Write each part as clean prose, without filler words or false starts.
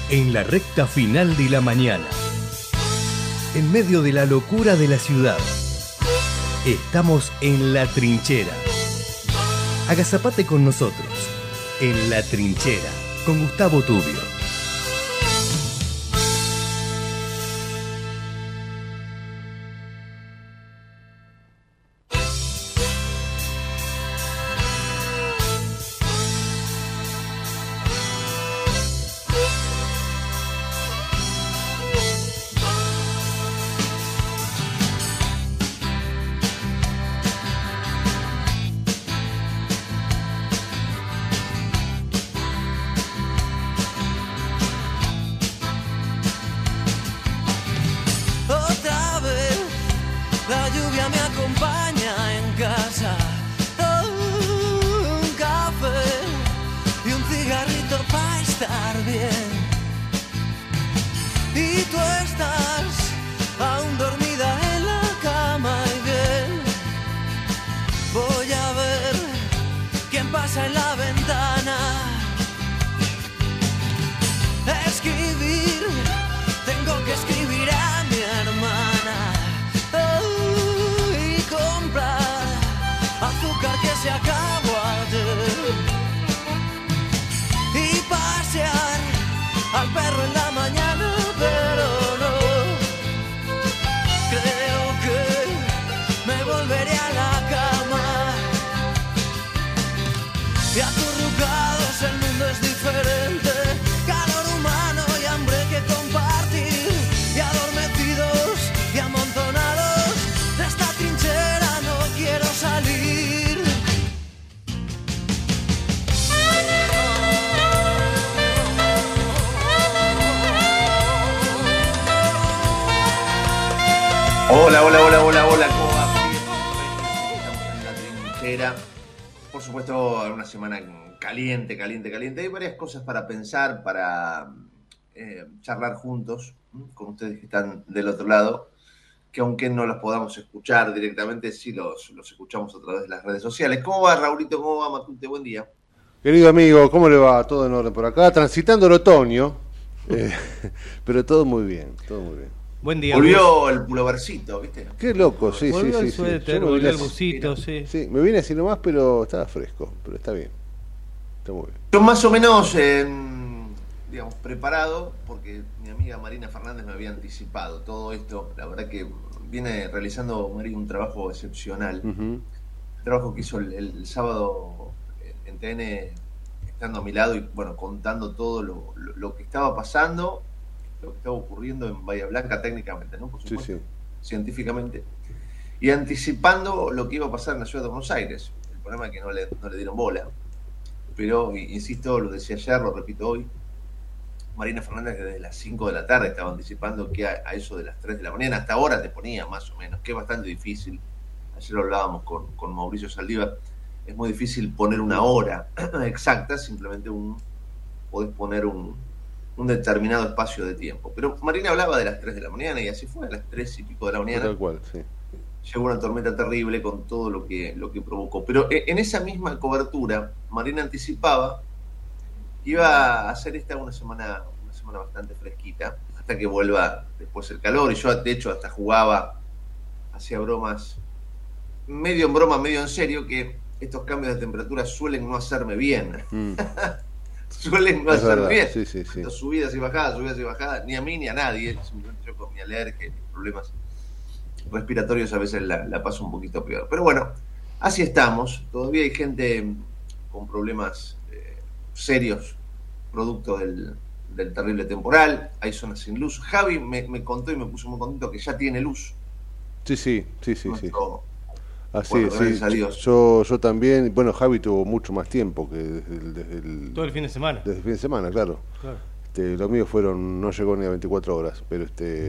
en la recta final de la mañana. En medio de la locura de la ciudad, estamos en La Trinchera. Agazapate con nosotros, en La Trinchera, con Gustavo Tubio. Hola, ¿cómo va? Estamos en La Trinchera. Por supuesto, una semana caliente. Hay varias cosas para pensar, para charlar juntos con ustedes que están del otro lado, que aunque no los podamos escuchar directamente, sí los escuchamos a través de las redes sociales. ¿Cómo va, Raulito? ¿Cómo va, Matute? Buen día. Querido amigo, ¿cómo le va? Todo en orden por acá, transitando el otoño, pero todo muy bien. Buen día. Volvió el pulovercito, ¿viste? Qué loco, sí. Volvió el suéter, volvió el busito, sí. Sí, me vine así nomás, pero estaba fresco, pero está bien. Está muy bien. Yo más o menos, preparado, porque mi amiga Marina Fernández me había anticipado todo esto. La verdad que viene realizando Marina un trabajo excepcional. Uh-huh. El trabajo que hizo el sábado en TN, estando a mi lado y, bueno, contando todo lo que estaba pasando, lo que estaba ocurriendo en Bahía Blanca técnicamente, ¿no? Por supuesto, Sí. Científicamente, y anticipando lo que iba a pasar en la ciudad de Buenos Aires. El problema es que no le dieron bola, pero, insisto, lo decía ayer, lo repito hoy, Marina Fernández desde las 5 de la tarde estaba anticipando que a eso de las 3 de la mañana, hasta ahora te ponía más o menos, que es bastante difícil. Ayer lo hablábamos con Mauricio Saldívar, es muy difícil poner una hora exacta, simplemente podés poner un determinado espacio de tiempo. Pero Marina hablaba de las 3 de la mañana y así fue, a las 3 y pico de la mañana. Tal cual, sí. Llegó una tormenta terrible con todo lo que provocó. Pero en esa misma cobertura, Marina anticipaba que iba a hacer esta una semana bastante fresquita, hasta que vuelva después el calor. Y yo, de hecho, hasta jugaba, hacía bromas, medio en broma, medio en serio, que estos cambios de temperatura suelen no hacerme bien. Suelen no hacerme bien. Sí. Subidas y bajadas, ni a mí ni a nadie. Simplemente yo con mi alergia y problemas respiratorios a veces la paso un poquito peor. Pero bueno, así estamos. Todavía hay gente con problemas serios, producto del terrible temporal. Hay zonas sin luz. Javi me contó y me puso muy contento que ya tiene luz. Sí. Así bueno, gracias a Dios. Yo también. Bueno, Javi tuvo mucho más tiempo que desde todo el fin de semana. Desde el fin de semana, claro. Lo mío no llegó ni a 24 horas, pero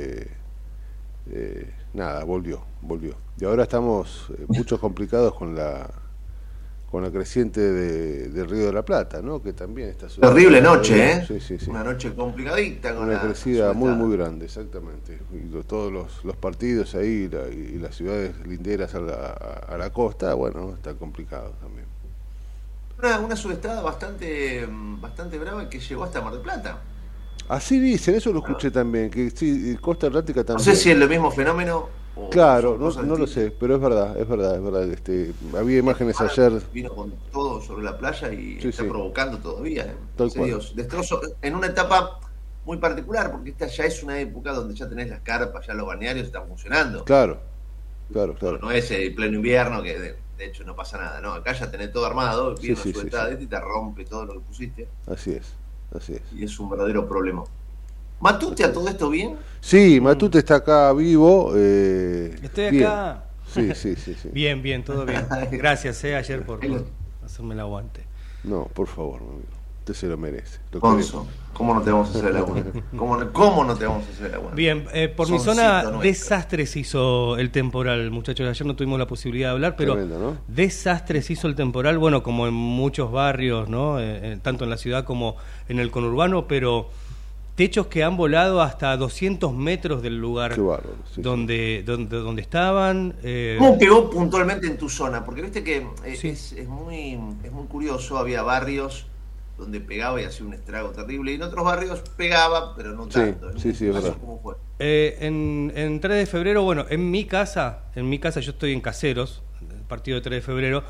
nada, volvió. Y ahora estamos muchos complicados con la creciente del Río de la Plata, ¿no? Que también está terrible noche, ¿eh? Sí. Una noche complicadita con una crecida muy grande, exactamente. Y todos los partidos ahí y las ciudades linderas a la costa, bueno, está complicado también. Una sudestada bastante brava que llegó hasta Mar del Plata. Así dicen, eso lo escuché también, que sí, Costa Atlántica No también. sé si es el mismo fenómeno o Claro, son no, cosas no lo distintas. sé, pero es verdad, es verdad, es verdad. Había imágenes Ahora ayer, vino con todo sobre la playa y sí, está sí, provocando todavía tal cual. serios destrozos en una etapa muy particular, porque esta ya es una época donde ya tenés las carpas, ya los balnearios están funcionando. Claro, claro, No, claro. no es el pleno invierno, que de hecho no pasa nada, ¿no? Acá ya tenés todo armado, Sí, viene una sí, sí, sí. sueltada de este y te rompe todo lo que pusiste, Así es, así es. y es un verdadero problema. ¿Matute a todo esto bien? Sí, Mm, Matute está acá vivo, Estoy bien. acá. Sí, sí, sí, sí. Bien, bien, todo bien. Gracias, ayer por ahí lo- hacerme el aguante. No, por favor, mi amigo. Usted se lo merece. Lo Gonzo, ¿cómo no te vamos a hacer el aguante? ¿Cómo no te vamos a hacer el aguante? Bien, por mi Soncito zona, nuestro. desastres hizo el temporal, muchachos. Ayer no tuvimos la posibilidad de hablar, pero Tremendo, ¿no? desastres hizo el temporal, bueno, como en muchos barrios, ¿no? Tanto en la ciudad como en el conurbano, pero techos que han volado hasta 200 metros del lugar Qué bárbaro. Sí, donde estaban. ¿Cómo pegó puntualmente en tu zona? Porque viste que Sí. es muy curioso, había barrios donde pegaba y hacía un estrago terrible, y en otros barrios pegaba, pero no Sí, tanto. sí, sí, es ¿Eso verdad. cómo fue? En 3 de febrero, bueno, en mi casa yo estoy en Caseros, el partido de 3 de febrero,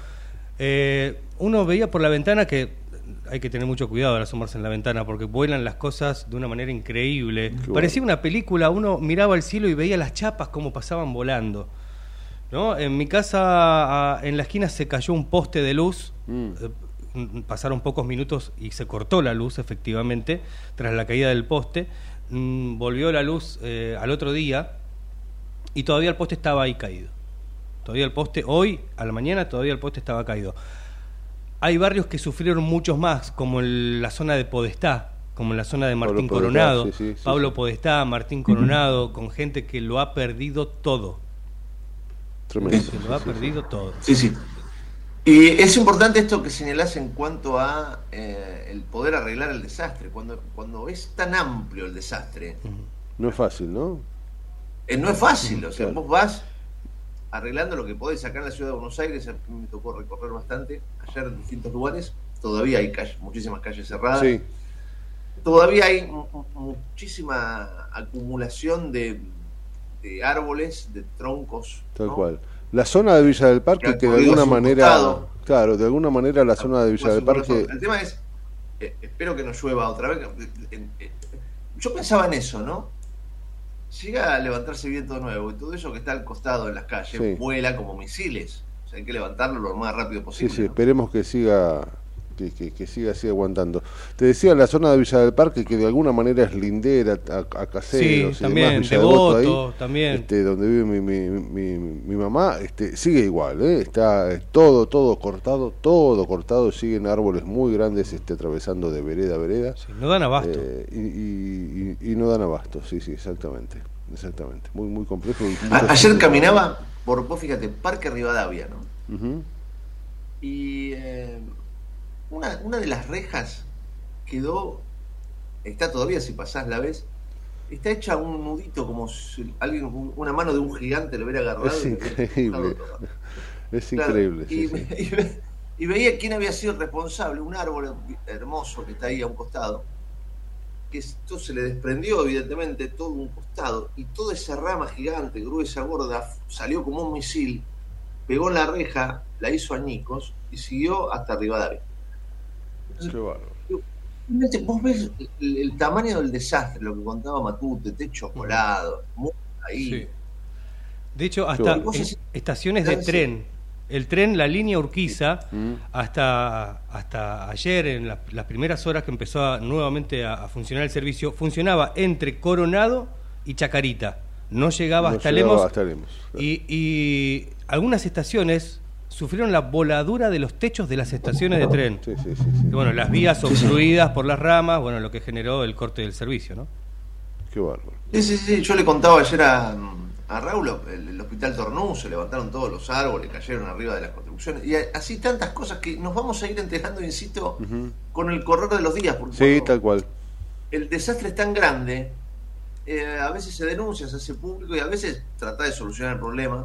uno veía por la ventana que hay que tener mucho cuidado al asomarse en la ventana porque vuelan las cosas de una manera increíble. Qué Parecía una película, uno miraba al cielo y veía las chapas como pasaban volando. ¿No? En mi casa, en la esquina se cayó un poste de luz. Pasaron pocos minutos y se cortó la luz, efectivamente, tras la caída del poste. Volvió la luz al otro día y todavía el poste estaba ahí caído. Todavía el poste, hoy, a la mañana, todavía el poste estaba caído. Hay barrios que sufrieron muchos más, como en la zona de Podestá, como en la zona de Martín Pablo Podestá, Coronado. sí, sí, sí, Pablo sí. Podestá, Martín Coronado, con gente que lo ha perdido todo. Tremendo. Que lo ha perdido todo. Sí, sí. Y es importante esto que señalás en cuanto a el poder arreglar el desastre. Cuando es tan amplio el desastre, No es fácil, ¿no? no es fácil. O sea, Claro. vos vas arreglando lo que podés. Acá en la ciudad de Buenos Aires a mí me tocó recorrer bastante ayer en distintos lugares. Todavía hay muchísimas calles cerradas. Sí, Todavía hay muchísima acumulación de árboles, de troncos. tal ¿no? cual. La zona de Villa del Parque, Que han que de corrido alguna hacia un manera, costado. claro, de alguna manera la zona de Villa del Parque, El tema es, espero que no llueva otra vez. Yo pensaba en eso, ¿no? Llega a levantarse viento nuevo y todo eso que está al costado de las calles Sí. vuela como misiles. O sea, hay que levantarlo lo más rápido sí, posible. sí, ¿no? esperemos que siga, que siga así aguantando. Te decía, la zona de Villa del Parque, que de alguna manera es lindera a Caseros Sí, y también, demás, Villa Devoto Devoto, también. donde vive mi mamá, sigue igual, está todo cortado, siguen árboles muy grandes atravesando de vereda a vereda. Sí, no dan abasto. Y no dan abasto, sí, exactamente, muy, muy complejo. Ayer caminaba por, vos fíjate, Parque Rivadavia, ¿no? Ujú. Y una de las rejas quedó, está todavía, si pasás la ves, está hecha un nudito como si una mano de un gigante lo hubiera agarrado. Es y lo hubiera increíble, empujado todo. es Claro, increíble. Sí. y veía quién había sido el responsable, un árbol hermoso que está ahí a un costado, que esto se le desprendió evidentemente todo un costado, y toda esa rama gigante, gruesa, gorda, salió como un misil, pegó en la reja, la hizo añicos y siguió hasta Rivadavia. Qué bárbaro. Vos ves el tamaño del desastre, lo que contaba Matute, techo volado, ahí. Sí. De hecho, hasta bueno. en estaciones de tren, el tren, la línea Urquiza, hasta ayer, en las primeras horas que empezó nuevamente a funcionar el servicio, funcionaba entre Coronado y Chacarita. No llegaba No hasta llegaba Lemos. hasta Lemos, claro. Y algunas estaciones sufrieron la voladura de los techos de las estaciones de tren. Sí. Y bueno, las vías obstruidas por las ramas, bueno, lo que generó el corte del servicio, ¿no? Qué bárbaro. Sí, yo le contaba ayer a Raúl, el hospital Tornú, se levantaron todos los árboles, cayeron arriba de las construcciones, y así tantas cosas que nos vamos a ir enterando, insisto, con el correr de los días, porque Sí, tal cual. el desastre es tan grande, a veces se denuncia, se hace público, y a veces trata de solucionar el problema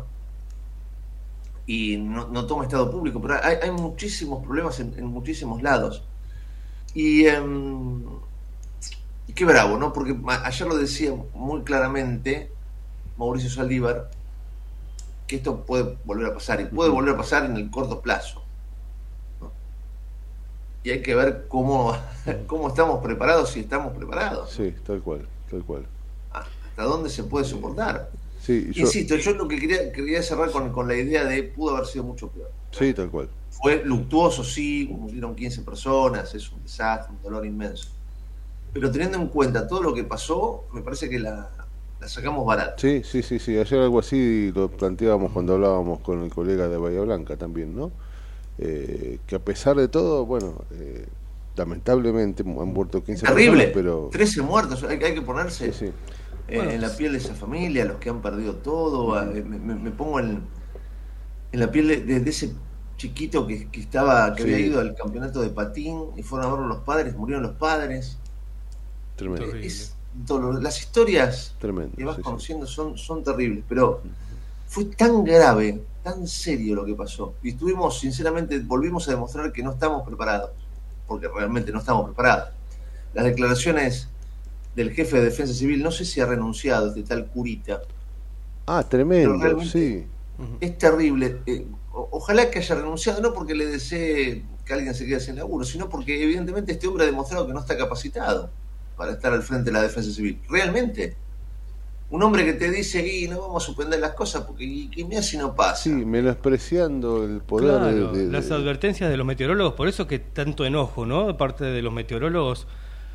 y no toma estado público, pero hay muchísimos problemas en muchísimos lados. Y qué bravo, ¿no? Porque ayer lo decía muy claramente Mauricio Saldívar, que esto puede volver a pasar, y puede volver a pasar en el corto plazo, ¿no? Y hay que ver cómo estamos preparados, si estamos preparados. Sí, tal cual. Hasta dónde se puede soportar. Sí, Insisto, yo lo que quería cerrar con la idea de pudo haber sido mucho peor. Sí, tal cual. Fue luctuoso, sí, murieron 15 personas, es un desastre, un dolor inmenso. Pero teniendo en cuenta todo lo que pasó, me parece que la sacamos barata. Sí. Ayer algo así lo planteábamos cuando hablábamos con el colega de Bahía Blanca también, ¿no? Que a pesar de todo, bueno, lamentablemente han muerto 15 terrible, personas, pero 13 muertos, hay que ponerse Bueno, en la piel de esa familia, los que han perdido todo. Me pongo en la piel de ese chiquito que había ido al campeonato de patín y fueron a verlo los padres, murieron los padres. tremendo. Las historias Tremendo, que vas sí. conociendo son terribles, pero fue tan grave, tan serio lo que pasó. Y volvimos a demostrar que no estamos preparados, porque realmente no estamos preparados. Las declaraciones del jefe de Defensa Civil, no sé si ha renunciado, este tal Curita. Tremendo, sí. Es terrible. Ojalá que haya renunciado, no porque le desee que alguien se quede sin laburo, sino porque evidentemente este hombre ha demostrado que no está capacitado para estar al frente de la Defensa Civil. Realmente. Un hombre que te dice, y no vamos a suspender las cosas porque mira si no pasa. Sí, menospreciando el poder claro, las advertencias de los meteorólogos, por eso que tanto enojo, ¿no? De parte de los meteorólogos,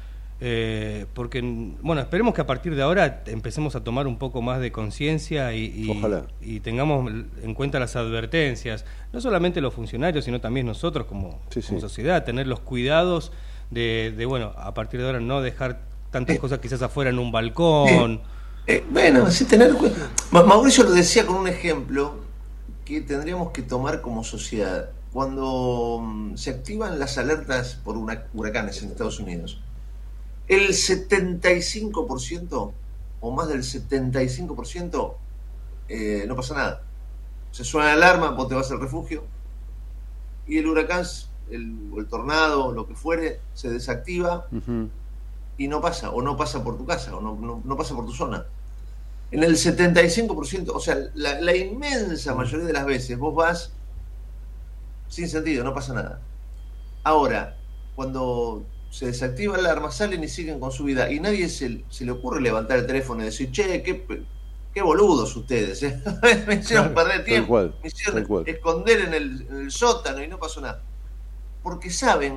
porque, bueno, esperemos que a partir de ahora empecemos a tomar un poco más de conciencia y tengamos en cuenta las advertencias, no solamente los funcionarios, sino también nosotros como sociedad, tener los cuidados de, bueno, a partir de ahora no dejar tantas cosas quizás afuera en un balcón. Bueno, sí, tener cuidado. Mauricio lo decía con un ejemplo que tendríamos que tomar como sociedad. Cuando se activan las alertas por huracanes en Estados Unidos, el 75% o más del 75% no pasa nada. Se suena la alarma, vos te vas al refugio y el huracán, el tornado, lo que fuere, se desactiva. Y no pasa, o no pasa por tu casa, o no pasa por tu zona. En el 75%, o sea, la inmensa mayoría de las veces vos vas sin sentido, no pasa nada. Ahora, cuando se desactiva la alarma, salen y siguen con su vida, y nadie se le ocurre levantar el teléfono y decir, che, qué boludos ustedes, me hicieron perder tiempo, me hicieron esconder en el sótano y no pasó nada. Porque saben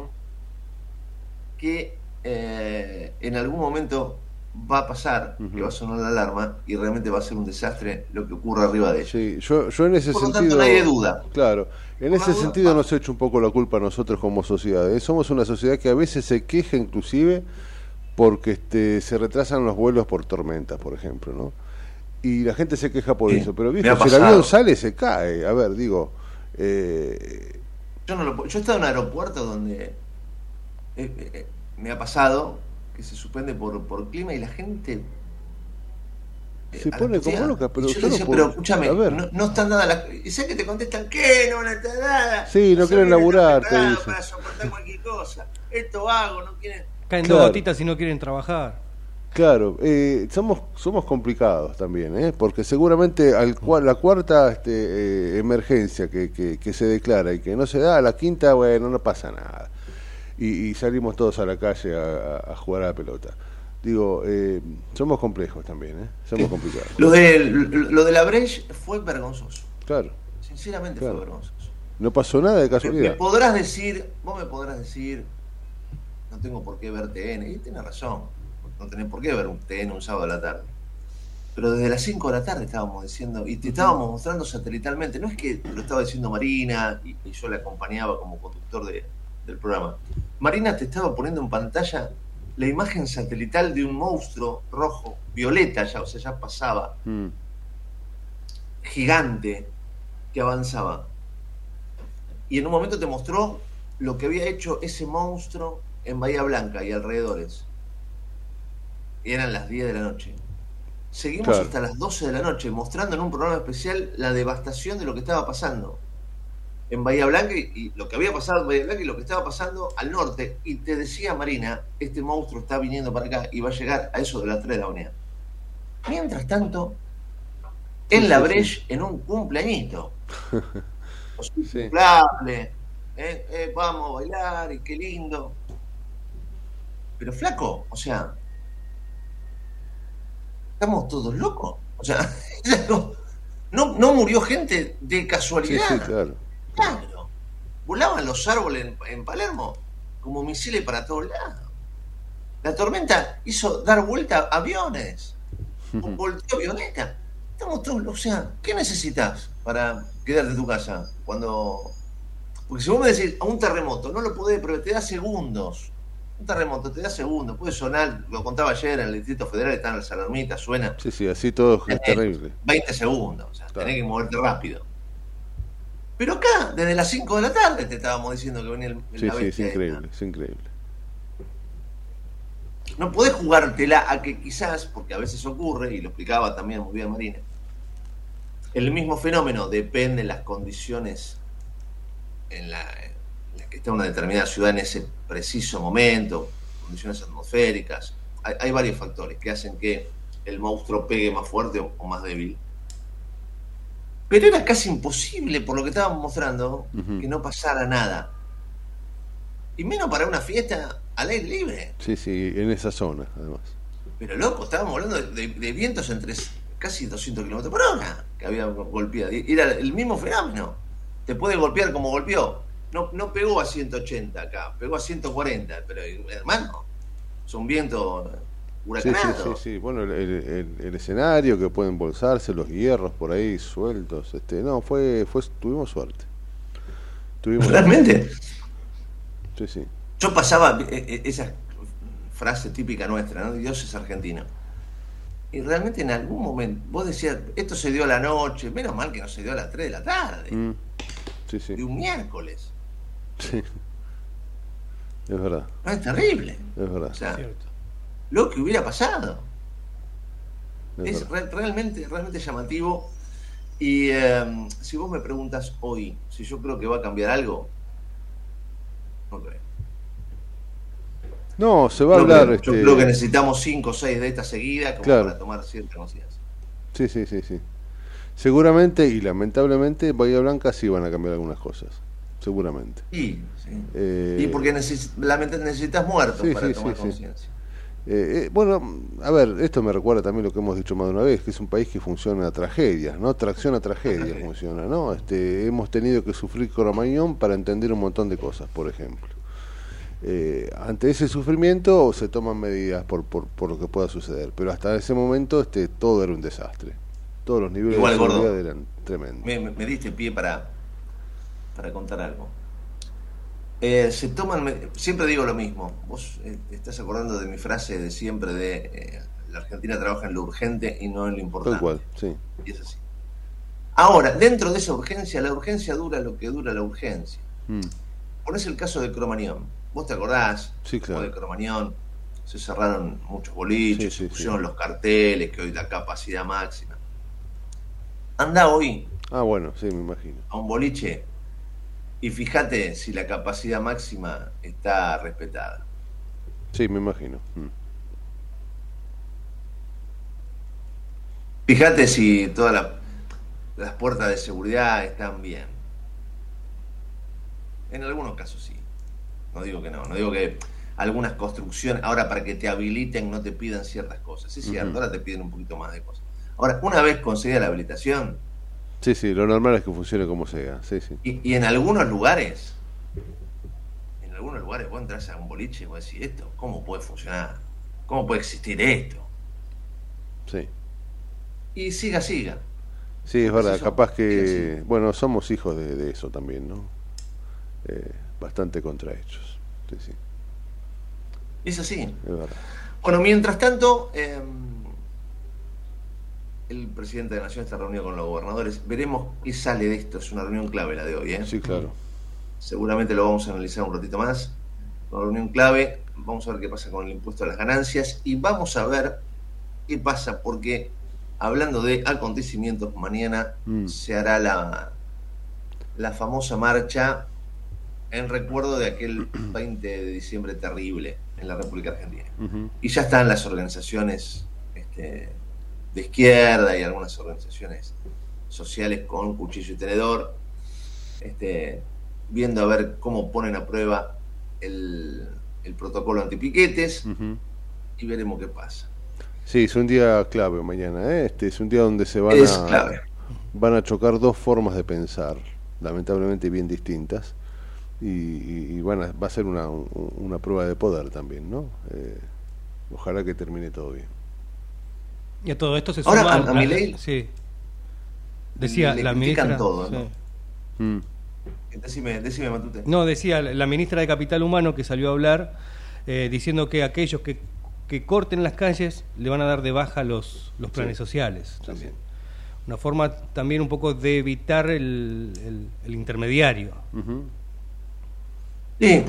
que en algún momento va a pasar, que va a sonar la alarma y realmente va a ser un desastre lo que ocurra arriba de ella. Sí, yo en ese Por lo sentido, tanto, nadie duda. Claro, en ese sentido nos echa un poco la culpa a nosotros como sociedad. Somos una sociedad que a veces se queja inclusive porque se retrasan los vuelos por tormentas, por ejemplo, ¿no? Y la gente se queja por eso, pero viejo, si el avión sale, se cae. A ver, digo... Yo he estado en un aeropuerto donde me ha pasado que se suspende por clima y la gente se pone como loca, pero yo le decía, pero escúchame, no están dadas y sé que te contestan que no van a estar dadas. Sí, no quieren laburar, te dicen. Para soportar cualquier cosa. Esto hago, no quieren. Caen dos gotitas y no quieren trabajar. Claro, somos complicados también, porque seguramente la cuarta emergencia que se declara y que no se da, a la quinta, bueno, no pasa nada. Y salimos todos a la calle a jugar a la pelota. Digo, somos complejos también, somos complicados. Lo de la Breche fue vergonzoso. Claro. Sinceramente fue vergonzoso. No pasó nada de casualidad. Vos me podrás decir, no tengo por qué ver TN, y tenés razón, no tenés por qué ver un TN un sábado a la tarde. Pero desde las 5 de la tarde estábamos diciendo, y te estábamos mostrando satelitalmente, no es que lo estaba diciendo Marina, y yo la acompañaba como conductor del programa. Marina te estaba poniendo en pantalla la imagen satelital de un monstruo rojo, violeta ya, o sea, ya pasaba, gigante, que avanzaba. Y en un momento te mostró lo que había hecho ese monstruo en Bahía Blanca y alrededores. Y eran las 10 de la noche. Seguimos hasta las 12 de la noche mostrando en un programa especial la devastación de lo que estaba pasando. en Bahía Blanca y lo que había pasado en Bahía Blanca y lo que estaba pasando al norte. Y te decía Marina, este monstruo está viniendo para acá y va a llegar a eso de las 3 de la mañana. Mientras tanto, en la Breche, en un cumpleañito, cumplable, vamos a bailar y qué lindo. Pero flaco, o sea, estamos todos locos. O sea, no murió gente de casualidad. Sí, claro. Claro. Volaban los árboles en Palermo como misiles para todos lados. La tormenta hizo dar vuelta a aviones. Volteó avioneta. Estamos todos, o sea, ¿qué necesitas para quedarte en tu casa? Porque si vos me decís a un terremoto, no lo podés, pero te da segundos. Un terremoto te da segundos, puede sonar, lo contaba ayer en el Distrito Federal, está en la Salermita, suena. Sí, así todo es terrible. 20 segundos, o sea, claro. Tenés que moverte rápido. Pero acá, desde las 5 de la tarde te estábamos diciendo que venía la bestia. Es increíble. No podés jugártela a que quizás, porque a veces ocurre, y lo explicaba también muy bien Marina, el mismo fenómeno depende de las condiciones en las que está una determinada ciudad en ese preciso momento, condiciones atmosféricas. Hay varios factores que hacen que el monstruo pegue más fuerte o más débil. Pero era casi imposible, por lo que estábamos mostrando, que no pasara nada. Y menos para una fiesta al aire libre. Sí, en esa zona, además. Pero loco, estábamos hablando de vientos entre casi 200 kilómetros por hora que había golpeado. Y era el mismo fenómeno. Te puede golpear como golpeó. No pegó a 180 acá, pegó a 140. Pero, hermano, son vientos huracanados. Sí. Bueno, el escenario que puede embolsarse, los hierros por ahí sueltos. Tuvimos suerte. ¿Realmente? Sí. Yo pasaba esa frase típica nuestra, ¿no? Dios es argentino. Y realmente en algún momento vos decías, esto se dio a la noche, menos mal que no se dio a las 3 de la tarde. Sí. De un miércoles. Sí. Es verdad. No, es terrible. Es verdad. O sea, lo que hubiera pasado. Es realmente llamativo. Y si vos me preguntas hoy si yo creo que va a cambiar algo, no creo. No, se va a hablar. Yo creo que necesitamos 5 o 6 de estas seguidas como para tomar cierta conciencia. Sí. Seguramente y lamentablemente Bahía Blanca sí van a cambiar algunas cosas. Seguramente. Sí. Y porque necesitas muertos para tomar conciencia. Bueno, a ver, esto me recuerda también lo que hemos dicho más de una vez, que es un país que funciona a tragedias, ¿no? Tracción a tragedia funciona, ¿no? Hemos tenido que sufrir Cromañón para entender un montón de cosas, por ejemplo. Ante ese sufrimiento se toman medidas por lo que pueda suceder, pero hasta ese momento todo era un desastre. Todos los niveles de seguridad eran tremendos. Me diste pie para contar algo. Siempre digo lo mismo. Vos estás acordando de mi frase de siempre de la Argentina trabaja en lo urgente y no en lo importante. Tal cual, sí. Y es así. Ahora, dentro de esa urgencia, la urgencia dura lo que dura la urgencia. Ponés el caso de Cromañón. ¿Vos te acordás? Sí, claro. De Cromañón se cerraron muchos boliches, se pusieron los carteles, que hoy la capacidad máxima. Anda hoy. Bueno, sí, me imagino. A un boliche y fíjate si la capacidad máxima está respetada. Sí, me imagino. Fíjate si todas las puertas de seguridad están bien. En algunos casos sí. No digo que no digo que algunas construcciones, ahora para que te habiliten no te pidan ciertas cosas. Es cierto, ahora te piden un poquito más de cosas. Ahora, una vez conseguida la habilitación... Sí, lo normal es que funcione como sea. Sí. Y en algunos lugares vos entras a un boliche y vos decís, ¿esto cómo puede funcionar? ¿Cómo puede existir esto? Sí. Y siga. Sí, es verdad, capaz que... Bueno, somos hijos de eso también, ¿no? Bastante contrahechos. Sí. Es así. Es verdad. Bueno, mientras tanto, el presidente de la Nación está reunido con los gobernadores. Veremos qué sale de esto. Es una reunión clave la de hoy, Sí, claro. Seguramente lo vamos a analizar un ratito más. Una reunión clave. Vamos a ver qué pasa con el impuesto a las ganancias. Y vamos a ver qué pasa, porque hablando de acontecimientos, mañana se hará la famosa marcha en recuerdo de aquel 20 de diciembre terrible en la República Argentina. Y ya están las organizaciones de izquierda y algunas organizaciones sociales con cuchillo y tenedor, viendo a ver cómo ponen a prueba el protocolo antipiquetes, y veremos qué pasa. Sí, es un día clave mañana, es un día donde se van a chocar dos formas de pensar, lamentablemente bien distintas, y va a ser una prueba de poder también, ¿no? Ojalá que termine todo bien. Y a todo esto se suma... Ahora, a Milei... Sí. Decía le la ministra... todo, ¿no? Sí. Decime, Matute. No, decía la ministra de Capital Humano, que salió a hablar diciendo que aquellos que corten las calles le van a dar de baja los planes sociales también. Sí. Una forma también un poco de evitar el intermediario. Sí.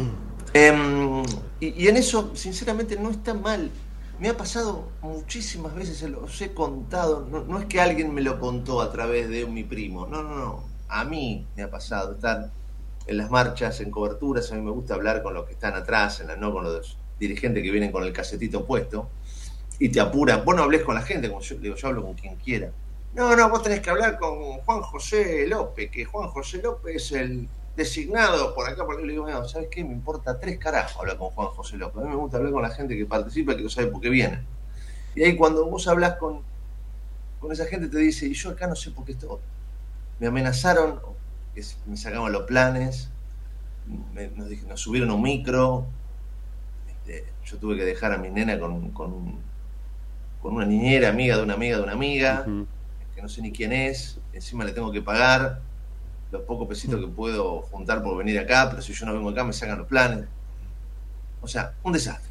Y en eso, sinceramente, no está mal. Me ha pasado muchísimas veces, se los he contado. No es que alguien me lo contó a través de mi primo. No. A mí me ha pasado estar en las marchas, en coberturas. A mí me gusta hablar con los que están atrás, no con los dirigentes que vienen con el casetito puesto y te apuran. Vos no hablés con la gente, como yo hablo con quien quiera. No, vos tenés que hablar con Juan José López, que Juan José López es el designado por acá. Le digo, no, ¿sabes qué? Me importa 3 carajos hablar con Juan José López. A mí me gusta hablar con la gente que participa, que no sabe por qué viene. Y ahí cuando vos hablas con esa gente te dice, y yo acá no sé por qué esto. Me amenazaron, me sacaban los planes, nos subieron un micro. Yo tuve que dejar a mi nena con una niñera, amiga de una amiga, que no sé ni quién es, encima le tengo que pagar los pocos pesitos que puedo juntar por venir acá, pero si yo no vengo acá me sacan los planes. O sea, un desastre.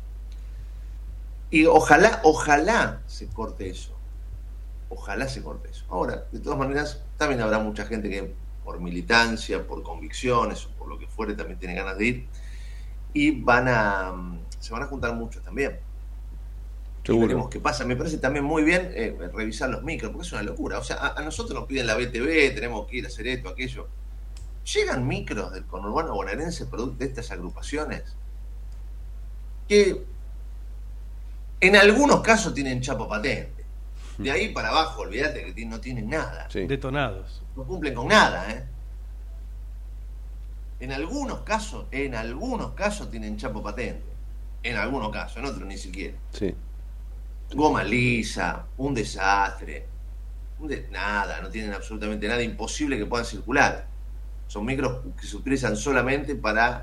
Y ojalá se corte eso. Ahora, de todas maneras, también habrá mucha gente que por militancia, por convicciones o por lo que fuere también tiene ganas de ir, y se van a juntar muchos también. Y veremos qué pasa. Me parece también muy bien revisar los micros, porque es una locura. O sea, a nosotros nos piden la BTV, tenemos que ir a hacer esto, aquello. Llegan micros del conurbano bonaerense producto de estas agrupaciones que en algunos casos tienen chapa patente. De ahí para abajo, olvídate que no tienen nada. Sí. Detonados. No cumplen con nada, En algunos casos tienen chapo patente. En algunos casos, en otros ni siquiera. Sí. Goma lisa, un desastre. Nada, no tienen absolutamente nada, imposible que puedan circular. Son micros que se utilizan solamente para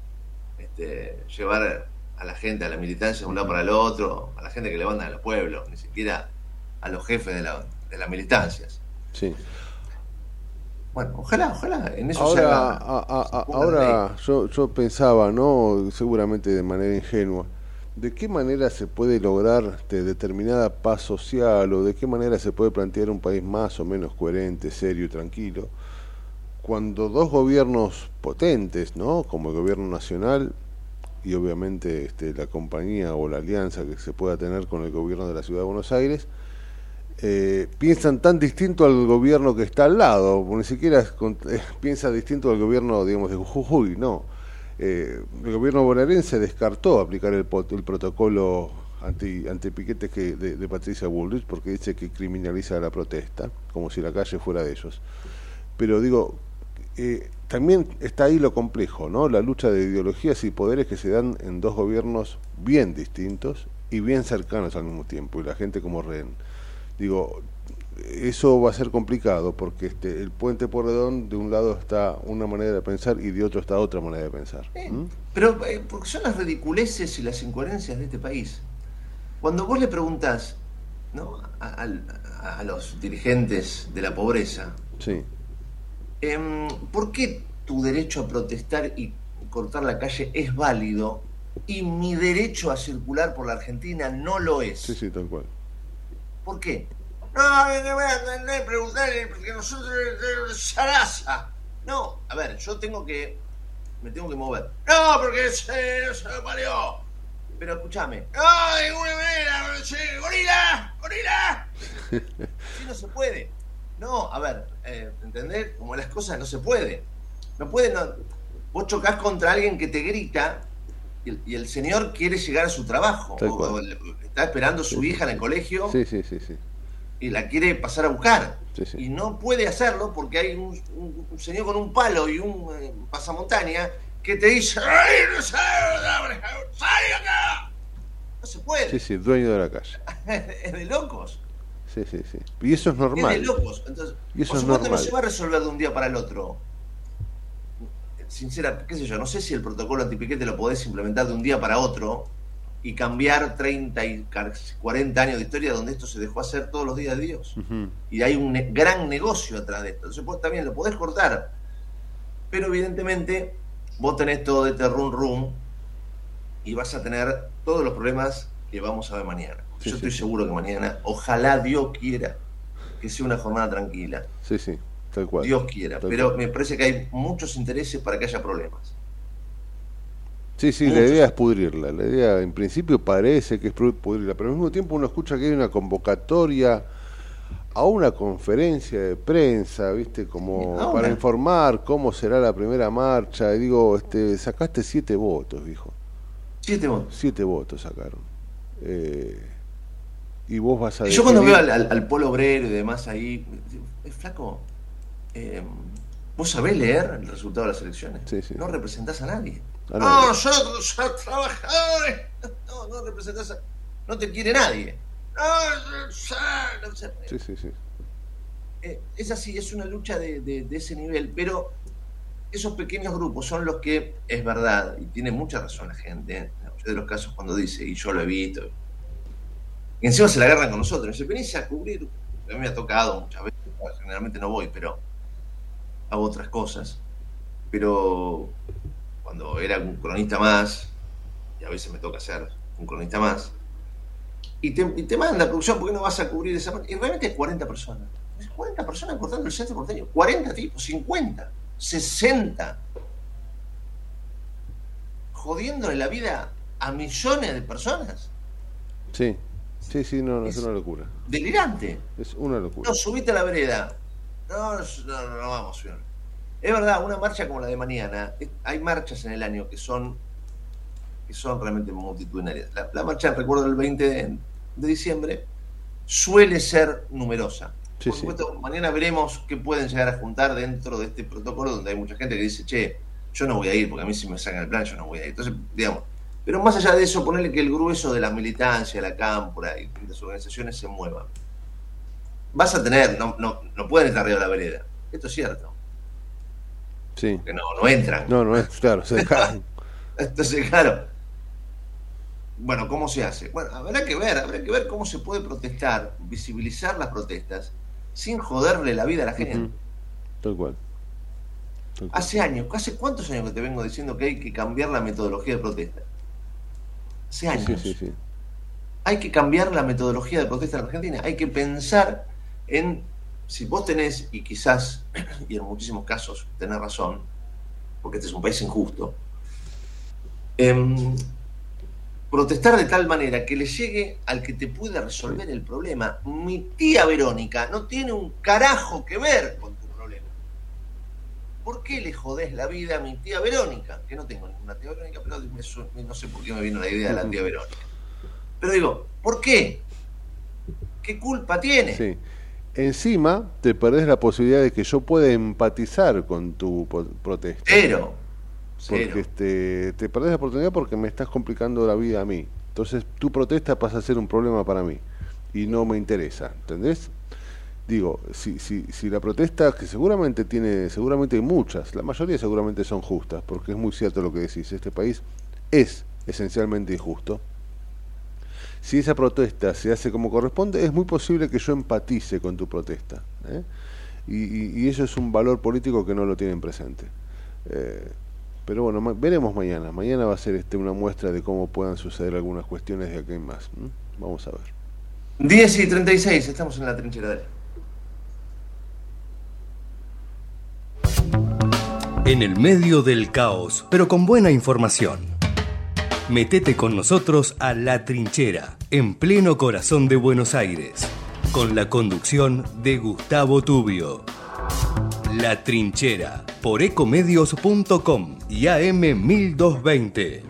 llevar a la gente, a la militancia de un lado para el otro, a la gente que levantan a los pueblos, ni siquiera a los jefes de las militancias. Sí. Bueno, ojalá en eso ahora yo pensaba, ¿no? Seguramente de manera ingenua, ¿de qué manera se puede lograr determinada paz social o de qué manera se puede plantear un país más o menos coherente, serio y tranquilo cuando dos gobiernos potentes, ¿no? Como el gobierno nacional y obviamente la compañía o la alianza que se pueda tener con el gobierno de la Ciudad de Buenos Aires, piensan tan distinto al gobierno que está al lado, ni siquiera piensa distinto al gobierno, digamos, de Jujuy, no. El gobierno bonaerense descartó aplicar el protocolo antipiquetes de Patricia Bullrich porque dice que criminaliza la protesta, como si la calle fuera de ellos. Pero digo, también está ahí lo complejo, ¿no? La lucha de ideologías y poderes que se dan en dos gobiernos bien distintos y bien cercanos al mismo tiempo, y la gente como rehén. Digo, eso va a ser complicado porque el puente Porredón, de un lado está una manera de pensar y de otro está otra manera de pensar. Pero porque son las ridiculeces y las incoherencias de este país. Cuando vos le preguntás, ¿no? a los dirigentes de la pobreza, sí. ¿Por qué tu derecho a protestar y cortar la calle es válido y mi derecho a circular por la Argentina no lo es? Sí, tal cual. ¿Por qué? No voy a entender, preguntarle, porque nosotros Sarasa. No, a ver, me tengo que mover. No, porque se lo parió. Pero escúchame. No, de ninguna manera, gorila. Si no se puede. No, a ver, ¿entendés? Como las cosas no se puede. No puede, no. Vos chocás contra alguien que te grita y el señor quiere llegar a su trabajo. O está esperando a su hija en el colegio. Sí. Y la quiere pasar a buscar. Sí. Y no puede hacerlo porque hay un señor con un palo y un pasamontaña que te dice: ¡ay, no sé! ¡Sal acá! No se puede. Sí, dueño de la calle. Es de locos. Sí. Y eso es normal. Es de locos. Entonces, y eso por es supuesto normal. no se va a resolver de un día para el otro. Sincera, qué sé yo, no sé si el protocolo antipiquete lo podés implementar de un día para otro y cambiar 30 y 40 años de historia donde esto se dejó hacer todos los días de Dios. Uh-huh. Y hay un gran negocio atrás de esto. Entonces vos también lo podés cortar. Pero evidentemente vos tenés todo este rum y vas a tener todos los problemas que vamos a ver mañana. Yo estoy seguro que mañana, ojalá Dios quiera, que sea una jornada tranquila. Sí, tal cual. Dios quiera. Pero me parece que hay muchos intereses para que haya problemas. Sí, la idea es pudrirla. La idea, en principio, parece que es pudrirla. Pero al mismo tiempo uno escucha que hay una convocatoria a una conferencia de prensa, ¿viste? Como para informar cómo será la primera marcha. Y digo, sacaste 7 votos, viejo. 7 votos. 7 votos sacaron. Y vos vas a... Yo cuando veo al Polo Obrero y demás ahí, flaco, ¿vos sabés leer el resultado de las elecciones? Sí. No representás a nadie. A nadie. Nosotros, los trabajadores, no representás a... No te quiere nadie. Sí. Es así, es una lucha de ese nivel, pero esos pequeños grupos son los que, es verdad, y tiene mucha razón la gente, en la mayoría de los casos cuando dice, y yo lo evito, y encima se la agarran con nosotros, se venís a cubrir, a mí me ha tocado muchas veces, generalmente no voy, pero hago otras cosas, pero cuando era un cronista más, y a veces me toca ser un cronista más, y te manda producción, ¿por qué no vas a cubrir esa parte? Y realmente es 40 personas. 40 personas cortando el centro porteño. 40 tipos, 50, 60. Jodiéndole la vida a millones de personas. Sí, no, es una locura. Delirante. Es una locura. No, subite a la vereda. No vamos a subir. Es verdad, una marcha como la de mañana, hay marchas en el año que son realmente multitudinarias. La marcha, recuerdo, el 20 de diciembre, suele ser numerosa. Por supuesto, mañana veremos qué pueden llegar a juntar dentro de este protocolo, donde hay mucha gente que dice, che, yo no voy a ir, porque a mí si me sacan el plan, yo no voy a ir. Entonces, digamos, pero más allá de eso, ponerle que el grueso de la militancia, la cámpora y de las organizaciones se muevan. Vas a tener, no pueden estar arriba de la vereda. Esto es cierto. Sí. Porque no entran. No es, claro, se dejan. Entonces, claro. Bueno, ¿cómo se hace? Bueno, habrá que ver cómo se puede protestar, visibilizar las protestas, sin joderle la vida a la gente. Uh-huh. Tal cual. ¿Hace cuántos años que te vengo diciendo que hay que cambiar la metodología de protesta? Hace años. Sí. Hay que cambiar la metodología de protesta en Argentina. Hay que pensar en, si vos tenés, y quizás, y en muchísimos casos tenés razón, porque este es un país injusto, protestar de tal manera que le llegue al que te pueda resolver el problema. Mi tía Verónica no tiene un carajo que ver con tu problema. ¿Por qué le jodés la vida a mi tía Verónica? Que no tengo ninguna tía Verónica, pero no sé por qué me vino la idea de la tía Verónica. Pero digo, ¿por qué? ¿Qué culpa tiene? Sí. Encima te perdés la posibilidad de que yo pueda empatizar con tu protesta. Cero. Porque te perdés la oportunidad porque me estás complicando la vida a mí. Entonces tu protesta pasa a ser un problema para mí y no me interesa, ¿entendés? Digo, si la protesta, que seguramente hay muchas, la mayoría seguramente son justas, porque es muy cierto lo que decís, este país es esencialmente injusto. Si esa protesta se hace como corresponde, es muy posible que yo empatice con tu protesta, ¿eh? Y eso es un valor político que no lo tienen presente. Pero bueno, veremos mañana. Mañana va a ser una muestra de cómo puedan suceder algunas cuestiones de aquí en más. Vamos a ver. 10:36, estamos en la trinchera de... En el medio del caos, pero con buena información. Metete con nosotros a La Trinchera, en pleno corazón de Buenos Aires. Con la conducción de Gustavo Tubio. La Trinchera, por ecomedios.com y AM 1220.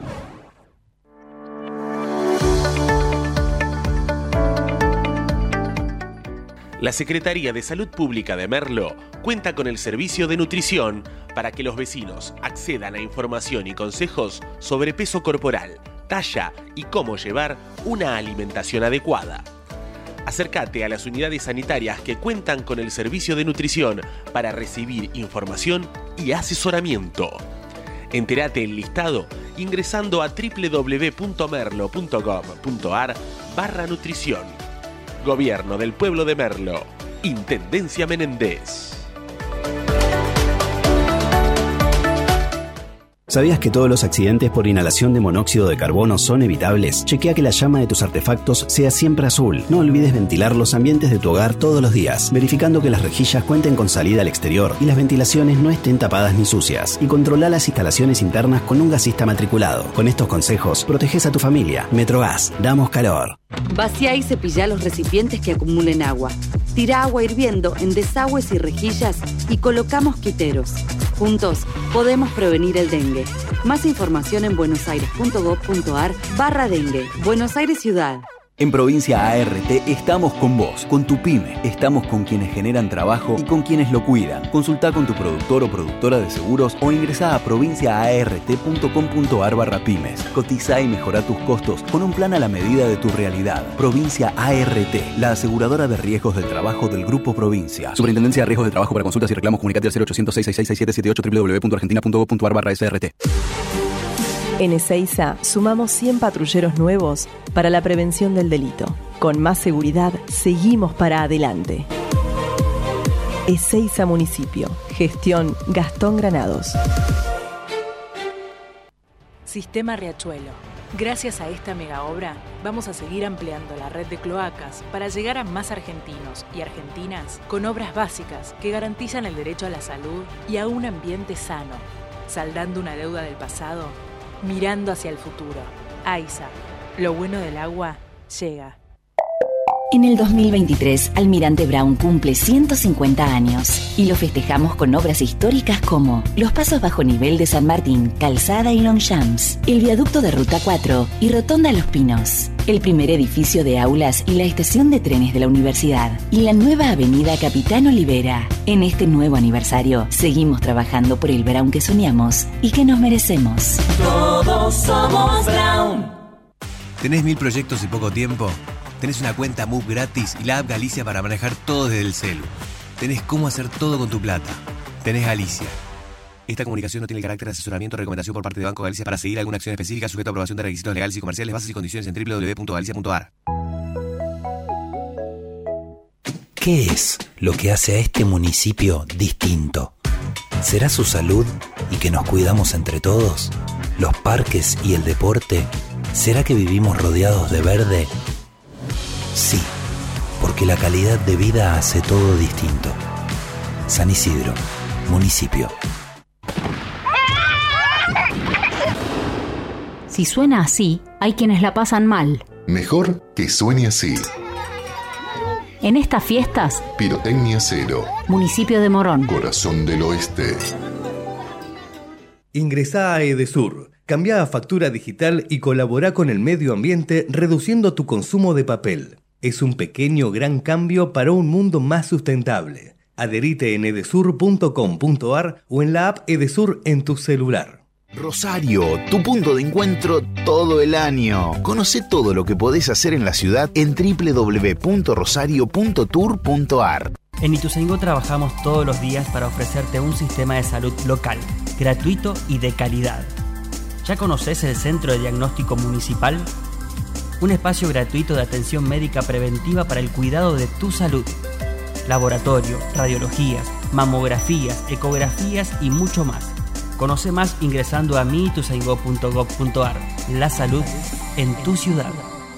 La Secretaría de Salud Pública de Merlo cuenta con el servicio de nutrición para que los vecinos accedan a información y consejos sobre peso corporal, talla y cómo llevar una alimentación adecuada. Acércate a las unidades sanitarias que cuentan con el servicio de nutrición para recibir información y asesoramiento. Entérate el listado ingresando a www.merlo.gov.ar/nutrición. Gobierno del Pueblo de Merlo. Intendencia Menéndez. ¿Sabías que todos los accidentes por inhalación de monóxido de carbono son evitables? Chequea que la llama de tus artefactos sea siempre azul. No olvides ventilar los ambientes de tu hogar todos los días, verificando que las rejillas cuenten con salida al exterior y las ventilaciones no estén tapadas ni sucias. Y controla las instalaciones internas con un gasista matriculado. Con estos consejos, proteges a tu familia. Metrogas, damos calor. Vacía y cepilla los recipientes que acumulen agua. Tira agua hirviendo en desagües y rejillas y coloca mosquiteros. Juntos podemos prevenir el dengue. Más información en buenosaires.gov.ar/dengue. Buenos Aires Ciudad. En Provincia ART estamos con vos, con tu pyme. Estamos con quienes generan trabajo y con quienes lo cuidan. Consultá con tu productor o productora de seguros o ingresá a provinciaart.com.ar/pymes. Cotiza y mejora tus costos con un plan a la medida de tu realidad. Provincia ART, la aseguradora de riesgos del trabajo del Grupo Provincia. Superintendencia de Riesgos del Trabajo. Para consultas y reclamos, comunicate al 0800 666 6778 www.argentina.gov.ar/SRT. En Ezeiza sumamos 100 patrulleros nuevos para la prevención del delito. Con más seguridad, seguimos para adelante. Ezeiza Municipio. Gestión Gastón Granados. Sistema Riachuelo. Gracias a esta mega obra, vamos a seguir ampliando la red de cloacas para llegar a más argentinos y argentinas con obras básicas que garantizan el derecho a la salud y a un ambiente sano, saldando una deuda del pasado, mirando hacia el futuro. AISA, lo bueno del agua llega. En el 2023, Almirante Brown cumple 150 años y lo festejamos con obras históricas como los pasos bajo nivel de San Martín, Calzada y Longchamps, el viaducto de Ruta 4 y Rotonda Los Pinos, el primer edificio de aulas y la estación de trenes de la universidad y la nueva avenida Capitán Olivera. En este nuevo aniversario, seguimos trabajando por el Brown que soñamos y que nos merecemos. Todos somos Brown. ¿Tenés 1000 proyectos y poco tiempo? Tenés una cuenta Move gratis y la app Galicia para manejar todo desde el celu. Tenés cómo hacer todo con tu plata. Tenés Galicia. Esta comunicación no tiene el carácter de asesoramiento o recomendación por parte de Banco Galicia para seguir alguna acción específica sujeto a aprobación de requisitos legales y comerciales, bases y condiciones en www.galicia.ar. ¿Qué es lo que hace a este municipio distinto? ¿Será su salud y que nos cuidamos entre todos? ¿Los parques y el deporte? ¿Será que vivimos rodeados de verde? Sí, porque la calidad de vida hace todo distinto. San Isidro, municipio. Si suena así, hay quienes la pasan mal. Mejor que suene así. En estas fiestas, Pirotecnia Cero. Municipio de Morón. Corazón del Oeste. Ingresá a Edesur, cambia a factura digital y colabora con el medio ambiente reduciendo tu consumo de papel. Es un pequeño gran cambio para un mundo más sustentable. Adherite en edesur.com.ar o en la app Edesur en tu celular. Rosario, tu punto de encuentro todo el año. Conoce todo lo que podés hacer en la ciudad en www.rosario.tour.ar. En Ituzaingó trabajamos todos los días para ofrecerte un sistema de salud local, gratuito y de calidad. ¿Ya conoces el Centro de Diagnóstico Municipal? Un espacio gratuito de atención médica preventiva para el cuidado de tu salud. Laboratorio, radiologías, mamografías, ecografías y mucho más. Conoce más ingresando a miituzaingó.gov.ar. La salud en tu ciudad.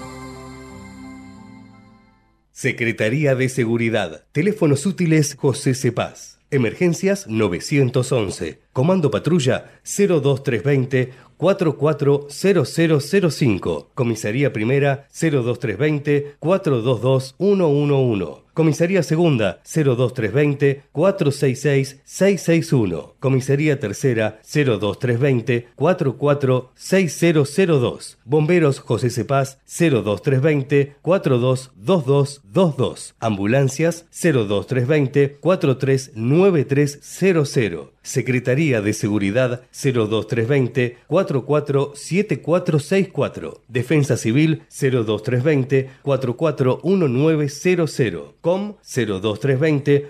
Secretaría de Seguridad. Teléfonos útiles José Cepaz. Emergencias 911. Comando Patrulla 02320 440005. Comisaría Primera 02320 422 111. Comisaría Segunda, 02320 466 661. Comisaría Tercera, 02320 446002. Bomberos José Cepaz, 02320 422222. Ambulancias, 02320 439300. Secretaría de Seguridad, 02320 447464. Defensa Civil, 02320 441900. COM, 02320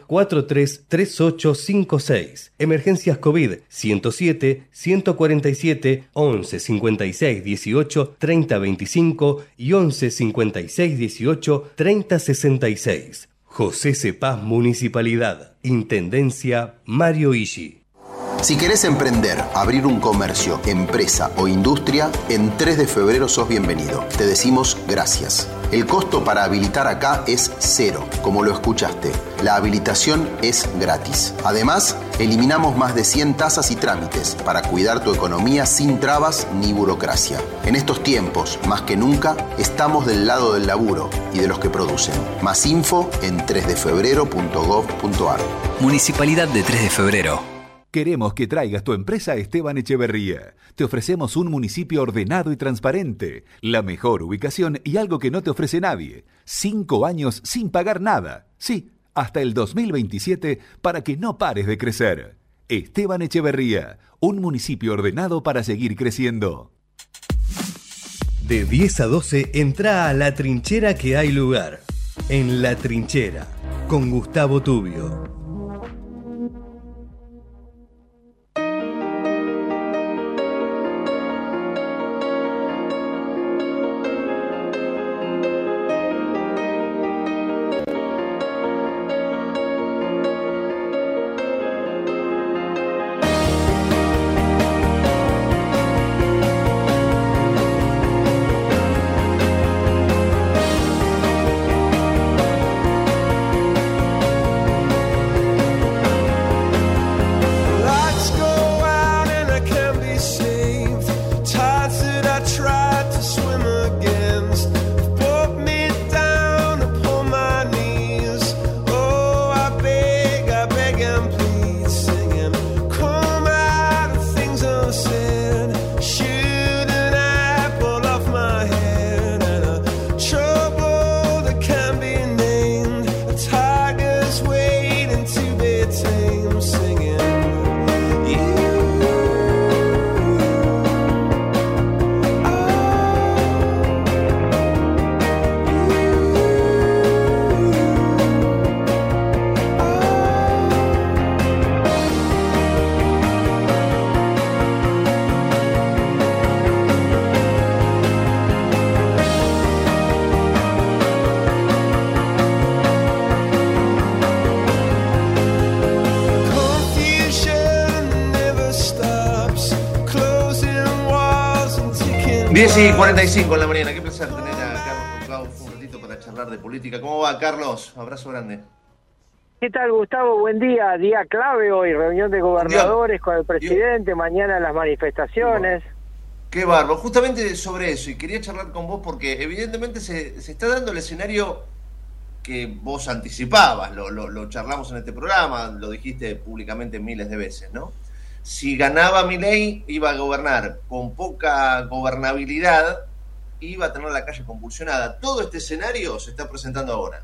433856. Emergencias COVID, 107 147 11 56 18 30 25 y 11 56 18 30 66. José Cepaz Municipalidad. Intendencia Mario Ishi. Si querés emprender, abrir un comercio, empresa o industria, en 3 de febrero sos bienvenido. Te decimos gracias. El costo para habilitar acá es 0, como lo escuchaste. La habilitación es gratis. Además, eliminamos más de 100 tasas y trámites para cuidar tu economía sin trabas ni burocracia. En estos tiempos, más que nunca, estamos del lado del laburo y de los que producen. Más info en 3defebrero.gov.ar. Municipalidad de 3 de Febrero. Queremos que traigas tu empresa a Esteban Echeverría. Te ofrecemos un municipio ordenado y transparente, la mejor ubicación y algo que no te ofrece nadie. 5 años sin pagar nada. Sí, hasta el 2027 para que no pares de crecer. Esteban Echeverría, un municipio ordenado para seguir creciendo. De 10 a 12 entra a La Trinchera que hay lugar. En La Trinchera, con Gustavo Tubio. Sí, 45 en la mañana. Qué placer tener a Carlos Conclao un ratito para charlar de política. ¿Cómo va, Carlos? Abrazo grande. ¿Qué tal, Gustavo? Buen día. Día clave hoy, reunión de gobernadores con el presidente, mañana las manifestaciones. Qué bárbaro. Justamente sobre eso, y quería charlar con vos porque evidentemente se está dando el escenario que vos anticipabas, lo charlamos en este programa, lo dijiste públicamente miles de veces, ¿no? Si ganaba Milei, iba a gobernar con poca gobernabilidad, iba a tener la calle convulsionada. Todo este escenario se está presentando ahora.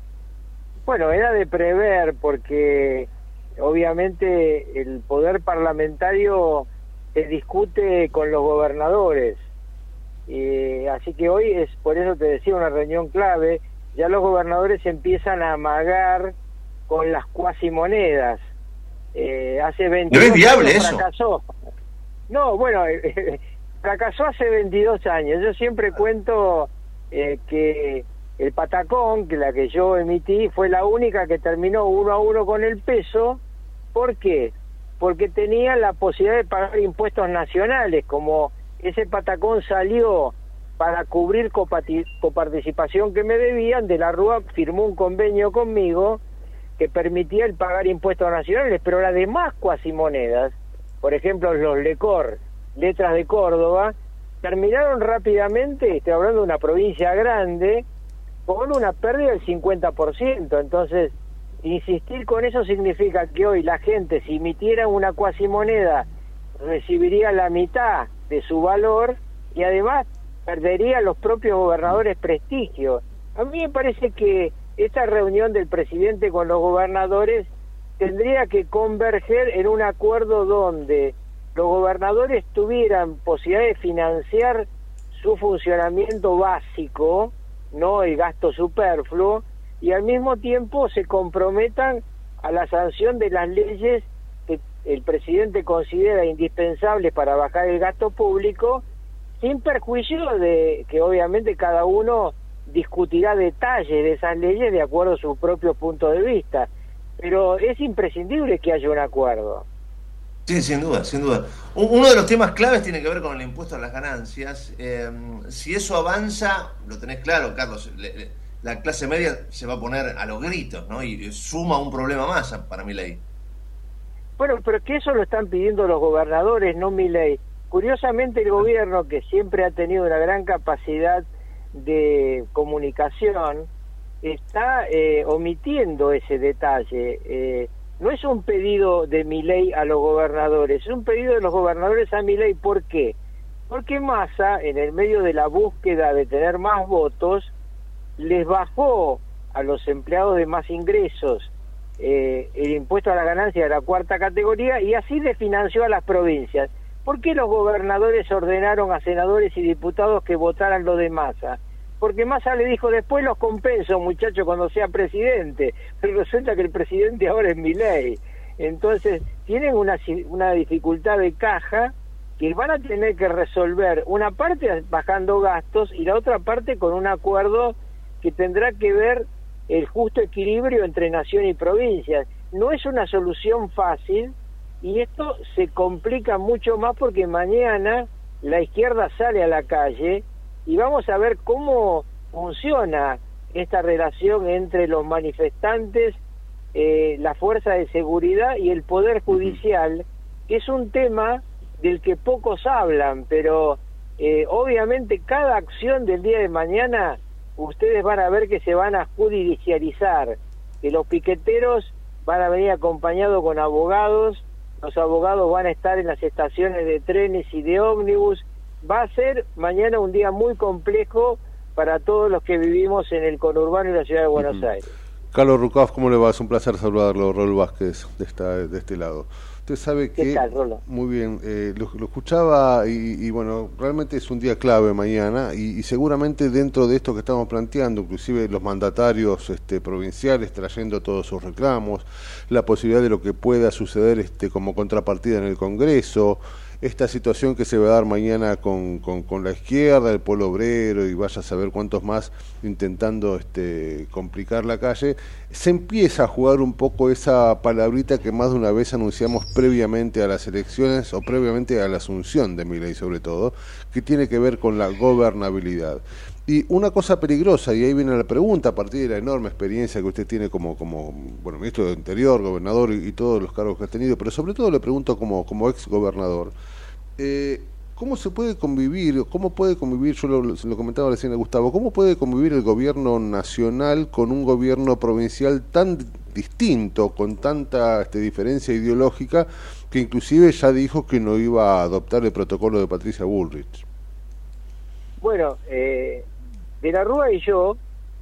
Bueno, era de prever porque obviamente el poder parlamentario se discute con los gobernadores. Así que hoy es, por eso te decía, una reunión clave. Ya los gobernadores empiezan a amagar con las cuasimonedas. Hace 22 ¿No es viable años eso? Fracasó. No, bueno, fracasó hace 22 años. Yo siempre cuento que el Patacón, que la que yo emití, fue la única que terminó 1-1 con el peso. ¿Por qué? Porque tenía la posibilidad de pagar impuestos nacionales. Como ese Patacón salió para cubrir coparticipación que me debían, De la Rúa firmó un convenio conmigo que permitía el pagar impuestos nacionales, pero las demás cuasimonedas, por ejemplo los Lecor, Letras de Córdoba, terminaron rápidamente. Estoy hablando de una provincia grande, con una pérdida del 50%. Entonces, insistir con eso significa que hoy la gente, si emitiera una cuasimoneda, recibiría la mitad de su valor y además perdería los propios gobernadores prestigio. A mí me parece que esta reunión del presidente con los gobernadores tendría que converger en un acuerdo donde los gobernadores tuvieran posibilidad de financiar su funcionamiento básico, no el gasto superfluo, y al mismo tiempo se comprometan a la sanción de las leyes que el presidente considera indispensables para bajar el gasto público, sin perjuicio de que obviamente cada uno discutirá detalles de esas leyes de acuerdo a su propio punto de vista, pero es imprescindible que haya un acuerdo. Sí, sin duda, sin duda. Uno de los temas claves tiene que ver con el impuesto a las ganancias. Si eso avanza, lo tenés claro, Carlos, la clase media se va a poner a los gritos, ¿no? Y suma un problema más para Milei. Bueno, pero que eso lo están pidiendo los gobernadores, no Milei. Curiosamente el gobierno, que siempre ha tenido una gran capacidad de comunicación, está omitiendo ese detalle. No es un pedido de Milei a los gobernadores, es un pedido de los gobernadores a Milei. ¿Por qué? Porque Massa, en el medio de la búsqueda de tener más votos, les bajó a los empleados de más ingresos el impuesto a la ganancia de la cuarta categoría y así le financió a las provincias. ¿Por qué los gobernadores ordenaron a senadores y diputados que votaran lo de Massa? Porque Massa le dijo, después los compenso, muchachos, cuando sea presidente. Pero resulta que el presidente ahora es Milei. Entonces, tienen una dificultad de caja que van a tener que resolver, una parte bajando gastos y la otra parte con un acuerdo que tendrá que ver el justo equilibrio entre nación y provincias. No es una solución fácil y esto se complica mucho más porque mañana la izquierda sale a la calle y vamos a ver cómo funciona esta relación entre los manifestantes, la fuerza de seguridad y el Poder Judicial, que es un tema del que pocos hablan, pero obviamente cada acción del día de mañana ustedes van a ver que se van a judicializar, que los piqueteros van a venir acompañados con abogados, los abogados van a estar en las estaciones de trenes y de ómnibus. Va a ser mañana un día muy complejo para todos los que vivimos en el conurbano y la ciudad de Buenos Aires. Carlos Rucauf, ¿cómo le va? Es un placer saludarlo. Raúl Vázquez, de este lado. Usted sabe que... ¿Qué tal, Rolo? Muy bien, lo escuchaba y bueno, realmente es un día clave mañana y seguramente dentro de esto que estamos planteando, inclusive los mandatarios provinciales trayendo todos sus reclamos, la posibilidad de lo que pueda suceder como contrapartida en el Congreso, esta situación que se va a dar mañana con la izquierda, el pueblo obrero y vaya a saber cuántos más intentando complicar la calle, se empieza a jugar un poco esa palabrita que más de una vez anunciamos previamente a las elecciones o previamente a la asunción de Milei sobre todo, que tiene que ver con la gobernabilidad. Y una cosa peligrosa, y ahí viene la pregunta a partir de la enorme experiencia que usted tiene como ministro de Interior, gobernador y todos los cargos que ha tenido, pero sobre todo le pregunto como ex gobernador, ¿cómo se puede convivir, cómo puede convivir, yo lo comentaba recién a Gustavo, cómo puede convivir el gobierno nacional con un gobierno provincial tan distinto, con tanta diferencia ideológica, que inclusive ya dijo que no iba a adoptar el protocolo de Patricia Bullrich? Bueno, De la Rúa y yo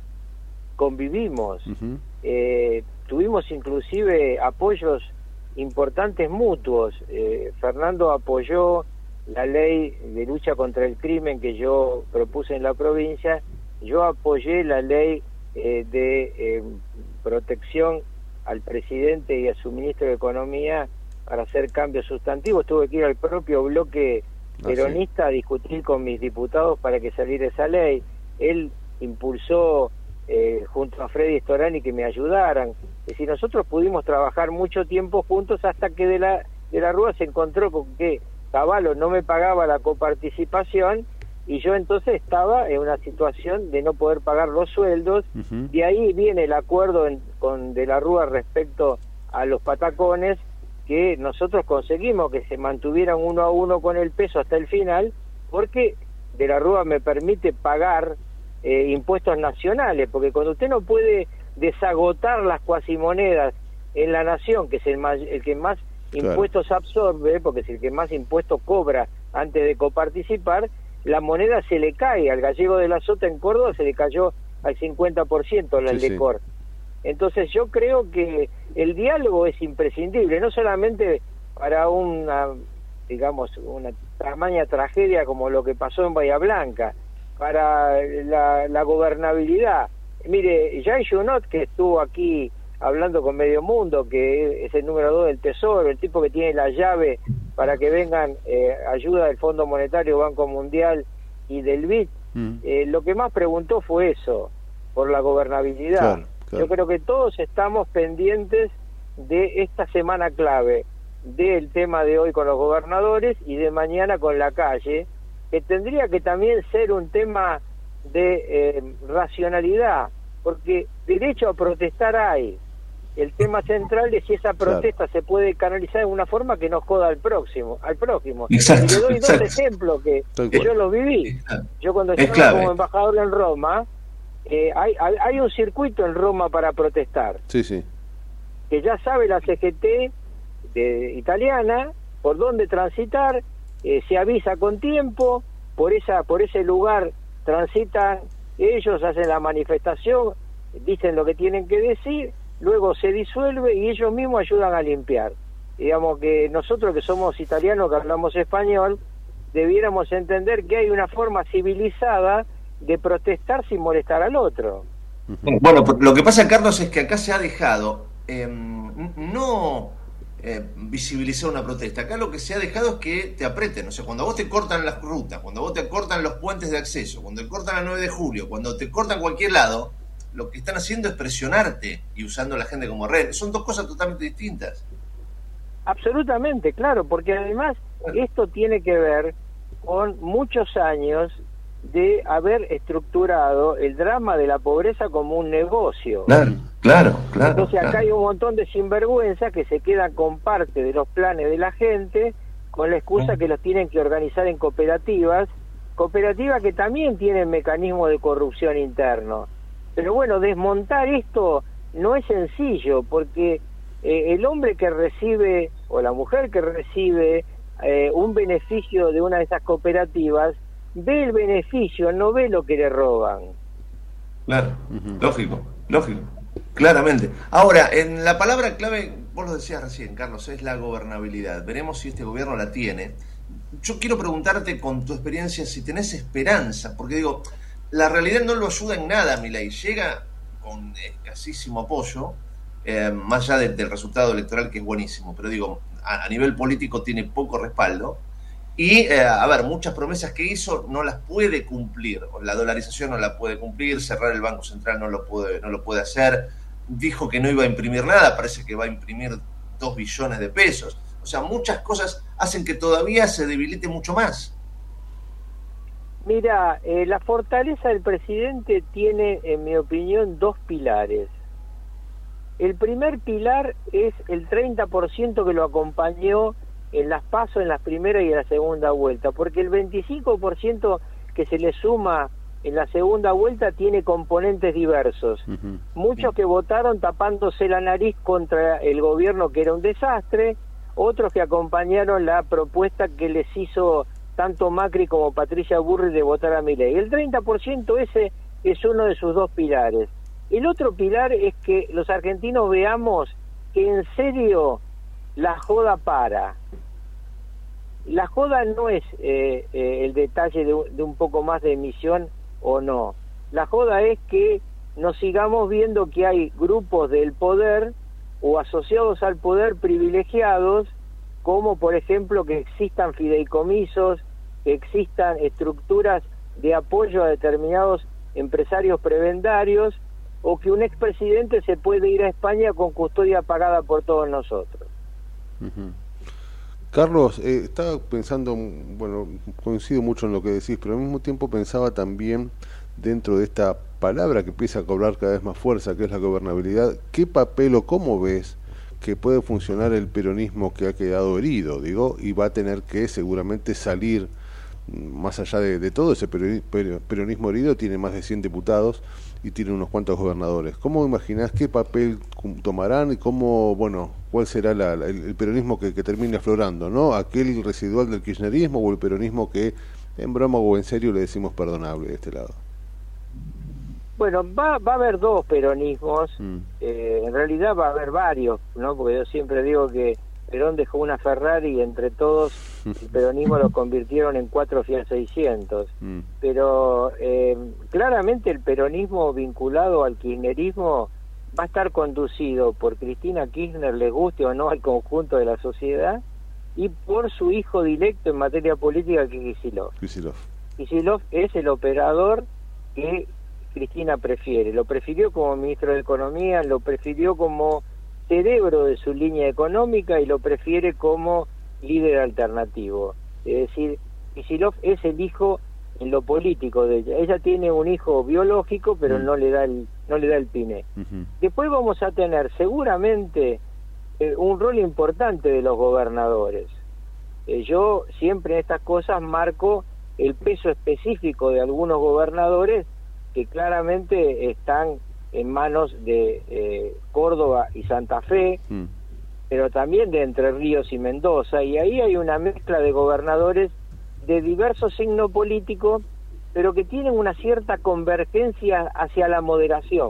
convivimos, tuvimos inclusive apoyos importantes mutuos. Fernando apoyó la ley de lucha contra el crimen que yo propuse en la provincia, yo apoyé la ley de protección al presidente y a su ministro de Economía para hacer cambios sustantivos. Tuve que ir al propio bloque peronista a discutir con mis diputados para que saliera esa ley. Él impulsó junto a Freddy Storani que me ayudaran. Es decir, nosotros pudimos trabajar mucho tiempo juntos hasta que de la Rúa se encontró con que Cavallo no me pagaba la coparticipación y yo entonces estaba en una situación de no poder pagar los sueldos. De ahí viene el acuerdo con De la Rúa respecto a los patacones, que nosotros conseguimos que se mantuvieran 1 a 1 con el peso hasta el final, porque De la Rúa me permite pagar impuestos nacionales, porque cuando usted no puede desagotar las cuasimonedas en la nación, que es el que más impuestos absorbe, porque es el que más impuestos cobra antes de coparticipar, la moneda se le cae. Al gallego de la Sota en Córdoba se le cayó al 50% la Lecor. Entonces yo creo que el diálogo es imprescindible, no solamente para una tamaña tragedia como lo que pasó en Bahía Blanca, para la gobernabilidad. Mire, Jay Junot, que estuvo aquí hablando con Medio Mundo, que es el número 2 del Tesoro, el tipo que tiene la llave para que vengan ayuda del Fondo Monetario, Banco Mundial y del BID, lo que más preguntó fue eso, por la gobernabilidad. Claro. Yo creo que todos estamos pendientes de esta semana clave, del tema de hoy con los gobernadores y de mañana con la calle, que tendría que también ser un tema de racionalidad, porque derecho a protestar hay. El tema central es si esa protesta se puede canalizar de una forma que no joda al próximo. Exacto, y le doy dos ejemplos que yo los viví. Yo cuando estaba como embajador en Roma, hay un circuito en Roma para protestar. Que ya sabe la CGT italiana por dónde transitar, se avisa con tiempo, por ese lugar transitan ellos, hacen la manifestación, dicen lo que tienen que decir, luego se disuelve y ellos mismos ayudan a limpiar. Digamos que nosotros que somos italianos, que hablamos español, debiéramos entender que hay una forma civilizada de protestar sin molestar al otro. Bueno, lo que pasa, Carlos, es que acá se ha dejado visibilizar una protesta. Acá lo que se ha dejado es que te aprieten. O sea, cuando a vos te cortan las rutas, cuando a vos te cortan los puentes de acceso, cuando te cortan la 9 de julio, cuando te cortan cualquier lado, lo que están haciendo es presionarte y usando a la gente como red. Son dos cosas totalmente distintas. Absolutamente, claro, porque además esto tiene que ver con muchos años de haber estructurado el drama de la pobreza como un negocio. Claro. Entonces acá hay un montón de sinvergüenzas que se quedan con parte de los planes de la gente con la excusa que los tienen que organizar en cooperativas que también tienen mecanismos de corrupción interno. Pero bueno, desmontar esto no es sencillo, porque el hombre que recibe o la mujer que recibe un beneficio de una de esas cooperativas ve el beneficio, no ve lo que le roban. Claro, lógico, claramente. Ahora, en la palabra clave, vos lo decías recién, Carlos, es la gobernabilidad. Veremos si este gobierno la tiene. Yo quiero preguntarte, con tu experiencia, si tenés esperanza, porque digo, la realidad no lo ayuda en nada, Milei. Llega con escasísimo apoyo, más allá del resultado electoral, que es buenísimo, pero digo, a nivel político tiene poco respaldo. Y, muchas promesas que hizo no las puede cumplir. La dolarización no la puede cumplir, cerrar el Banco Central no lo puede hacer. Dijo que no iba a imprimir nada, parece que va a imprimir 2 billones de pesos. O sea, muchas cosas hacen que todavía se debilite mucho más. Mira, la fortaleza del presidente tiene, en mi opinión, 2 pilares. El primer pilar es el 30% que lo acompañó en las PASO, en la primera y en la segunda vuelta, porque el 25% que se le suma en la segunda vuelta tiene componentes diversos. Muchos que votaron tapándose la nariz contra el gobierno, que era un desastre, otros que acompañaron la propuesta que les hizo tanto Macri como Patricia Burrich de votar a Milei. El 30% ese es uno de sus 2 pilares. El otro pilar es que los argentinos veamos que en serio la joda para. La joda no es el detalle de un poco más de emisión o no. La joda es que nos sigamos viendo que hay grupos del poder o asociados al poder privilegiados, como por ejemplo que existan fideicomisos, que existan estructuras de apoyo a determinados empresarios prebendarios, o que un expresidente se puede ir a España con custodia pagada por todos nosotros. Carlos, estaba pensando, bueno, coincido mucho en lo que decís, pero al mismo tiempo pensaba también, dentro de esta palabra que empieza a cobrar cada vez más fuerza, que es la gobernabilidad, ¿qué papel o cómo ves que puede funcionar el peronismo que ha quedado herido, digo, y va a tener que seguramente salir más allá de todo, ese peronismo herido tiene más de 100 diputados y tiene unos cuantos gobernadores. ¿Cómo imaginás qué papel tomarán y cómo, bueno, cuál será el peronismo que termine aflorando, ¿no? ¿Aquel residual del kirchnerismo o el peronismo que en broma o en serio le decimos perdonable de este lado? Bueno, va a haber dos peronismos, en realidad va a haber varios, ¿no? Porque yo siempre digo que Perón dejó una Ferrari y entre todos el peronismo lo convirtieron en 4 Fiat 600. Pero claramente el peronismo vinculado al kirchnerismo va a estar conducido por Cristina Kirchner, le guste o no al conjunto de la sociedad, y por su hijo directo en materia política, que es Kicillof. Kicillof es el operador que Cristina prefiere. Lo prefirió como ministro de Economía, lo prefirió como cerebro de su línea económica y lo prefiere como líder alternativo. Es decir, Kicillof es el hijo en lo político de ella. Ella tiene un hijo biológico, pero no le da el pine. Después vamos a tener seguramente un rol importante de los gobernadores. Yo siempre en estas cosas marco el peso específico de algunos gobernadores que claramente están en manos de Córdoba y Santa Fe, pero también de Entre Ríos y Mendoza, y ahí hay una mezcla de gobernadores de diverso signo político, pero que tienen una cierta convergencia hacia la moderación.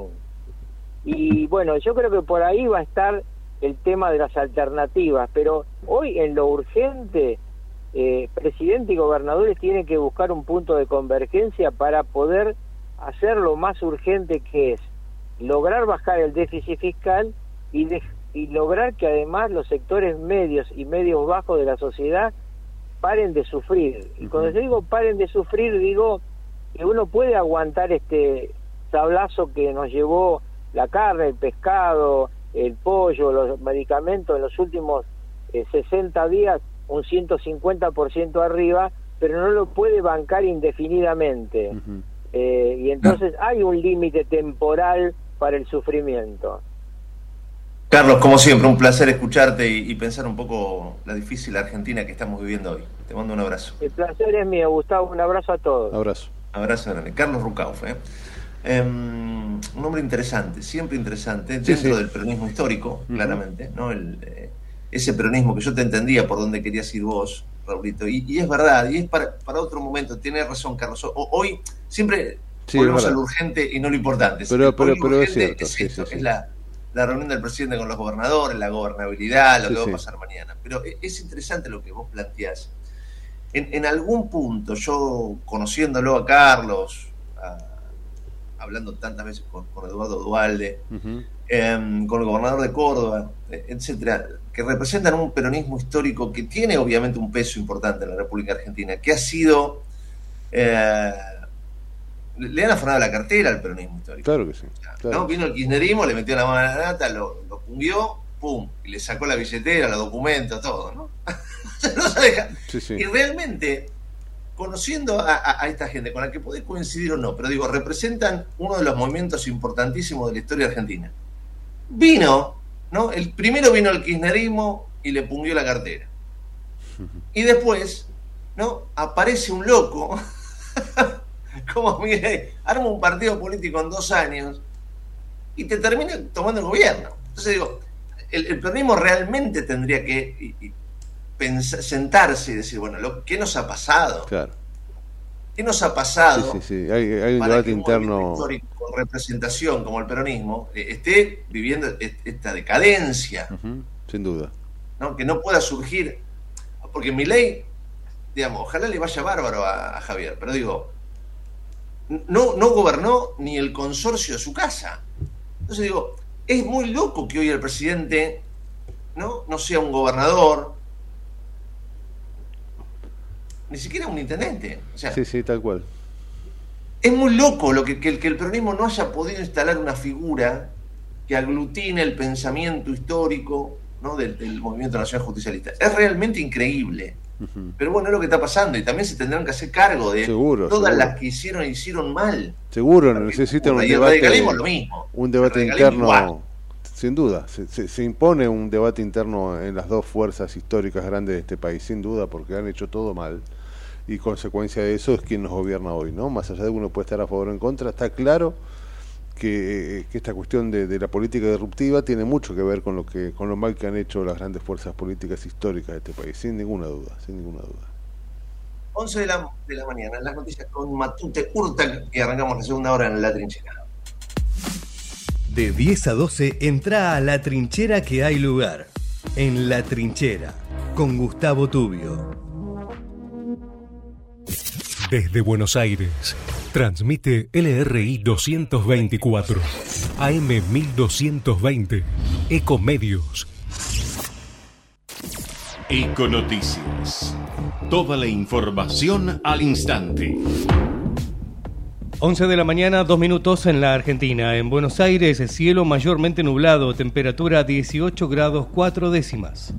Y bueno, yo creo que por ahí va a estar el tema de las alternativas, pero hoy en lo urgente, presidente y gobernadores tienen que buscar un punto de convergencia para poder hacer lo más urgente, que es lograr bajar el déficit fiscal y lograr que además los sectores medios y medios bajos de la sociedad paren de sufrir. Y cuando yo digo paren de sufrir, digo que uno puede aguantar este sablazo que nos llevó la carne, el pescado, el pollo, los medicamentos en los últimos 60 días, un 150% arriba, pero no lo puede bancar indefinidamente. Y entonces hay un límite temporal para el sufrimiento. Carlos, como siempre, un placer escucharte y pensar un poco la difícil Argentina que estamos viviendo hoy. Te mando un abrazo. El placer es mío, Gustavo. Un abrazo a todos. Abrazo grande. Carlos Rucauf, un hombre interesante, siempre interesante, dentro del peronismo histórico, claramente, ¿no? Ese peronismo que yo te entendía por donde querías ir vos, Raulito, y es verdad, y es para otro momento. Tienes razón, Carlos. Hoy siempre volvemos a lo urgente y no lo importante. Pero es cierto. Es la reunión del presidente con los gobernadores, la gobernabilidad, lo que va a pasar mañana. Pero es interesante lo que vos planteás. En algún punto, yo conociéndolo a Carlos, hablando tantas veces con Eduardo Duhalde, con el gobernador de Córdoba, etcétera, que representan un peronismo histórico que tiene obviamente un peso importante en la República Argentina, que ha sido... le han afanado la cartera al peronismo histórico. Claro que sí. Claro. ¿No? Vino el kirchnerismo, le metió la mano a la nata, lo pungió, pum, y le sacó la billetera, los documentos, todo, ¿no? No se deja. Y realmente, conociendo a esta gente con la que podés coincidir o no, pero digo, representan uno de los movimientos importantísimos de la historia argentina. Vino, ¿no? El primero vino el kirchnerismo y le pungió la cartera. Y después, ¿no? Aparece un loco como Milei, arma un partido político en 2 años y te termina tomando el gobierno. Entonces digo, el peronismo realmente tendría que sentarse y decir, bueno, ¿qué nos ha pasado? Claro. ¿Qué nos ha pasado? Sí. Hay un debate interno con representación como el peronismo esté viviendo esta decadencia. Sin duda. ¿No? Que no pueda surgir, porque Milei, digamos, ojalá le vaya bárbaro a Javier, pero digo, no gobernó ni el consorcio de su casa. Entonces digo, es muy loco que hoy el presidente no sea un gobernador, ni siquiera un intendente. O sea, sí, tal cual. Es muy loco que el peronismo no haya podido instalar una figura que aglutine el pensamiento histórico, ¿no? del Movimiento Nacional Justicialista. Es realmente increíble. Pero bueno, es lo que está pasando, y también se tendrán que hacer cargo de todas las que hicieron mal. Seguro, necesitan un debate, lo mismo. Un debate interno, igual. Sin duda, se impone un debate interno en las dos fuerzas históricas grandes de este país, sin duda, porque han hecho todo mal. y consecuencia de eso es quien nos gobierna hoy, ¿no? Más allá de que uno puede estar a favor o en contra, está claro que esta cuestión de la política disruptiva tiene mucho que ver con lo mal que han hecho las grandes fuerzas políticas históricas de este país, sin ninguna duda. 11 de la mañana, en las noticias con Matute Urtal, y arrancamos la segunda hora en La Trinchera. De 10 a 12, entra a La Trinchera, que hay lugar. En La Trinchera, con Gustavo Tubio. Desde Buenos Aires, transmite LRI 224, AM 1220, Ecomedios. Econoticias. Toda la información al instante. 11 de la mañana, 2 minutos en la Argentina. En Buenos Aires, cielo mayormente nublado, temperatura 18 grados 4 décimas.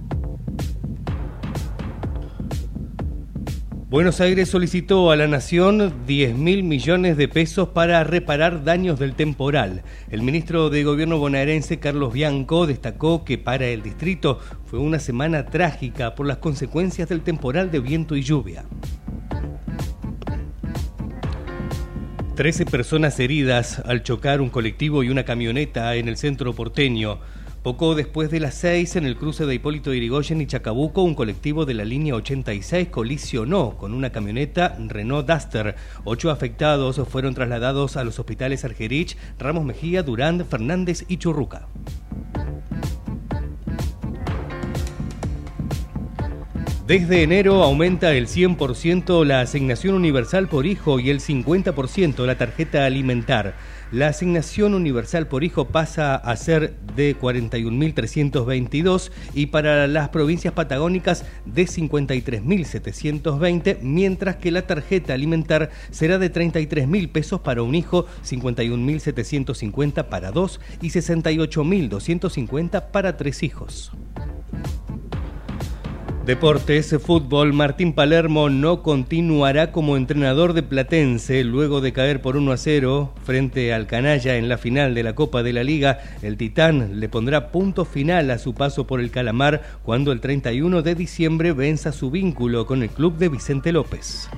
Buenos Aires solicitó a la Nación 10.000 millones de pesos para reparar daños del temporal. El ministro de Gobierno bonaerense, Carlos Bianco, destacó que para el distrito fue una semana trágica por las consecuencias del temporal de viento y lluvia. 13 personas heridas al chocar un colectivo y una camioneta en el centro porteño. Poco después de las 6, en el cruce de Hipólito Yrigoyen y Chacabuco, un colectivo de la línea 86 colisionó con una camioneta Renault Duster. 8 afectados fueron trasladados a los hospitales Argerich, Ramos Mejía, Durán, Fernández y Churruca. Desde enero aumenta el 100% la asignación universal por hijo y el 50% la tarjeta alimentar. La asignación universal por hijo pasa a ser de 41.322 y para las provincias patagónicas de 53.720, mientras que la tarjeta alimentar será de 33.000 pesos para un hijo, 51.750 para 2 y 68.250 para 3 hijos. Deportes, fútbol. Martín Palermo no continuará como entrenador de Platense luego de caer por 1-0 frente al Canalla en la final de la Copa de la Liga. El Titán le pondrá punto final a su paso por el Calamar cuando el 31 de diciembre venza su vínculo con el club de Vicente López.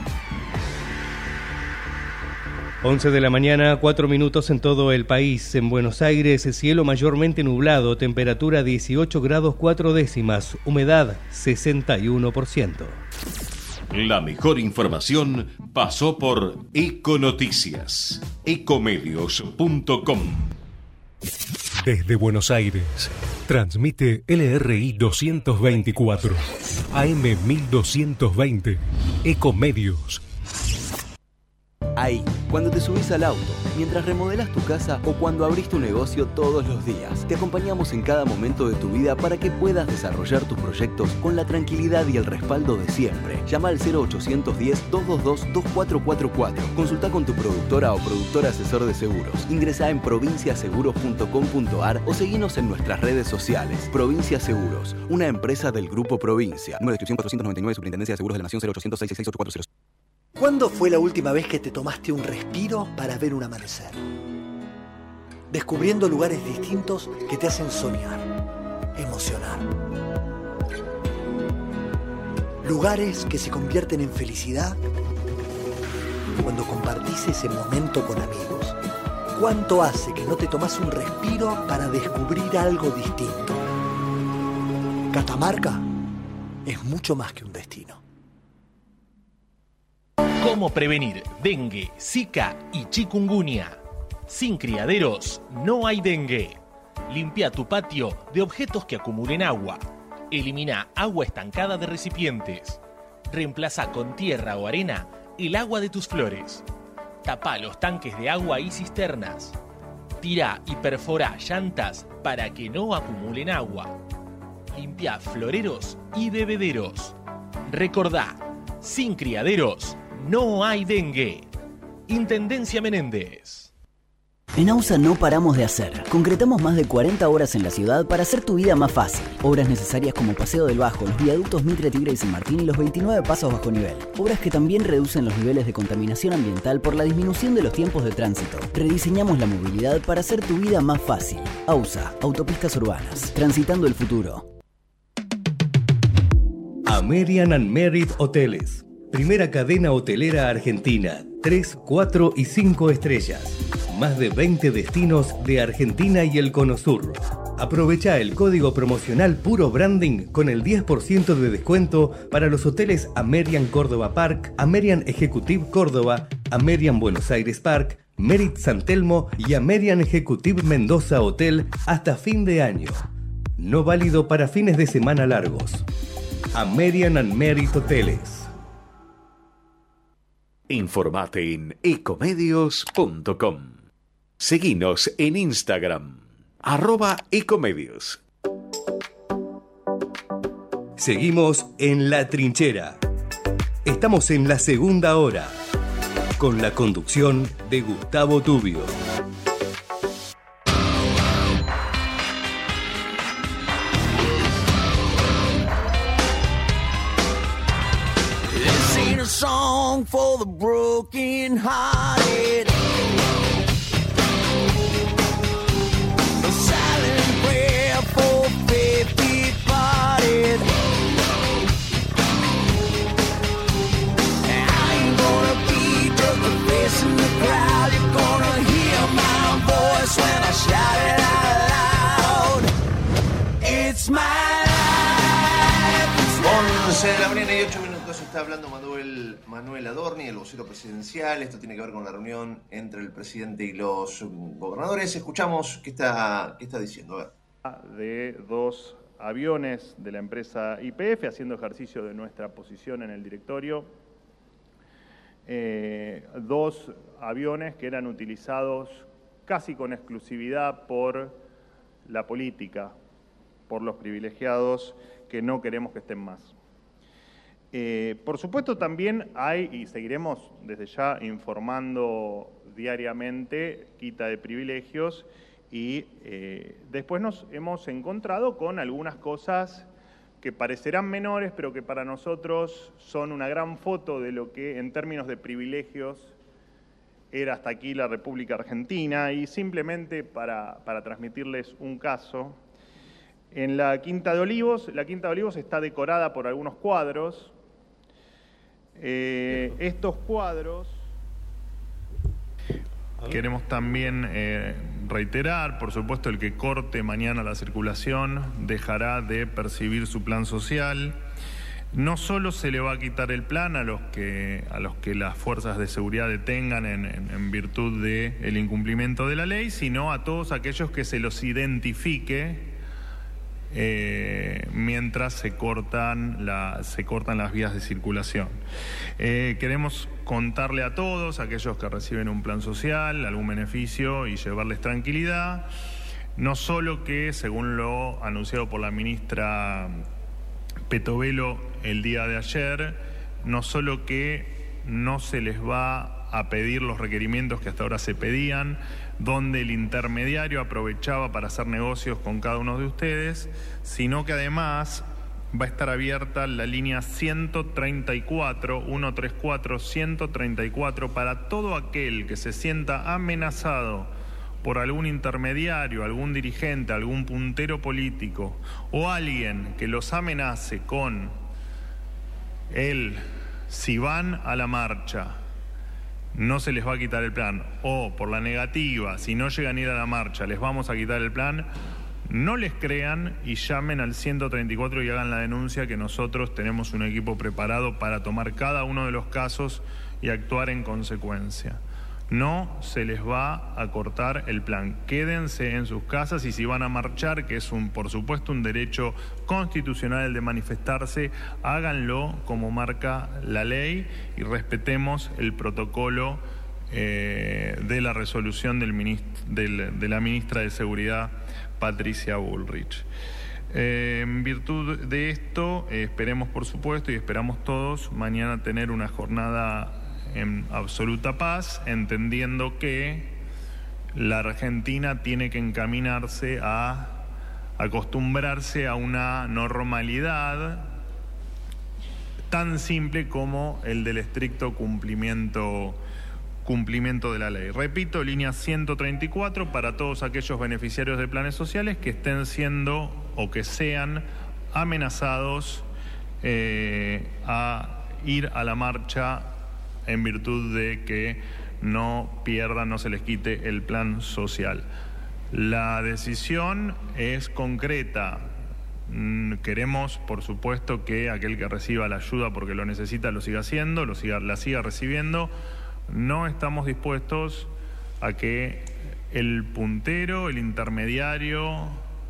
11 de la mañana, 4 minutos en todo el país. En Buenos Aires, cielo mayormente nublado, temperatura 18 grados 4 décimas, humedad 61%. La mejor información pasó por Econoticias. Ecomedios.com. Desde Buenos Aires, transmite LRI 224, AM 1220, Ecomedios. Ahí, cuando te subís al auto, mientras remodelás tu casa o cuando abrís tu negocio todos los días, te acompañamos en cada momento de tu vida para que puedas desarrollar tus proyectos con la tranquilidad y el respaldo de siempre. Llama al 0810-222-2444. Consulta con tu productora o productor asesor de seguros. Ingresá en provinciaseguros.com.ar o seguinos en nuestras redes sociales. Provincia Seguros, una empresa del Grupo Provincia. Número de inscripción 499, Superintendencia de Seguros de la Nación, 0800 666 840. ¿Cuándo fue la última vez que te tomaste un respiro para ver un amanecer? Descubriendo lugares distintos que te hacen soñar, emocionar. Lugares que se convierten en felicidad cuando compartís ese momento con amigos. ¿Cuánto hace que no te tomás un respiro para descubrir algo distinto? Catamarca es mucho más que un destino. ¿Cómo prevenir dengue, zika y chikungunya? Sin criaderos no hay dengue. Limpia tu patio de objetos que acumulen agua. Elimina agua estancada de recipientes. Reemplaza con tierra o arena el agua de tus flores. Tapa los tanques de agua y cisternas. Tira y perfora llantas para que no acumulen agua. Limpia floreros y bebederos. Recordá, sin criaderos no hay dengue. Intendencia Menéndez. En AUSA no paramos de hacer. Concretamos más de 40 horas en la ciudad para hacer tu vida más fácil. Obras necesarias como Paseo del Bajo, los viaductos Mitre, Tigre y San Martín y los 29 pasos bajo nivel. Obras que también reducen los niveles de contaminación ambiental por la disminución de los tiempos de tránsito. Rediseñamos la movilidad para hacer tu vida más fácil. AUSA, Autopistas Urbanas. Transitando el futuro. American and Merit Hoteles. Primera cadena hotelera argentina, 3, 4 y 5 estrellas. Más de 20 destinos de Argentina y el Cono Sur. Aprovecha el código promocional Puro Branding con el 10% de descuento para los hoteles Amerian Córdoba Park, Amerian Executive Córdoba, Amerian Buenos Aires Park, Merit San Telmo y Amerian Executive Mendoza Hotel hasta fin de año. No válido para fines de semana largos. Amerian and Merit Hoteles. Informate en ecomedios.com. Seguinos en Instagram, @ecomedios. Seguimos en La Trinchera. Estamos en la segunda hora, con la conducción de Gustavo Tubio. This ain't a song for the broken hearted. A silent prayer for faith departed. I ain't gonna be just a face in the crowd. You're gonna hear my voice when I shout it out loud. It's my life. 11 de la mañana y 8 minutos. Está hablando Manuel Adorni, el vocero presidencial. Esto tiene que ver con la reunión entre el presidente y los gobernadores. Escuchamos qué está diciendo. A ver. De 2 aviones de la empresa YPF, haciendo ejercicio de nuestra posición en el directorio. 2 aviones que eran utilizados casi con exclusividad por la política, por los privilegiados que no queremos que estén más. Por supuesto también hay, y seguiremos desde ya informando diariamente, quita de privilegios, y después nos hemos encontrado con algunas cosas que parecerán menores, pero que para nosotros son una gran foto de lo que en términos de privilegios era hasta aquí la República Argentina. Y simplemente para transmitirles un caso, en la Quinta de Olivos está decorada por algunos cuadros. Estos cuadros queremos también reiterar, por supuesto, el que corte mañana la circulación dejará de percibir su plan social. No solo se le va a quitar el plan a los que las fuerzas de seguridad detengan en virtud del incumplimiento de la ley, sino a todos aquellos que se los identifique mientras se cortan las vías de circulación. Queremos contarle a todos, aquellos que reciben un plan social, algún beneficio, y llevarles tranquilidad, no solo que, según lo anunciado por la ministra Petovelo el día de ayer, no solo que no se les va a pedir los requerimientos que hasta ahora se pedían, donde el intermediario aprovechaba para hacer negocios con cada uno de ustedes, sino que además va a estar abierta la línea 134 para todo aquel que se sienta amenazado por algún intermediario, algún dirigente, algún puntero político o alguien que los amenace con si van a la marcha no se les va a quitar el plan, o por la negativa, si no llegan a ir a la marcha les vamos a quitar el plan, no les crean y llamen al 134 y hagan la denuncia, que nosotros tenemos un equipo preparado para tomar cada uno de los casos y actuar en consecuencia. No se les va a cortar el plan. Quédense en sus casas, y si van a marchar, que es por supuesto un derecho constitucional el de manifestarse, háganlo como marca la ley y respetemos el protocolo de la resolución de la ministra de Seguridad, Patricia Bullrich. En virtud de esto, esperemos por supuesto, y esperamos todos, mañana tener una jornada en absoluta paz, entendiendo que la Argentina tiene que encaminarse a acostumbrarse a una normalidad tan simple como el del estricto cumplimiento de la ley. Repito, línea 134 para todos aquellos beneficiarios de planes sociales que estén siendo o que sean amenazados ir a la marcha en virtud de que no pierdan, no se les quite el plan social. La decisión es concreta. Queremos, por supuesto, que aquel que reciba la ayuda porque lo necesita lo siga haciendo, la siga recibiendo. No estamos dispuestos a que el puntero, el intermediario,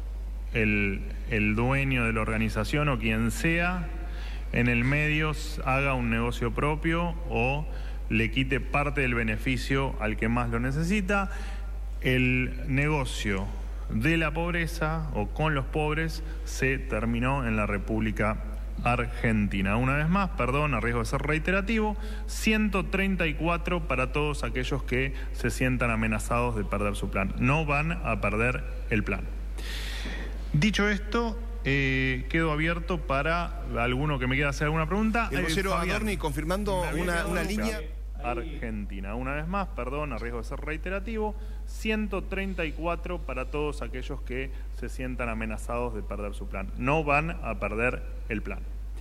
el dueño de la organización o quien sea en el medio haga un negocio propio o le quite parte del beneficio al que más lo necesita. El negocio de la pobreza o con los pobres se terminó en la República Argentina. Una vez más, perdón, a riesgo de ser reiterativo, 134 para todos aquellos que se sientan amenazados de perder su plan. No van a perder el plan. Dicho esto, quedo abierto para alguno que me quiera hacer alguna pregunta. El vocero Adorni confirmando una línea. Argentina. Una vez más, perdón, a riesgo de ser reiterativo, 134 para todos aquellos que se sientan amenazados de perder su plan. No van a perder el plan.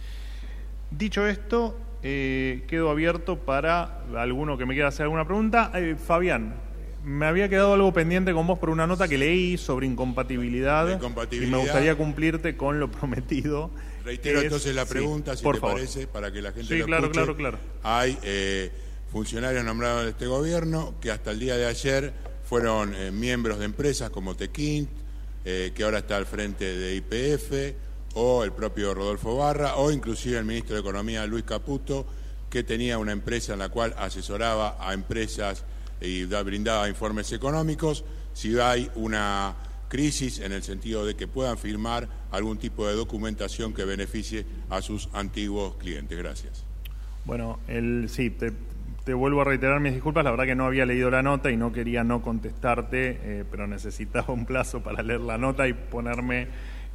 Dicho esto, quedo abierto para alguno que me quiera hacer alguna pregunta. Fabián, me había quedado algo pendiente con vos por una nota que leí sobre incompatibilidad. Y me gustaría cumplirte con lo prometido. Reitero entonces la pregunta, si te parece, para que la gente lo escuche. Claro. Hay funcionarios nombrados en este gobierno que hasta el día de ayer fueron miembros de empresas como Tequint, que ahora está al frente de YPF, o el propio Rodolfo Barra, o inclusive el ministro de Economía Luis Caputo, que tenía una empresa en la cual asesoraba a empresas y brindaba informes económicos. Si hay una crisis en el sentido de que puedan firmar algún tipo de documentación que beneficie a sus antiguos clientes. Gracias. Bueno, te vuelvo a reiterar mis disculpas, la verdad que no había leído la nota y no quería no contestarte, pero necesitaba un plazo para leer la nota y ponerme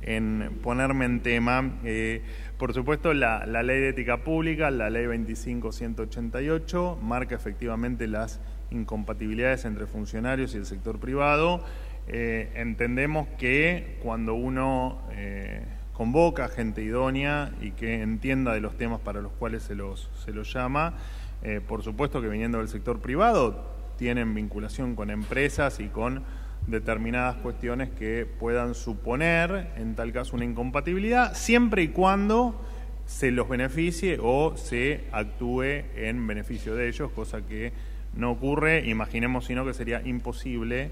en tema. Por supuesto, la Ley de Ética Pública, la Ley 25.188, marca efectivamente las incompatibilidades entre funcionarios y el sector privado. Entendemos que cuando uno convoca a gente idónea y que entienda de los temas para los cuales se los llama, por supuesto que viniendo del sector privado tienen vinculación con empresas y con determinadas cuestiones que puedan suponer, en tal caso, una incompatibilidad, siempre y cuando se los beneficie o se actúe en beneficio de ellos, cosa que no ocurre. Imaginemos, sino, que sería imposible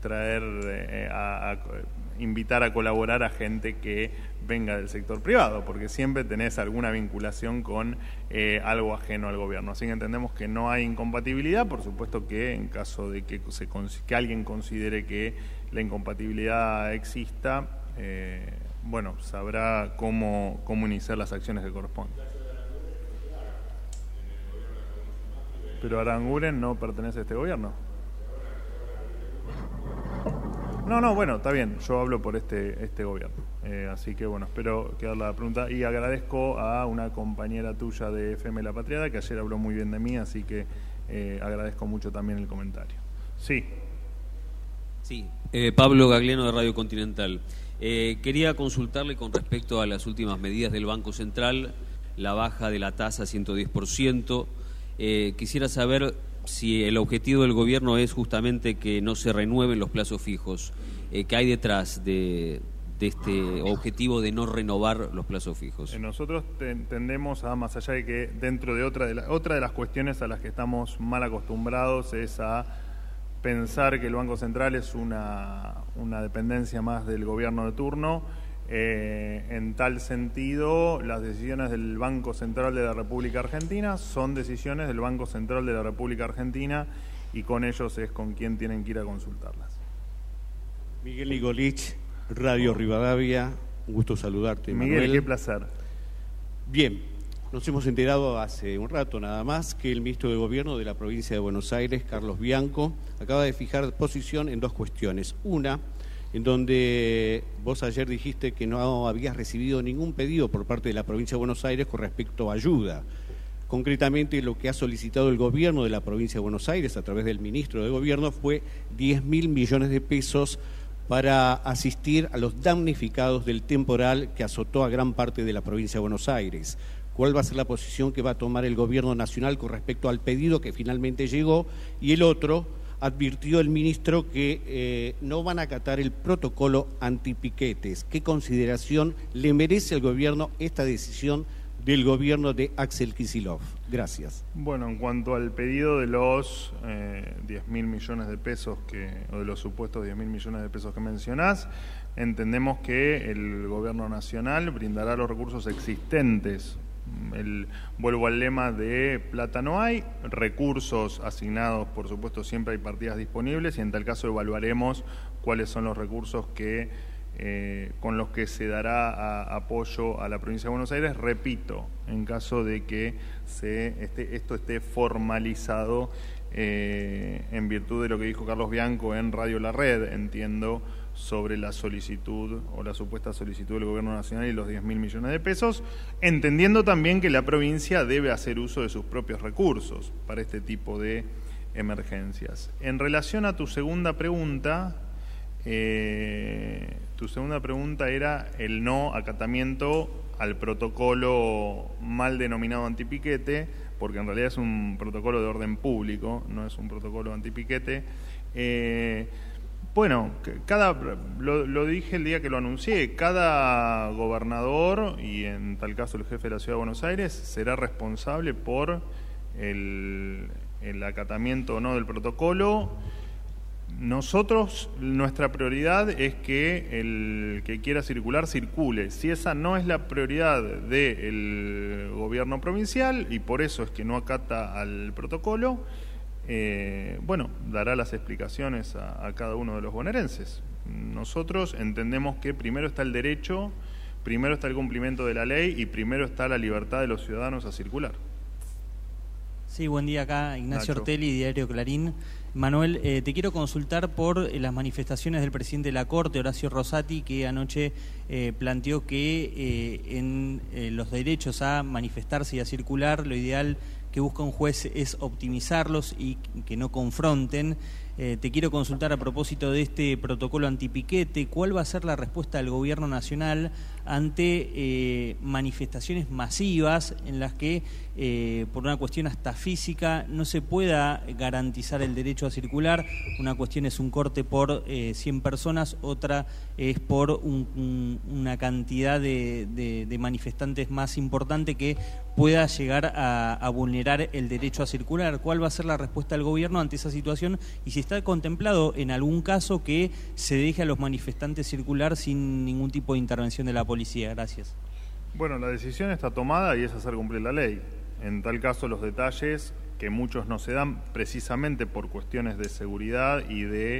invitar a colaborar a gente que venga del sector privado, porque siempre tenés alguna vinculación con algo ajeno al gobierno. Así que entendemos que no hay incompatibilidad. Por supuesto que en caso de que alguien considere que la incompatibilidad exista, sabrá cómo iniciar las acciones que corresponden. Pero Aranguren no pertenece a este gobierno. No, bueno, está bien, yo hablo por este gobierno, así que bueno, espero quedar la pregunta y agradezco a una compañera tuya de FM La Patriada que ayer habló muy bien de mí, así que agradezco mucho también el comentario. Sí. Pablo Gagliano de Radio Continental. Quería consultarle con respecto a las últimas medidas del Banco Central, la baja de la tasa a 110%. Quisiera saber si el objetivo del gobierno es justamente que no se renueven los plazos fijos. ¿Qué hay detrás de este objetivo de no renovar los plazos fijos? Nosotros tendemos a, más allá de que dentro de otra de las cuestiones a las que estamos mal acostumbrados es a pensar que el Banco Central es una dependencia más del gobierno de turno. En tal sentido, las decisiones del Banco Central de la República Argentina son decisiones del Banco Central de la República Argentina y con ellos es con quien tienen que ir a consultarlas. Miguel Nigolich, Radio Rivadavia, un gusto saludarte. Miguel, Manuel. qué placer. Bien, nos hemos enterado hace un rato nada más que el ministro de Gobierno de la provincia de Buenos Aires, Carlos Bianco, acaba de fijar posición en dos cuestiones. Una, en donde vos ayer dijiste que no habías recibido ningún pedido por parte de la provincia de Buenos Aires con respecto a ayuda. Concretamente, lo que ha solicitado el gobierno de la provincia de Buenos Aires a través del ministro de Gobierno fue 10.000 millones de pesos para asistir a los damnificados del temporal que azotó a gran parte de la provincia de Buenos Aires. cuál va a ser la posición que va a tomar el gobierno nacional con respecto al pedido que finalmente llegó, y el otro, advirtió el ministro que no van a acatar el protocolo antipiquetes. ¿Qué consideración le merece al gobierno esta decisión del gobierno de Axel Kicillof? Gracias. Bueno, en cuanto al pedido de los 10.000 millones de pesos o de los supuestos 10.000 millones de pesos que mencionás, entendemos que el gobierno nacional brindará los recursos existentes. Vuelvo al lema de plata no hay, recursos asignados, por supuesto siempre hay partidas disponibles, y en tal caso evaluaremos cuáles son los recursos con los que se dará apoyo a la provincia de Buenos Aires. Repito, en caso de que esto esté formalizado en virtud de lo que dijo Carlos Bianco en Radio La Red, entiendo, sobre la solicitud o la supuesta solicitud del Gobierno Nacional y los 10.000 millones de pesos, entendiendo también que la provincia debe hacer uso de sus propios recursos para este tipo de emergencias. En relación a tu segunda pregunta era el no acatamiento al protocolo mal denominado antipiquete, porque en realidad es un protocolo de orden público, no es un protocolo antipiquete. Bueno, lo dije el día que lo anuncié, cada gobernador, y en tal caso el jefe de la Ciudad de Buenos Aires, será responsable por el acatamiento o no del protocolo. Nosotros, nuestra prioridad es que el que quiera circular, circule. Si esa no es la prioridad del gobierno provincial, y por eso es que no acata al protocolo, bueno, dará las explicaciones a cada uno de los bonaerenses. Nosotros entendemos que primero está el derecho, primero está el cumplimiento de la ley y primero está la libertad de los ciudadanos a circular. Sí, buen día, acá Ignacio Nacho. Ortelli, Diario Clarín. Manuel, te quiero consultar por las manifestaciones del presidente de la Corte, Horacio Rosati, que anoche planteó que en los derechos a manifestarse y a circular, lo ideal que busca un juez es optimizarlos y que no confronten. Te quiero consultar a propósito de este protocolo antipiquete, ¿cuál va a ser la respuesta del Gobierno Nacional ante manifestaciones masivas en las que, por una cuestión hasta física, no se pueda garantizar el derecho a circular? Una cuestión es un corte por 100 personas, otra es por una cantidad de manifestantes más importante que pueda llegar a vulnerar el derecho a circular. ¿Cuál va a ser la respuesta del Gobierno ante esa situación? Y si está contemplado en algún caso que se deje a los manifestantes circular sin ningún tipo de intervención de la policía. Gracias. Bueno, la decisión está tomada y es hacer cumplir la ley. En tal caso, los detalles, que muchos no se dan precisamente por cuestiones de seguridad y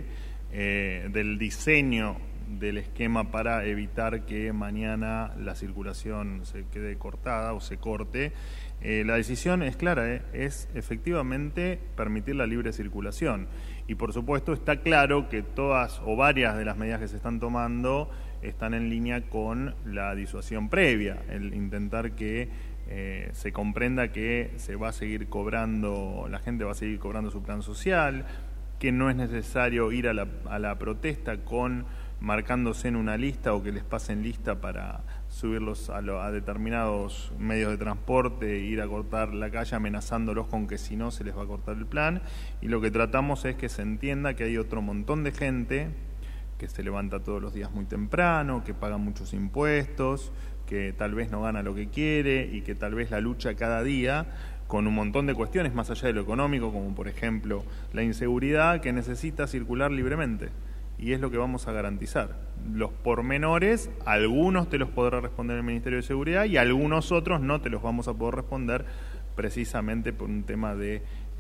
del diseño del esquema para evitar que mañana la circulación se quede cortada o se corte. La decisión es clara, es efectivamente permitir la libre circulación. Y por supuesto está claro que todas o varias de las medidas que se están tomando están en línea con la disuasión previa, el intentar que se comprenda que se va a seguir cobrando, la gente va a seguir cobrando su plan social, que no es necesario ir a la protesta marcándose en una lista o que les pasen lista para subirlos a determinados medios de transporte, ir a cortar la calle amenazándolos con que si no se les va a cortar el plan. Y lo que tratamos es que se entienda que hay otro montón de gente que se levanta todos los días muy temprano, que paga muchos impuestos, que tal vez no gana lo que quiere y que tal vez la lucha cada día con un montón de cuestiones más allá de lo económico, como por ejemplo la inseguridad, que necesita circular libremente. Y es lo que vamos a garantizar. Los pormenores, algunos te los podrá responder el Ministerio de Seguridad y algunos otros no te los vamos a poder responder precisamente por un tema de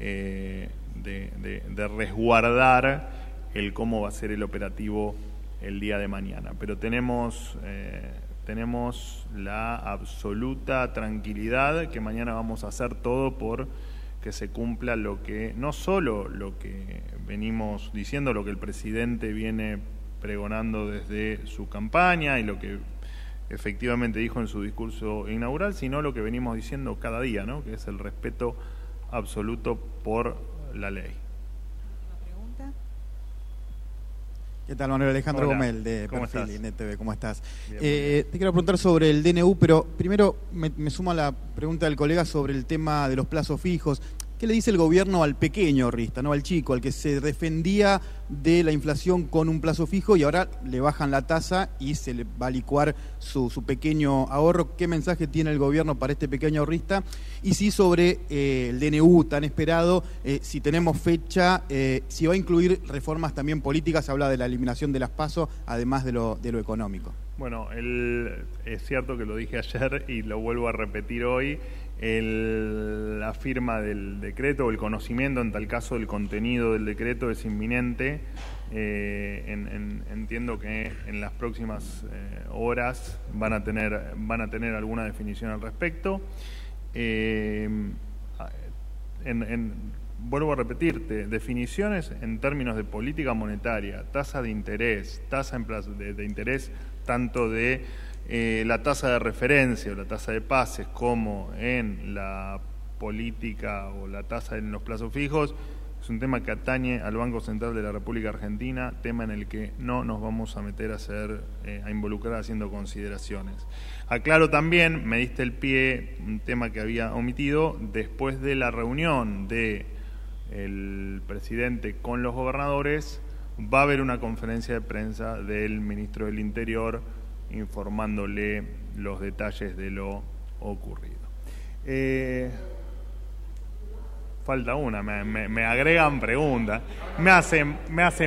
resguardar el cómo va a ser el operativo el día de mañana. Pero tenemos la absoluta tranquilidad que mañana vamos a hacer todo por que se cumpla no solo lo que venimos diciendo, lo que el presidente viene pregonando desde su campaña y lo que efectivamente dijo en su discurso inaugural, sino lo que venimos diciendo cada día, ¿no? Que es el respeto absoluto por la ley. ¿Qué tal, Manuel? Alejandro Hola. Gomel, de ¿Cómo Perfil estás? y NetTV. ¿Cómo estás? Bien, Te quiero preguntar sobre el DNU, pero primero me sumo a la pregunta del colega sobre el tema de los plazos fijos. ¿Qué le dice el gobierno al pequeño ahorrista, no al chico, al que se defendía de la inflación con un plazo fijo y ahora le bajan la tasa y se le va a licuar su pequeño ahorro? ¿Qué mensaje tiene el gobierno para este pequeño ahorrista? Y sí, sobre el DNU tan esperado, si tenemos fecha, si va a incluir reformas también políticas. Se habla de la eliminación de las PASO, además de lo económico. Bueno, es cierto que lo dije ayer y lo vuelvo a repetir hoy. La firma del decreto o el conocimiento, en tal caso, del contenido del decreto es inminente. Entiendo que en las próximas horas van a tener alguna definición al respecto. Vuelvo a repetirte, definiciones en términos de política monetaria, tasa de interés, tasa de interés tanto de la tasa de referencia o la tasa de pases como en la política o la tasa en los plazos fijos, es un tema que atañe al Banco Central de la República Argentina, tema en el que no nos vamos a meter a involucrar haciendo consideraciones. Aclaro también, me diste el pie, un tema que había omitido, después de la reunión del presidente con los gobernadores, va a haber una conferencia de prensa del ministro del Interior informándole los detalles de lo ocurrido. Falta una, me agregan preguntas, me hacen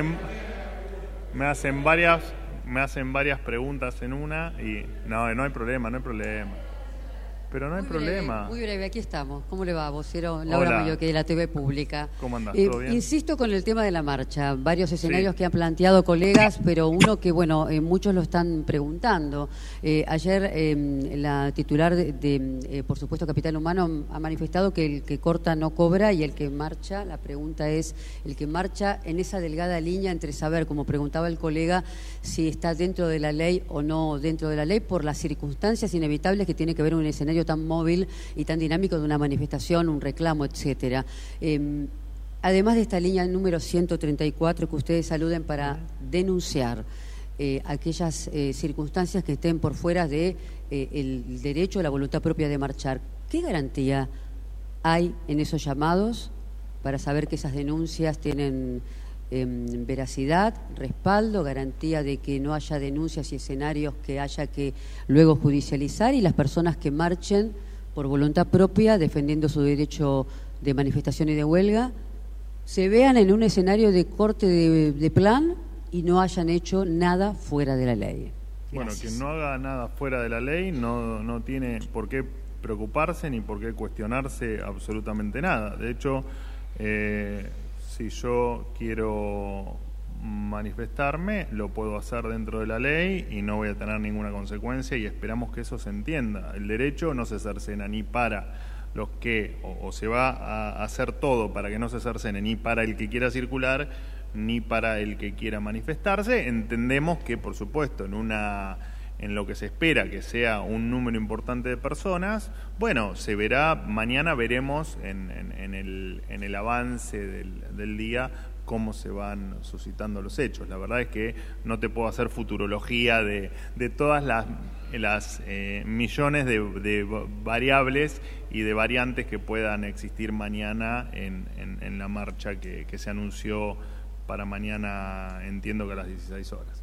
varias preguntas en una y no hay problema. Pero no hay problema. Muy breve, aquí estamos. ¿Cómo le va, vocero? Laura Mayoque, de la TV Pública. ¿Cómo andás? ¿Todo bien? Insisto con el tema de la marcha. Varios escenarios que han planteado colegas, pero uno que, muchos lo están preguntando. Ayer la titular de por supuesto, Capital Humano ha manifestado que el que corta no cobra y el que marcha, la pregunta es, el que marcha en esa delgada línea entre saber, como preguntaba el colega, si está dentro de la ley o no dentro de la ley, por las circunstancias inevitables que tiene que ver un escenario tan móvil y tan dinámico de una manifestación, un reclamo, etcétera. Además de esta línea número 134 que ustedes saluden para denunciar aquellas circunstancias que estén por fuera de el derecho a la voluntad propia de marchar, ¿qué garantía hay en esos llamados para saber que esas denuncias tienen veracidad, respaldo, garantía de que no haya denuncias y escenarios que haya que luego judicializar, y las personas que marchen por voluntad propia defendiendo su derecho de manifestación y de huelga se vean en un escenario de corte de plan y no hayan hecho nada fuera de la ley? Bueno, quien no haga nada fuera de la ley no tiene por qué preocuparse ni por qué cuestionarse absolutamente nada. De hecho, si yo quiero manifestarme, lo puedo hacer dentro de la ley y no voy a tener ninguna consecuencia, y esperamos que eso se entienda. El derecho no se cercena ni para los que, o se va a hacer todo para que no se cercene ni para el que quiera circular ni para el que quiera manifestarse. Entendemos que, por supuesto, en lo que se espera que sea un número importante de personas, bueno, se verá, mañana veremos en el avance del día cómo se van suscitando los hechos. La verdad es que no te puedo hacer futurología de todas las millones de variables y de variantes que puedan existir mañana en la marcha que se anunció para mañana, entiendo que a las 16 horas.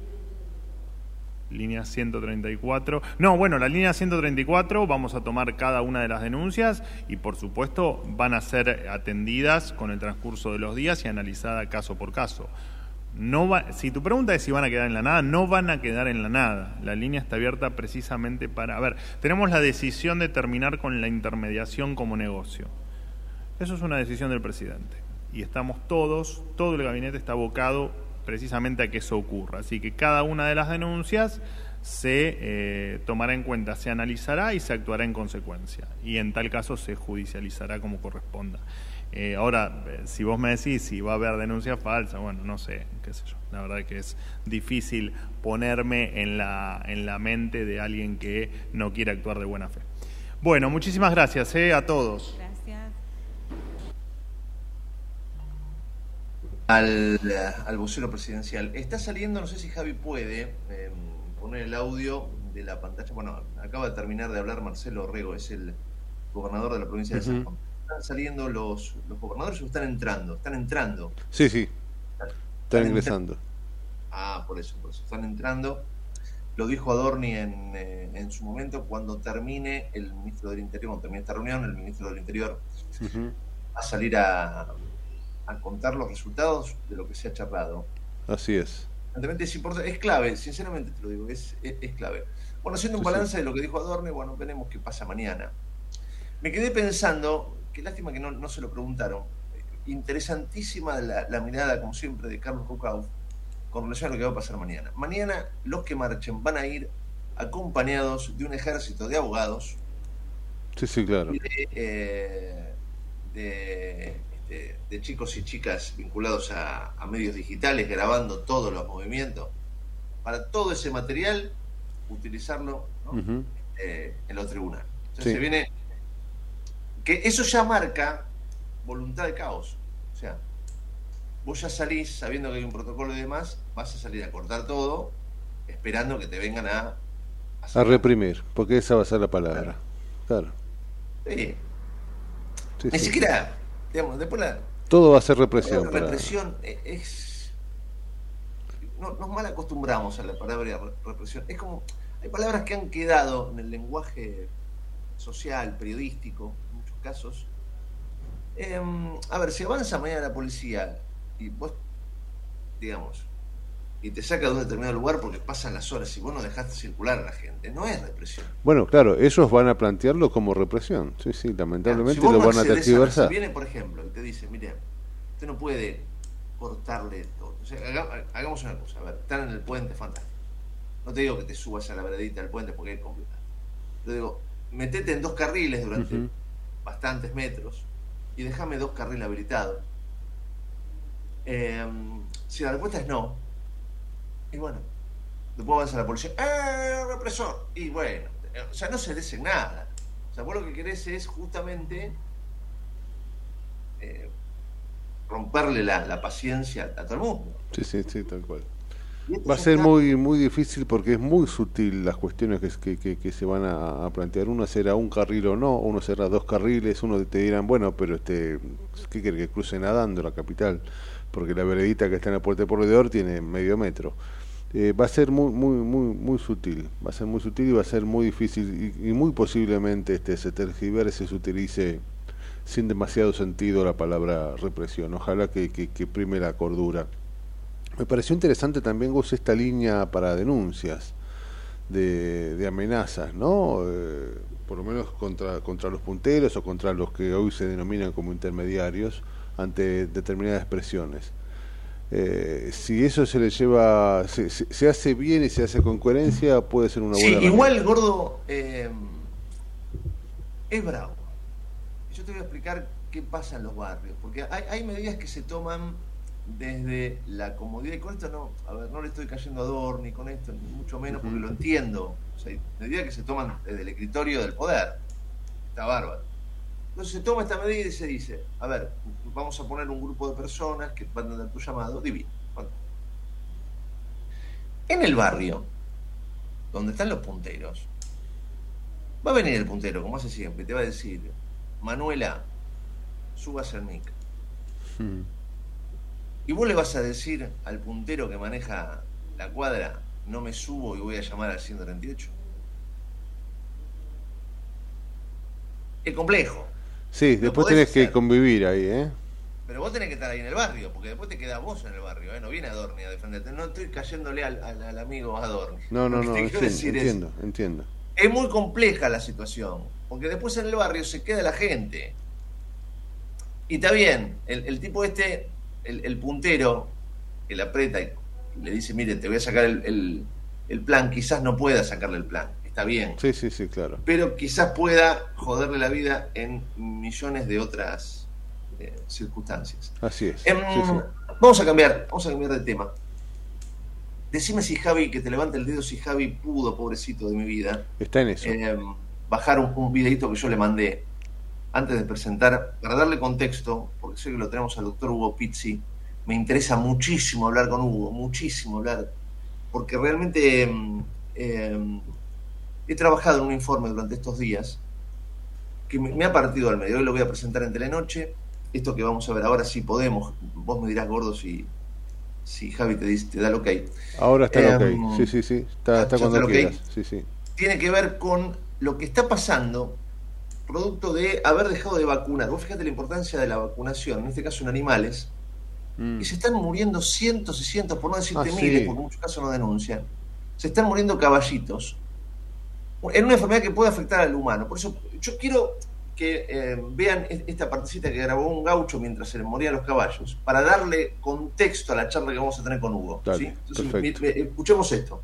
Línea 134. No, bueno, la línea 134 vamos a tomar cada una de las denuncias y, por supuesto, van a ser atendidas con el transcurso de los días y analizadas caso por caso. Si tu pregunta es si van a quedar en la nada, no van a quedar en la nada. La línea está abierta precisamente para... A ver, tenemos la decisión de terminar con la intermediación como negocio. Eso es una decisión del presidente. Y estamos todo el gabinete está abocado precisamente a que eso ocurra. Así que cada una de las denuncias se tomará en cuenta, se analizará y se actuará en consecuencia. Y en tal caso se judicializará como corresponda. Ahora, si vos me decís si va a haber denuncia falsa, bueno, no sé, qué sé yo. La verdad es que es difícil ponerme en la mente de alguien que no quiere actuar de buena fe. Bueno, muchísimas gracias a todos. Gracias. al vocero presidencial. Está saliendo, no sé si Javi puede poner el audio de la pantalla. Bueno, acaba de terminar de hablar Marcelo Orrego, es el gobernador de la provincia de San Juan. ¿Están saliendo los gobernadores o están entrando? Están entrando. Sí, están ingresando. Por eso están entrando. Lo dijo Adorni en su momento, cuando termine el ministro del Interior, cuando termine esta reunión, el ministro del Interior va a salir a contar los resultados de lo que se ha charlado. Así es. Evidentemente es importante, es clave, sinceramente te lo digo, es clave. Bueno, haciendo un balance de lo que dijo Adorni, bueno, veremos qué pasa mañana. Me quedé pensando, qué lástima que no se lo preguntaron, interesantísima la mirada, como siempre, de Carlos Rucauf con relación a lo que va a pasar mañana. Mañana los que marchen van a ir acompañados de un ejército de abogados. Sí, claro. De chicos y chicas vinculados a medios digitales, grabando todos los movimientos, para todo ese material utilizarlo, ¿no? En los tribunales. Entonces se viene, que eso ya marca voluntad de caos. O sea, vos ya salís sabiendo que hay un protocolo y demás, vas a salir a cortar todo, esperando que te vengan a reprimir, porque esa va a ser la palabra. Claro. Sí. Ni siquiera, digamos, después todo va a ser represión. La represión nos mal acostumbramos a la palabra represión. Es como, hay palabras que han quedado en el lenguaje social, periodístico, en muchos casos. A ver, si avanza mañana la policía y vos, digamos, y te saca de un determinado lugar porque pasan las horas y vos no dejaste circular a la gente, no es represión. Bueno, claro, ellos van a plantearlo como represión. Sí, lamentablemente si lo van a tergiversar. Si viene, por ejemplo, y te dice, mire, usted no puede cortarle todo. O sea, hagamos una cosa, a ver, están en el puente, fantástico. No te digo que te subas a la veredita del puente porque es complicado. Te digo, metete en 2 carriles durante bastantes metros y déjame 2 carriles habilitados. Si la respuesta es no, y bueno, después avanza la policía, represor, y bueno, o sea, no se dice nada. O sea, vos lo que querés es justamente romperle la paciencia a todo el mundo. Sí, tal cual. Va a ser muy difícil porque es muy sutil las cuestiones que se van a plantear. Uno será un carril o no, uno será 2 carriles, uno te dirán, bueno, pero ¿qué quiere que cruce nadando la capital? Porque la veredita que está en la puerta de Corredor tiene medio metro. Va a ser muy sutil, va a ser muy sutil y va a ser muy difícil y muy posiblemente se tergiverse, se utilice sin demasiado sentido la palabra represión. Ojalá que prime la cordura. Me pareció interesante también, Gus, esta línea para denuncias de amenazas, ¿no? Por lo menos contra los punteros o contra los que hoy se denominan como intermediarios ante determinadas expresiones. Si eso se le lleva, se hace bien y se hace con coherencia, puede ser una buena herramienta. Igual, Gordo, es bravo. Yo te voy a explicar qué pasa en los barrios, porque hay medidas que se toman desde la comodidad, y con esto no le estoy cayendo a Adorni con esto, ni mucho menos, porque lo entiendo. O sea, hay medidas que se toman desde el escritorio del poder. Está bárbaro. Entonces se toma esta medida y se dice, a ver, vamos a poner un grupo de personas que van a dar tu llamado, divino. Bueno. En el barrio, donde están los punteros, va a venir el puntero, como hace siempre, y te va a decir, Manuela, súbase al mic. Y vos le vas a decir al puntero que maneja la cuadra, no me subo y voy a llamar al 138. Es complejo. Sí, después tenés que convivir ahí, Pero vos tenés que estar ahí en el barrio, porque después te quedás vos en el barrio, No viene Adorni a defenderte. No estoy cayéndole al amigo Adorni. No, entiendo. Es muy compleja la situación, porque después en el barrio se queda la gente. Y está bien, el tipo el puntero, que le aprieta y le dice, mire, te voy a sacar el plan, quizás no pueda sacarle el plan. Está bien. Sí, claro. Pero quizás pueda joderle la vida en millones de otras circunstancias. Así es. Vamos a cambiar de tema. Decime si Javi, que te levante el dedo, si Javi pudo, pobrecito de mi vida. Está en eso. Bajar un videito que yo le mandé antes de presentar, para darle contexto, porque sé que lo tenemos al doctor Hugo Pizzi, me interesa muchísimo hablar con Hugo, muchísimo hablar, porque realmente he trabajado en un informe durante estos días que me ha partido al medio. Hoy lo voy a presentar en Telenoche. Esto que vamos a ver ahora, si podemos, vos me dirás, Gordo, si Javi te da el ok. Ahora está el ok, sí, está cuando quieras. Sí. Tiene que ver con lo que está pasando producto de haber dejado de vacunar. Vos fíjate la importancia de la vacunación, en este caso en animales, y se están muriendo cientos y cientos, por no decirte miles, porque en muchos casos no denuncian. Se están muriendo caballitos en una enfermedad que puede afectar al humano. Por eso yo quiero que vean esta partecita que grabó un gaucho mientras se le morían los caballos, para darle contexto a la charla que vamos a tener con Hugo. Dale, ¿sí? Entonces, escuchemos esto.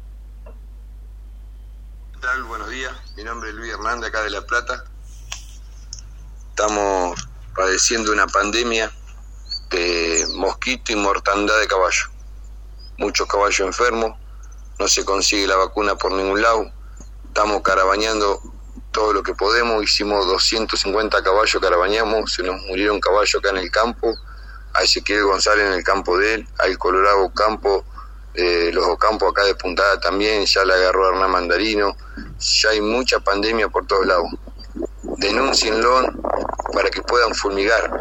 ¿Qué tal? Buenos días. Mi nombre es Luis Hernández, acá de La Plata. Estamos padeciendo una pandemia de mosquito y mortandad de caballo. Muchos caballos enfermos, no se consigue la vacuna por ningún lado. Estamos carabañando todo lo que podemos, hicimos 250 caballos, carabañamos, se nos murieron caballos acá en el campo, a Ezequiel González en el campo de él, al Colorado Campo, los Ocampos acá de Puntada también, ya la agarró Hernán Mandarino, ya hay mucha pandemia por todos lados. Denúncienlo para que puedan fulmigar.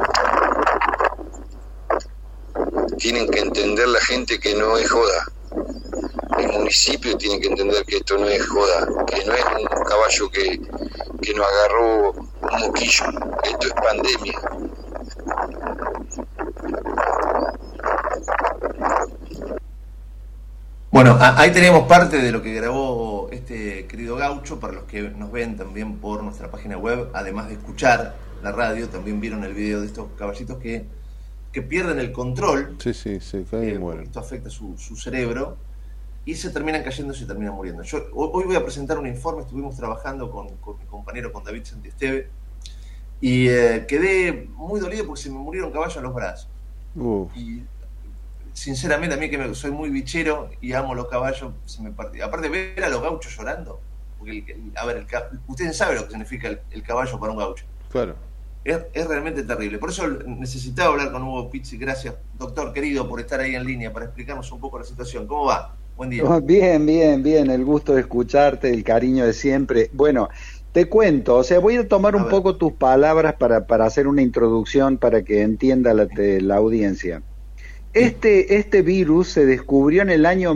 Tienen que entender la gente que no es joda. El municipio tiene que entender que esto no es joda, que no es un caballo que nos agarró un moquillo, esto es pandemia. Bueno, ahí tenemos parte de lo que grabó este querido gaucho. Para los que nos ven también por nuestra página web, además de escuchar la radio, también vieron el video de estos caballitos que pierden el control. Sí, caen y mueren. Esto afecta su cerebro y se terminan cayendo y se terminan muriendo. Yo hoy voy a presentar un informe. Estuvimos trabajando con mi compañero, con David Santiesteve, y quedé muy dolido porque se me murieron caballos en los brazos. Y sinceramente, a mí que soy muy bichero y amo los caballos, se me partió. Aparte, ver a los gauchos llorando, porque ustedes saben lo que significa el caballo para un gaucho. Claro. Es realmente terrible. Por eso necesitaba hablar con Hugo Pizzi. Gracias, doctor querido, por estar ahí en línea para explicarnos un poco la situación. ¿Cómo va? Buen día. Bien. El gusto de escucharte, el cariño de siempre. Bueno, te cuento, o sea, voy a tomar un poco tus palabras para hacer una introducción para que entienda la audiencia. Este virus se descubrió en el año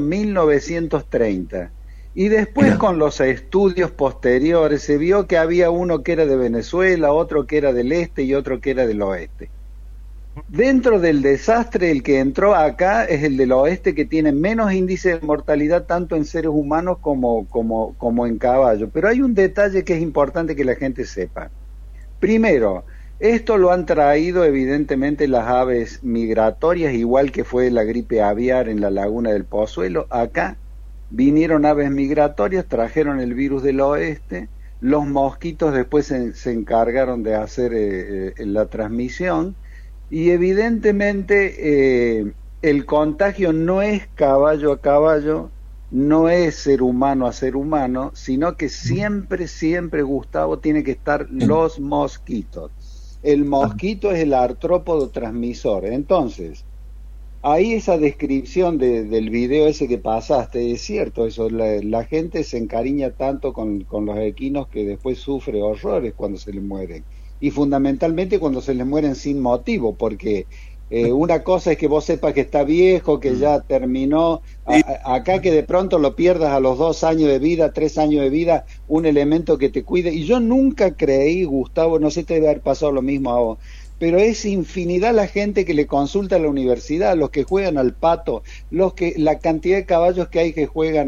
1930 y después con los estudios posteriores se vio que había uno que era de Venezuela, otro que era del este y otro que era del oeste. Dentro del desastre, el que entró acá es el del oeste, que tiene menos índice de mortalidad tanto en seres humanos como en caballo. Pero hay un detalle que es importante que la gente sepa. Primero, esto lo han traído evidentemente las aves migratorias, igual que fue la gripe aviar en la laguna del Pozuelo. Acá vinieron aves migratorias, trajeron el virus del oeste, los mosquitos después se encargaron de hacer la transmisión, y evidentemente el contagio no es caballo a caballo, no es ser humano a ser humano, sino que siempre, Gustavo, tiene que estar los mosquitos. El mosquito es el artrópodo transmisor. Entonces, ahí esa descripción del video ese que pasaste, es cierto eso, la gente se encariña tanto con los equinos que después sufre horrores cuando se les mueren. Y fundamentalmente cuando se les mueren sin motivo, porque una cosa es que vos sepas que está viejo, que ya terminó, acá que de pronto lo pierdas a los 2 años de vida, 3 años de vida, un elemento que te cuide. Y yo nunca creí, Gustavo, no sé si te debe haber pasado lo mismo a vos, pero es infinidad la gente que le consulta a la universidad, los que juegan al pato, la cantidad de caballos que hay que juegan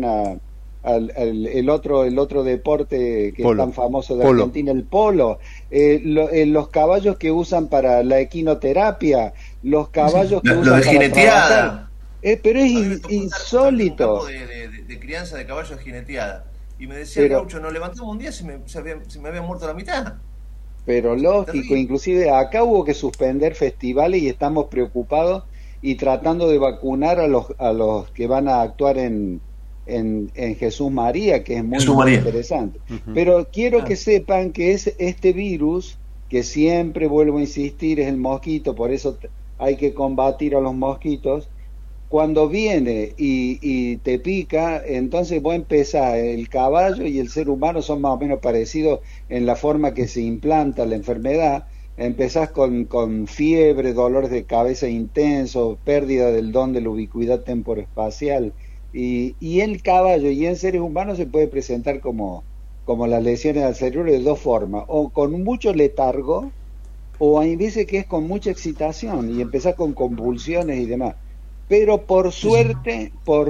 el otro deporte que es tan famoso de Argentina, el polo, los caballos que usan para la equinoterapia, los caballos que usan para jineteada. Pero es insólito. Un campo de crianza de caballos jineteada. Y me decía el gaucho, nos levantamos un día se me habían muerto la mitad. Pero lógico, inclusive acá hubo que suspender festivales y estamos preocupados y tratando de vacunar a los que van a actuar en Jesús María, que es muy interesante. Pero quiero que sepan que es este virus, que siempre vuelvo a insistir, es el mosquito, por eso hay que combatir a los mosquitos. Cuando viene y te pica, entonces vos empezás, el caballo y el ser humano son más o menos parecidos en la forma que se implanta la enfermedad. Empezás con fiebre, dolores de cabeza intensos, pérdida del don de la ubicuidad temporoespacial, y en el caballo y en seres humanos se puede presentar como las lesiones al cerebro de dos formas, o con mucho letargo, o hay veces que es con mucha excitación y empezás con convulsiones y demás. Pero por suerte,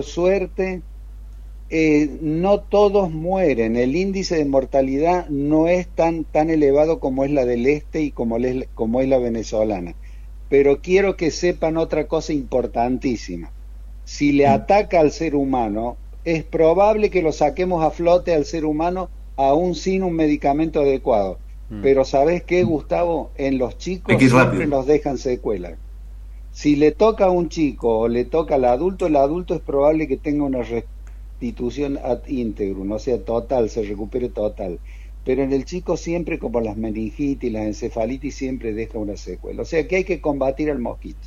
no todos mueren. El índice de mortalidad no es tan elevado como es la del este y como es la venezolana. Pero quiero que sepan otra cosa importantísima. Si le ataca al ser humano, es probable que lo saquemos a flote al ser humano aún sin un medicamento adecuado. Pero ¿sabés qué, Gustavo? En los chicos siempre nos dejan secuelas. Si le toca a un chico o le toca al adulto, el adulto es probable que tenga una restitución ad integrum, o sea, total, se recupere total. Pero en el chico siempre, como las meningitis, las encefalitis, siempre deja una secuela. O sea que hay que combatir al mosquito.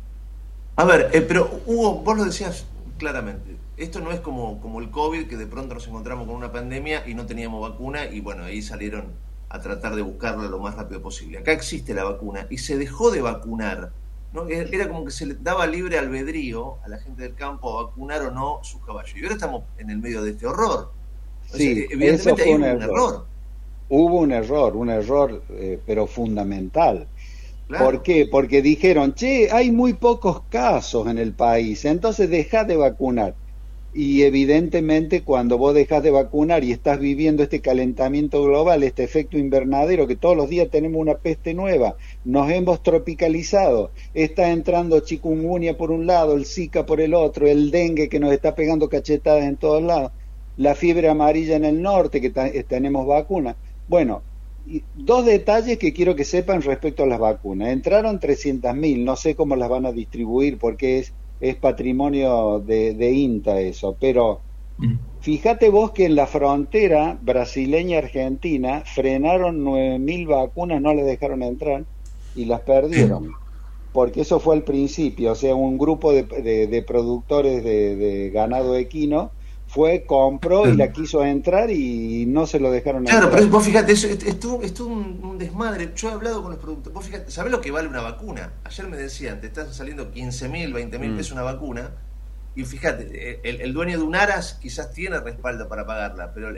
A ver, pero Hugo, vos lo decías claramente. Esto no es como el COVID, que de pronto nos encontramos con una pandemia y no teníamos vacuna y bueno, ahí salieron a tratar de buscarla lo más rápido posible. Acá existe la vacuna y se dejó de vacunar, ¿no? Era como que se le daba libre albedrío a la gente del campo a vacunar o no sus caballos. Y ahora estamos en el medio de este horror. Sí, sea, evidentemente hay un error. Hubo un error, pero fundamental. Claro. ¿Por qué? Porque dijeron, hay muy pocos casos en el país, entonces dejá de vacunar. Y evidentemente cuando vos dejás de vacunar y estás viviendo este calentamiento global, este efecto invernadero, que todos los días tenemos una peste nueva, nos hemos tropicalizado, está entrando chikungunya por un lado, el Zika por el otro, el dengue que nos está pegando cachetadas en todos lados, la fiebre amarilla en el norte, que tenemos vacunas. Bueno, dos detalles que quiero que sepan respecto a las vacunas. Entraron 300.000, no sé cómo las van a distribuir porque es patrimonio de INTA eso, pero fíjate vos que en la frontera brasileña-argentina frenaron 9.000 vacunas, no les dejaron entrar y las perdieron, porque eso fue al principio, o sea, un grupo de productores de ganado equino compró y la quiso entrar y no se lo dejaron entrar. Claro, pero vos fíjate, es todo un desmadre. Yo he hablado con los productores. Vos fíjate, ¿sabés lo que vale una vacuna? Ayer me decían, te están saliendo 15.000, 20.000 pesos una vacuna. Y fíjate, el dueño de un Aras quizás tiene respaldo para pagarla, pero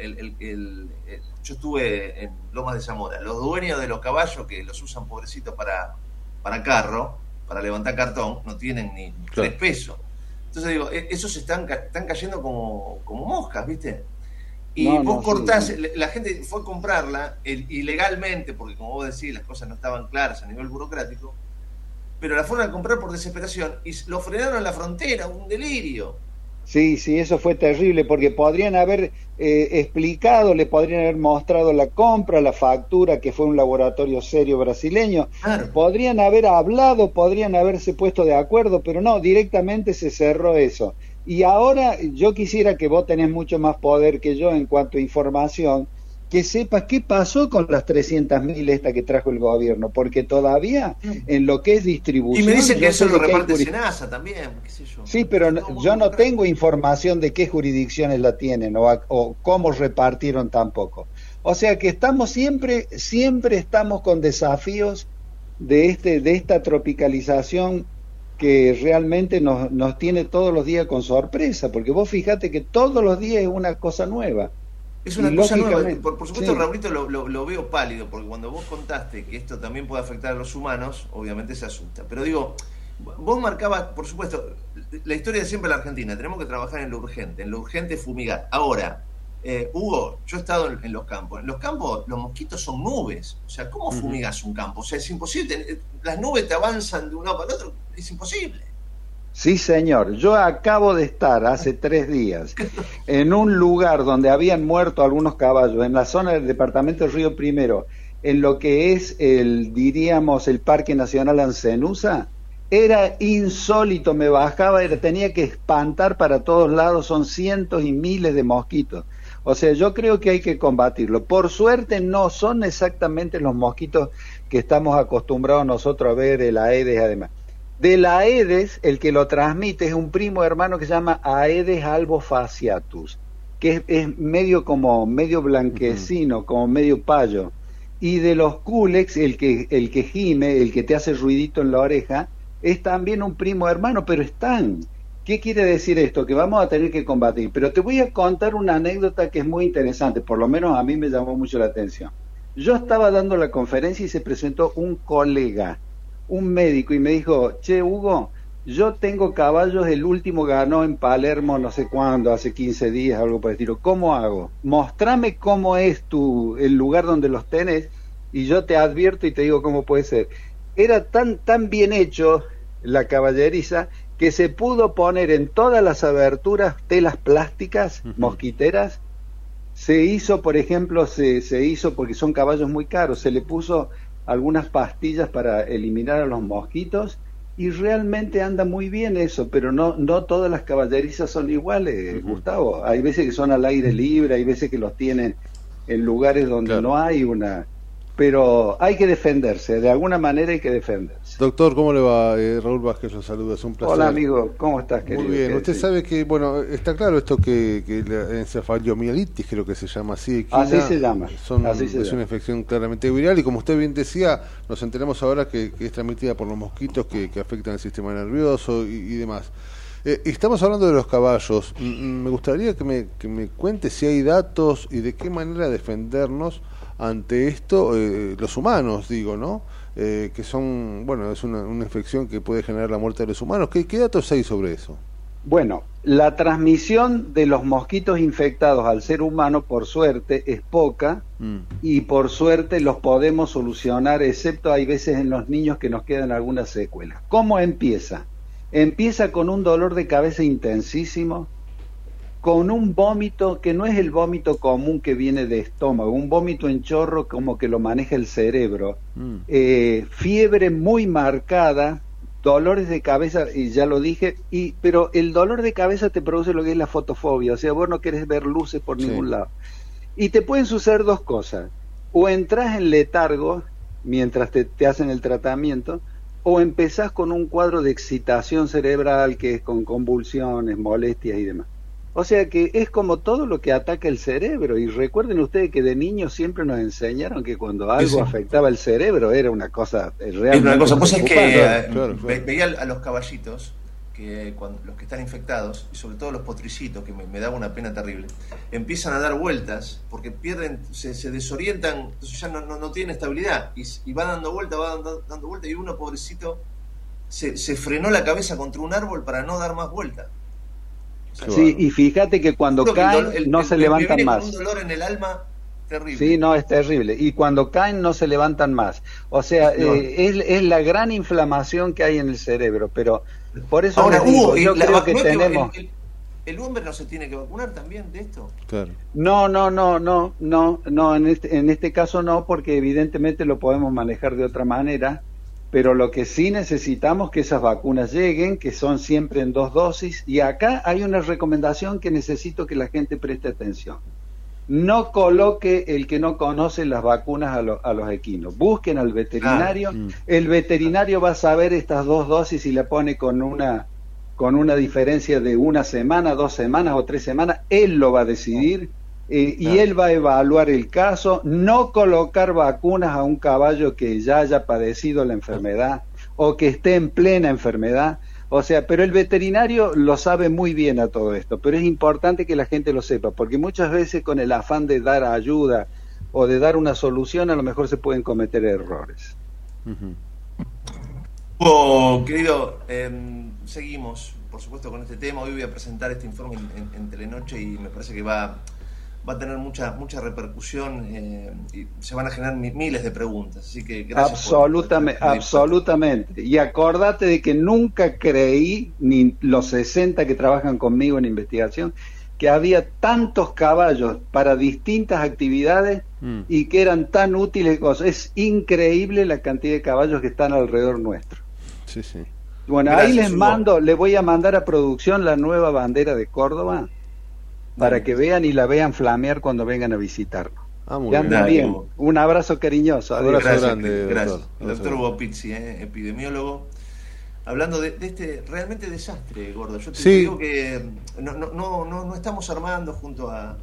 yo estuve en Lomas de Zamora. Los dueños de los caballos que los usan, pobrecitos, para carro, para levantar cartón, no tienen ni 3 pesos. Entonces digo, esos están cayendo como moscas, ¿viste? Y vos cortás, sí. La gente fue a comprarla ilegalmente, porque como vos decís, las cosas no estaban claras a nivel burocrático, pero la fueron a comprar por desesperación y lo frenaron en la frontera, un delirio. Sí, eso fue terrible, porque podrían haber explicado, le podrían haber mostrado la compra, la factura, que fue un laboratorio serio brasileño, claro. Podrían haber hablado, podrían haberse puesto de acuerdo, pero no, directamente se cerró eso. Y ahora yo quisiera, que vos tenés mucho más poder que yo en cuanto a información, que sepas qué pasó con las 300.000 esta que trajo el gobierno, porque todavía en lo que es distribución... Y me dicen que eso lo reparte Senasa también, qué sé yo. Sí, pero yo no tengo información de qué jurisdicciones la tienen o cómo repartieron tampoco. O sea que estamos siempre estamos con desafíos de esta tropicalización que realmente nos tiene todos los días con sorpresa, porque vos fíjate que todos los días es una cosa nueva. Es una cosa nueva. Por supuesto, sí. Raulito, lo veo pálido, porque cuando vos contaste que esto también puede afectar a los humanos, obviamente se asusta. Pero digo, vos marcabas, por supuesto, la historia de siempre en la Argentina. Tenemos que trabajar en lo urgente fumigar. Ahora, Hugo, yo he estado en los campos. En los campos los mosquitos son nubes. O sea, ¿cómo fumigas un campo? O sea, es imposible. Las nubes te avanzan de un lado para el otro. Es imposible. Sí, señor. Yo acabo de estar hace 3 días en un lugar donde habían muerto algunos caballos, en la zona del departamento Río Primero, en lo que es el Parque Nacional Ancenusa. Era insólito, me bajaba, tenía que espantar para todos lados, son cientos y miles de mosquitos. O sea, yo creo que hay que combatirlo. Por suerte no son exactamente los mosquitos que estamos acostumbrados nosotros a ver, el Aedes además. Del Aedes, el que lo transmite es un primo hermano que se llama Aedes albofasciatus, que es medio blanquecino, como medio payo. Y de los Culex, el que gime, el que te hace ruidito en la oreja, es también un primo hermano, pero están. ¿Qué quiere decir esto? Que vamos a tener que combatir. Pero te voy a contar una anécdota que es muy interesante, por lo menos a mí me llamó mucho la atención. Yo estaba dando la conferencia y se presentó un colega, un médico, y me dijo, che, Hugo, yo tengo caballos, el último ganó en Palermo no sé cuándo, hace 15 días, algo por el estilo. ¿Cómo hago? Mostrame cómo es el lugar donde los tenés y yo te advierto y te digo cómo puede ser. Era tan bien hecho la caballeriza que se pudo poner en todas las aberturas telas plásticas, mosquiteras. Se hizo, por ejemplo, se hizo, porque son caballos muy caros, se le puso algunas pastillas para eliminar a los mosquitos y realmente anda muy bien eso, pero no todas las caballerizas son iguales, Gustavo. Hay veces que son al aire libre, hay veces que los tienen en lugares donde no hay una... Pero hay que defenderse, de alguna manera hay que defenderse. Doctor, ¿cómo le va? Raúl Vázquez lo saluda, es un placer. Hola amigo, ¿cómo estás, querido? Muy bien, usted sabe que, bueno, está claro esto que la encefalomielitis, creo que se llama así. Así se llama. Es una infección claramente viral y como usted bien decía, nos enteramos ahora que es transmitida por los mosquitos que afectan el sistema nervioso y demás. Estamos hablando de los caballos. Me gustaría que me cuente si hay datos y de qué manera defendernos ante esto, los humanos, digo, ¿no? Que son, bueno, es una infección que puede generar la muerte de los humanos. ¿Qué datos hay sobre eso? Bueno, la transmisión de los mosquitos infectados al ser humano, por suerte, es poca y por suerte los podemos solucionar, excepto hay veces en los niños que nos quedan algunas secuelas. ¿Cómo empieza? Empieza con un dolor de cabeza intensísimo, con un vómito que no es el vómito común que viene de estómago, un vómito en chorro como que lo maneja el cerebro, fiebre muy marcada, dolores de cabeza, y ya lo dije, pero el dolor de cabeza te produce lo que es la fotofobia, o sea, vos no querés ver luces por ningún lado. Y te pueden suceder dos cosas, o entras en letargo mientras te hacen el tratamiento, o empezás con un cuadro de excitación cerebral que es con convulsiones, molestias y demás. O sea que es como todo lo que ataca el cerebro. Y recuerden ustedes que de niños siempre nos enseñaron que cuando algo afectaba el cerebro era una cosa realmente... Es una cosa, pues es que claro. veía a los caballitos, que los que están infectados, y sobre todo los potricitos, que me daba una pena terrible, empiezan a dar vueltas, porque pierden, se desorientan, entonces ya no tienen estabilidad, y va dando vuelta, y uno, pobrecito, se frenó la cabeza contra un árbol para no dar más vuelta. Sí, y fíjate que cuando caen no se levantan más. Un dolor en el alma terrible. Sí, no, es terrible. Y cuando caen no se levantan más. O sea, es la gran inflamación que hay en el cerebro. Pero por eso ahora, digo, yo creo que tenemos... ¿El hombre no se tiene que vacunar también de esto? Claro. No, en este caso no, porque evidentemente lo podemos manejar de otra manera. Pero lo que sí necesitamos que esas vacunas lleguen, que son siempre en 2 dosis, y acá hay una recomendación que necesito que la gente preste atención. No coloque el que no conoce las vacunas a los equinos. Busquen al veterinario, el veterinario va a saber estas 2 dosis y la pone con una diferencia de 1 semana, 2 semanas o 3 semanas, él lo va a decidir. Y él va a evaluar el caso, no colocar vacunas a un caballo que ya haya padecido la enfermedad o que esté en plena enfermedad, o sea, pero el veterinario lo sabe muy bien a todo esto, pero es importante que la gente lo sepa, porque muchas veces con el afán de dar ayuda o de dar una solución a lo mejor se pueden cometer errores. Querido, seguimos por supuesto con este tema. Hoy voy a presentar este informe en Telenoche y me parece que va a tener mucha repercusión y se van a generar miles de preguntas, así que gracias. Absolutamente. Y acordate de que nunca creí, ni los 60 que trabajan conmigo en investigación, que había tantos caballos para distintas actividades y que eran tan útiles. Es increíble la cantidad de caballos que están alrededor nuestro. Sí, sí. Bueno, gracias, ahí les voy a mandar a producción la nueva bandera de Córdoba, para que vean y la vean flamear cuando vengan a visitarnos. Muy bien. Un abrazo cariñoso. Un abrazo grande, gracias. Doctor Hugo Pizzi, epidemiólogo. hablando de este realmente desastre, Gordo. Yo te Sí. digo que no estamos armando junto a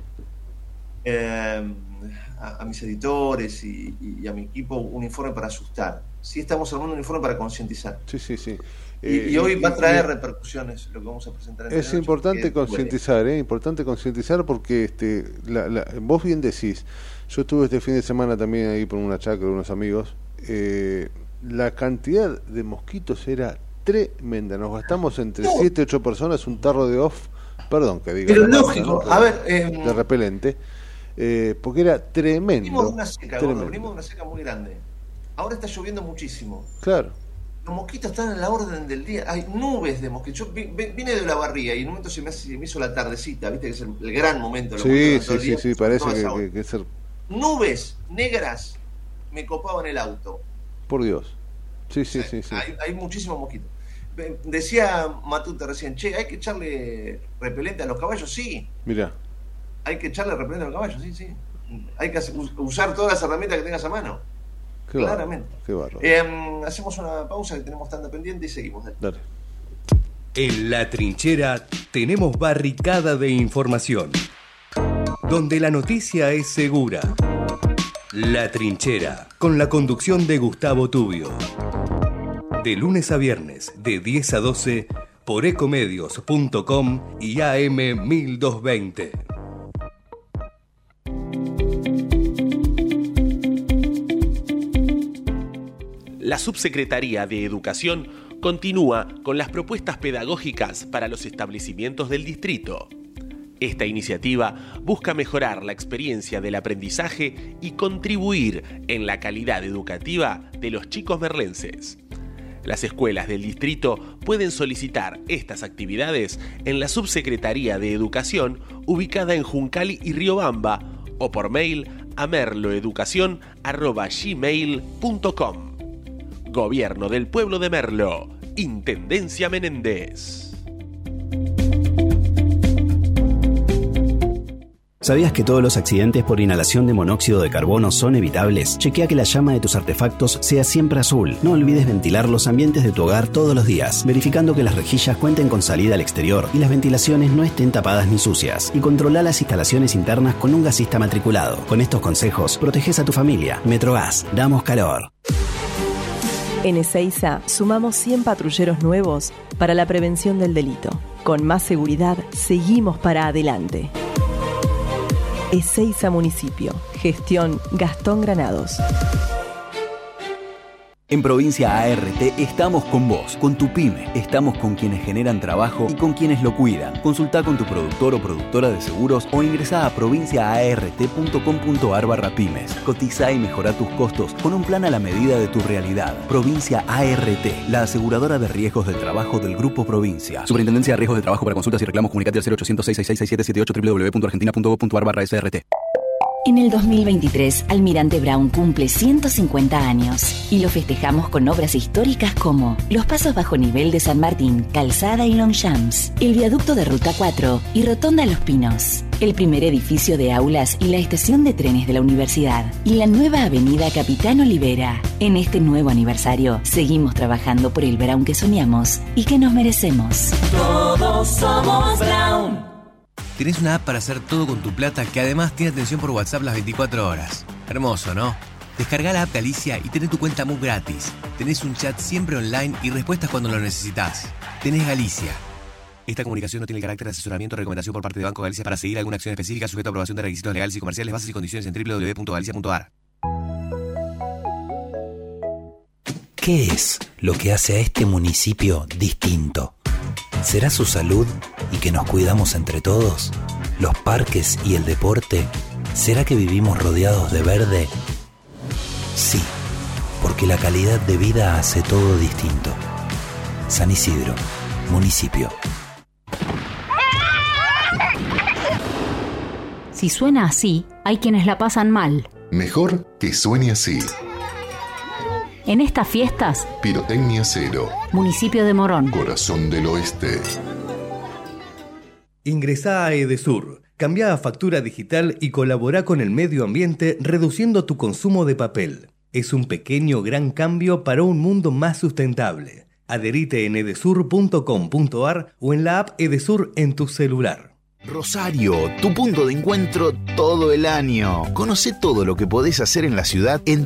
mis editores y a mi equipo un informe para asustar. Sí estamos armando un informe para concientizar. Sí. Y hoy va a traer repercusiones lo que vamos a presentar. Es importante concientizar porque vos bien decís, yo estuve este fin de semana también ahí por una chacra de unos amigos, la cantidad de mosquitos era tremenda, nos gastamos entre 7 y 8 personas un tarro de off, perdón que diga, pero lógico, ¿no? a ver, de repelente, porque era tremendo. Venimos de una seca, Gordo, venimos de una seca muy grande. Ahora está lloviendo muchísimo. Claro. Los mosquitos están en la orden del día. Hay nubes de mosquitos. Yo vine de la barría y en un momento se me hizo la tardecita, viste que es el gran momento. Sí, parece que es el... Nubes negras me copaban el auto. Por Dios. Sí. Hay muchísimos mosquitos. Decía Matute recién, hay que echarle repelente a los caballos. Sí. Mirá. Hay que echarle repelente a los caballos, sí. Hay que usar todas las herramientas que tengas a mano. Claramente. Qué bárbaro. Hacemos una pausa que tenemos tanta pendiente y seguimos. Dale. En La Trinchera tenemos barricada de información, donde la noticia es segura. La Trinchera, con la conducción de Gustavo Tubio. De lunes a viernes, de 10 a 12, por ecomedios.com y AM 1220. La Subsecretaría de Educación continúa con las propuestas pedagógicas para los establecimientos del distrito. Esta iniciativa busca mejorar la experiencia del aprendizaje y contribuir en la calidad educativa de los chicos merlenses. Las escuelas del distrito pueden solicitar estas actividades en la Subsecretaría de Educación ubicada en Juncali y Riobamba o por mail a merloeducacion@gmail.com. Gobierno del Pueblo de Merlo, Intendencia Menéndez. ¿Sabías que todos los accidentes por inhalación de monóxido de carbono son evitables? Chequea que la llama de tus artefactos sea siempre azul. No olvides ventilar los ambientes de tu hogar todos los días, verificando que las rejillas cuenten con salida al exterior y las ventilaciones no estén tapadas ni sucias. Y controla las instalaciones internas con un gasista matriculado. Con estos consejos, proteges a tu familia. Metrogas, damos calor. En Ezeiza sumamos 100 patrulleros nuevos para la prevención del delito. Con más seguridad, seguimos para adelante. Ezeiza Municipio. Gestión Gastón Granados. En Provincia ART estamos con vos, con tu pyme. Estamos con quienes generan trabajo y con quienes lo cuidan. Consultá con tu productor o productora de seguros o ingresá a provinciaart.com.ar/pymes. Cotizá y mejorá tus costos con un plan a la medida de tu realidad. Provincia ART, la aseguradora de riesgos del trabajo del Grupo Provincia. Superintendencia de Riesgos de Trabajo. Para consultas y reclamos, comunicate al 0800 666 6778 www.argentina.gov.ar/SRT. En el 2023, Almirante Brown cumple 150 años y lo festejamos con obras históricas como los pasos bajo nivel de San Martín, Calzada y Longchamps, el viaducto de Ruta 4 y Rotonda Los Pinos, el primer edificio de aulas y la estación de trenes de la universidad y la nueva avenida Capitán Olivera. En este nuevo aniversario, seguimos trabajando por el Brown que soñamos y que nos merecemos. Todos somos Brown. Tenés una app para hacer todo con tu plata que además tiene atención por WhatsApp las 24 horas. Hermoso, ¿no? Descargá la app de Alicia y tenés tu cuenta MUB gratis. Tenés un chat siempre online y respuestas cuando lo necesitas. Tenés Galicia. Esta comunicación no tiene el carácter de asesoramiento o recomendación por parte de Banco Galicia para seguir alguna acción específica sujeta a aprobación de requisitos legales y comerciales, bases y condiciones en www.galicia.ar. ¿Qué es lo que hace a este municipio distinto? ¿Será su salud y que nos cuidamos entre todos? ¿Los parques y el deporte? ¿Será que vivimos rodeados de verde? Sí, porque la calidad de vida hace todo distinto. San Isidro, municipio. Si suena así, hay quienes la pasan mal. Mejor que suene así. En estas fiestas, Pirotecnia Cero. Municipio de Morón. Corazón del Oeste. Ingresá a Edesur, cambia a factura digital y colabora con el medio ambiente reduciendo tu consumo de papel. Es un pequeño gran cambio para un mundo más sustentable. Adherite en edesur.com.ar o en la app Edesur en tu celular. Rosario, tu punto de encuentro todo el año. Conoce todo lo que podés hacer en la ciudad en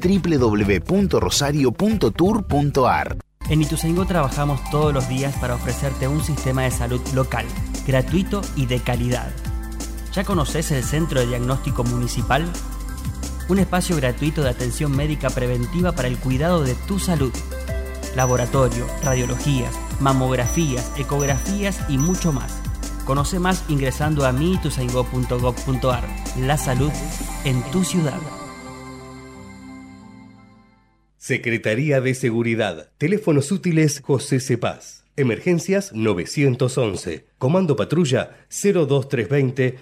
www.rosario.tour.ar. En Ituzaingó trabajamos todos los días para ofrecerte un sistema de salud local, gratuito y de calidad. ¿Ya conoces el Centro de Diagnóstico Municipal? Un espacio gratuito de atención médica preventiva para el cuidado de tu salud. Laboratorio, radiologías, mamografías, ecografías y mucho más. Conoce más ingresando a miituzaingó.gov.ar. La salud en tu ciudad. Secretaría de Seguridad. Teléfonos útiles José Cepaz. Emergencias 911. Comando Patrulla 02320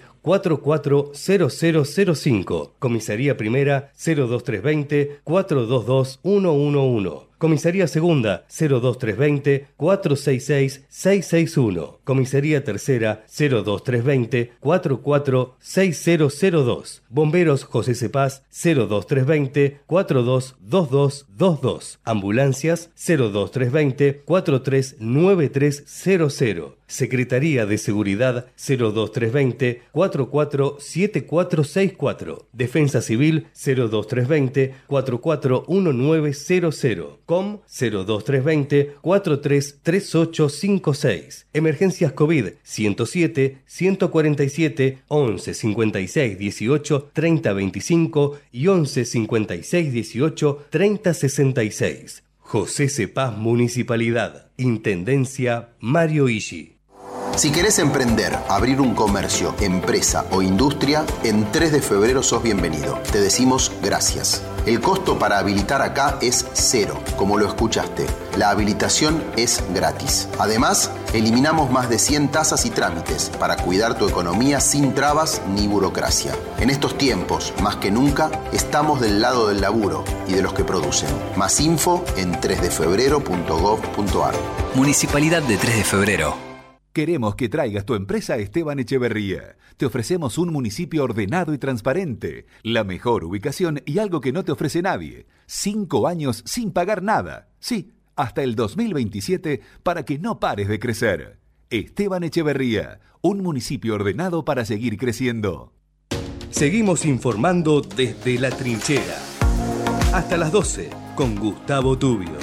440005. Comisaría Primera 02320 422 111. Comisaría Segunda 02320 466 661. Comisaría Tercera 02320 446002. Bomberos José Cepaz 02320 422222. Ambulancias 02320 439300. Secretaría de Seguridad 02320 447464. Defensa Civil 02320 441900. COM 02320 433856. Emergencias COVID 107 147 11 56 18 30 25 y 11 56 18 30 66. José Cepaz Municipalidad. Intendencia Mario Ishi. Si querés emprender, abrir un comercio, empresa o industria, en 3 de febrero sos bienvenido. Te decimos gracias. El costo para habilitar acá es 0, como lo escuchaste. La habilitación es gratis. Además, eliminamos más de 100 tasas y trámites para cuidar tu economía sin trabas ni burocracia. En estos tiempos, más que nunca, estamos del lado del laburo y de los que producen. Más info en 3defebrero.gov.ar. Municipalidad de 3 de Febrero. Queremos que traigas tu empresa a Esteban Echeverría. Te ofrecemos un municipio ordenado y transparente, la mejor ubicación y algo que no te ofrece nadie. 5 años sin pagar nada. Sí, hasta el 2027 para que no pares de crecer. Esteban Echeverría, un municipio ordenado para seguir creciendo. Seguimos informando desde La Trinchera. Hasta las 12 con Gustavo Tubio.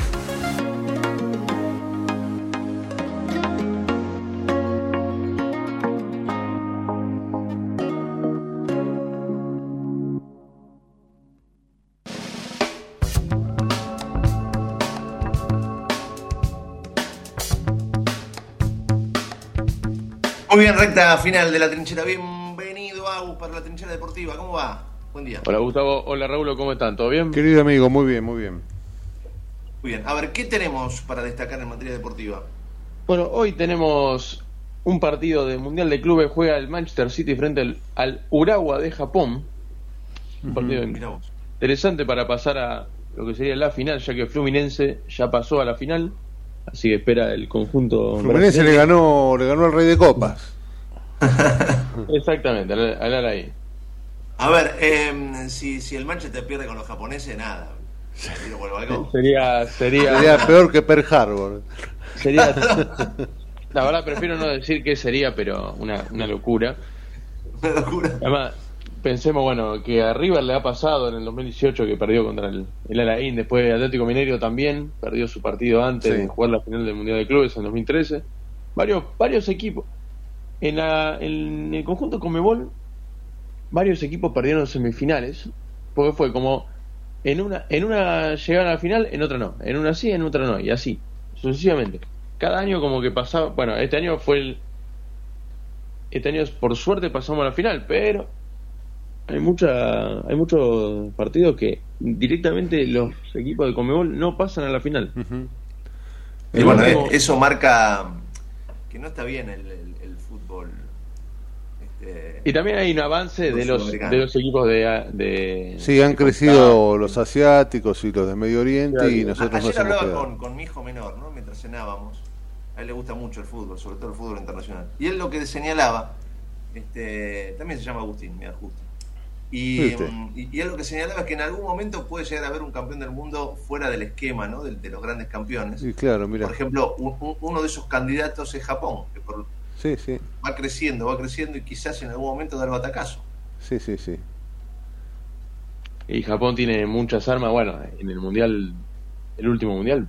Muy bien, recta final de La Trinchera. Bienvenido, Agus, para La Trinchera Deportiva. ¿Cómo va? Buen día. Hola, Gustavo. Hola, Raúl. ¿Cómo están? ¿Todo bien? Querido amigo, muy bien, muy bien. Muy bien. A ver, ¿qué tenemos para destacar en materia deportiva? Bueno, hoy tenemos un partido del Mundial de Clubes. Juega el Manchester City frente al Urawa de Japón. Un partido interesante para pasar a lo que sería la final, ya que Fluminense ya pasó a la final. Así que espera el conjunto. Fluminense le ganó al Rey de Copas. Exactamente, al ahí. A ver, si el Manchester pierde con los japoneses, nada. Sería peor que Pearl Harbor. Sería, la verdad prefiero no decir qué sería, pero una locura. Una locura. Además, pensemos, bueno, que a River le ha pasado en el 2018 que perdió contra el Alain, después Atlético Mineiro también perdió su partido antes de jugar la final del Mundial de Clubes en 2013. Varios equipos. En el conjunto Conmebol, varios equipos perdieron semifinales, porque fue como en una llegaron a la final, en otra no, en una sí, en otra no, y así, sucesivamente. Cada año como que pasaba, bueno, este año por suerte pasamos a la final, pero hay muchos partidos que directamente los equipos de Conmebol no pasan a la final. Y bueno, eso marca que no está bien el fútbol. Y también hay un avance de los equipos de sí, han crecido los asiáticos y los de Medio Oriente, y nosotros ayer hablaba con mi hijo menor, ¿no? Mientras cenábamos. A él le gusta mucho el fútbol, sobre todo el fútbol internacional. Y él lo que señalaba, también se llama Agustín, mira, justo. Y él lo que señalaba es que en algún momento puede llegar a haber un campeón del mundo fuera del esquema, ¿no? de los grandes campeones. Y claro, mira. Por ejemplo, uno de esos candidatos es Japón, que va creciendo y quizás en algún momento da el batacazo. Sí. Y Japón tiene muchas armas. Bueno, en el mundial, el último mundial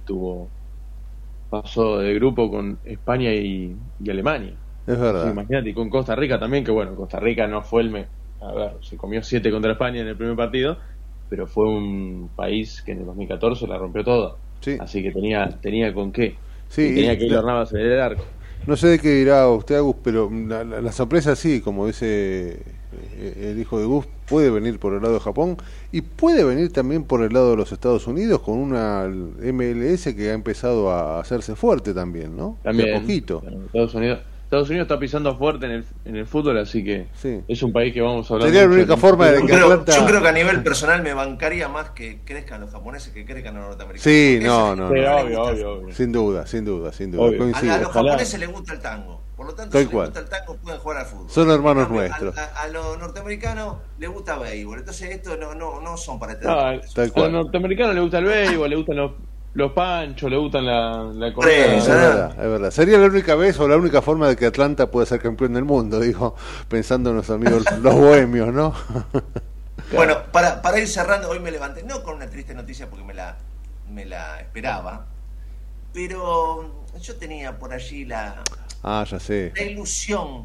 pasó de grupo con España y Alemania. Es verdad. Sí, imagínate, y con Costa Rica también, que bueno, Costa Rica no fue se comió 7 contra España en el primer partido, pero fue un país que en el 2014 la rompió toda. Sí. Así que tenía con qué. Sí, y tenía que ir Navas en el arco. No sé de qué dirá usted, Agus, pero la sorpresa sí, como dice el hijo de Gus, puede venir por el lado de Japón y puede venir también por el lado de los Estados Unidos con una MLS que ha empezado a hacerse fuerte también, ¿no? También, de a poquito. Estados Unidos está pisando fuerte en el fútbol, así que es un país que vamos a hablar. Sería la única forma de que Atlanta... Yo creo que a nivel personal me bancaría más que crezcan los japoneses que crezcan los norteamericanos. Sí, no. Obvio. Sin duda. A los japoneses les gusta el tango. Por lo tanto, si les gusta el tango, pueden jugar al fútbol. Son hermanos nuestros. A los norteamericanos les gusta béisbol. Entonces, esto no son para a los norteamericanos les gusta el béisbol, les gustan los panchos, le gustan la comida. Es verdad. Sería la única vez o la única forma de que Atlanta pueda ser campeón del mundo, digo, pensando en los amigos, los bohemios, ¿no? Bueno, para ir cerrando, hoy me levanté, no con una triste noticia porque me la esperaba, pero yo tenía por allí ya sé. La ilusión,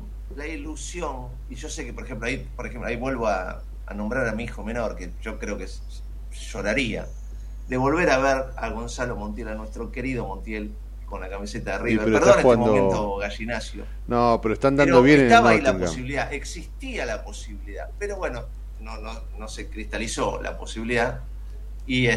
y yo sé que, por ejemplo, ahí vuelvo a nombrar a mi hijo menor, que yo creo que lloraría, de volver a ver a Gonzalo Montiel, a nuestro querido Montiel, con la camiseta de River. Perdón este momento gallinacio. No, pero están dando bien estaba en ahí la posibilidad, existía la posibilidad, pero bueno, no se cristalizó la posibilidad y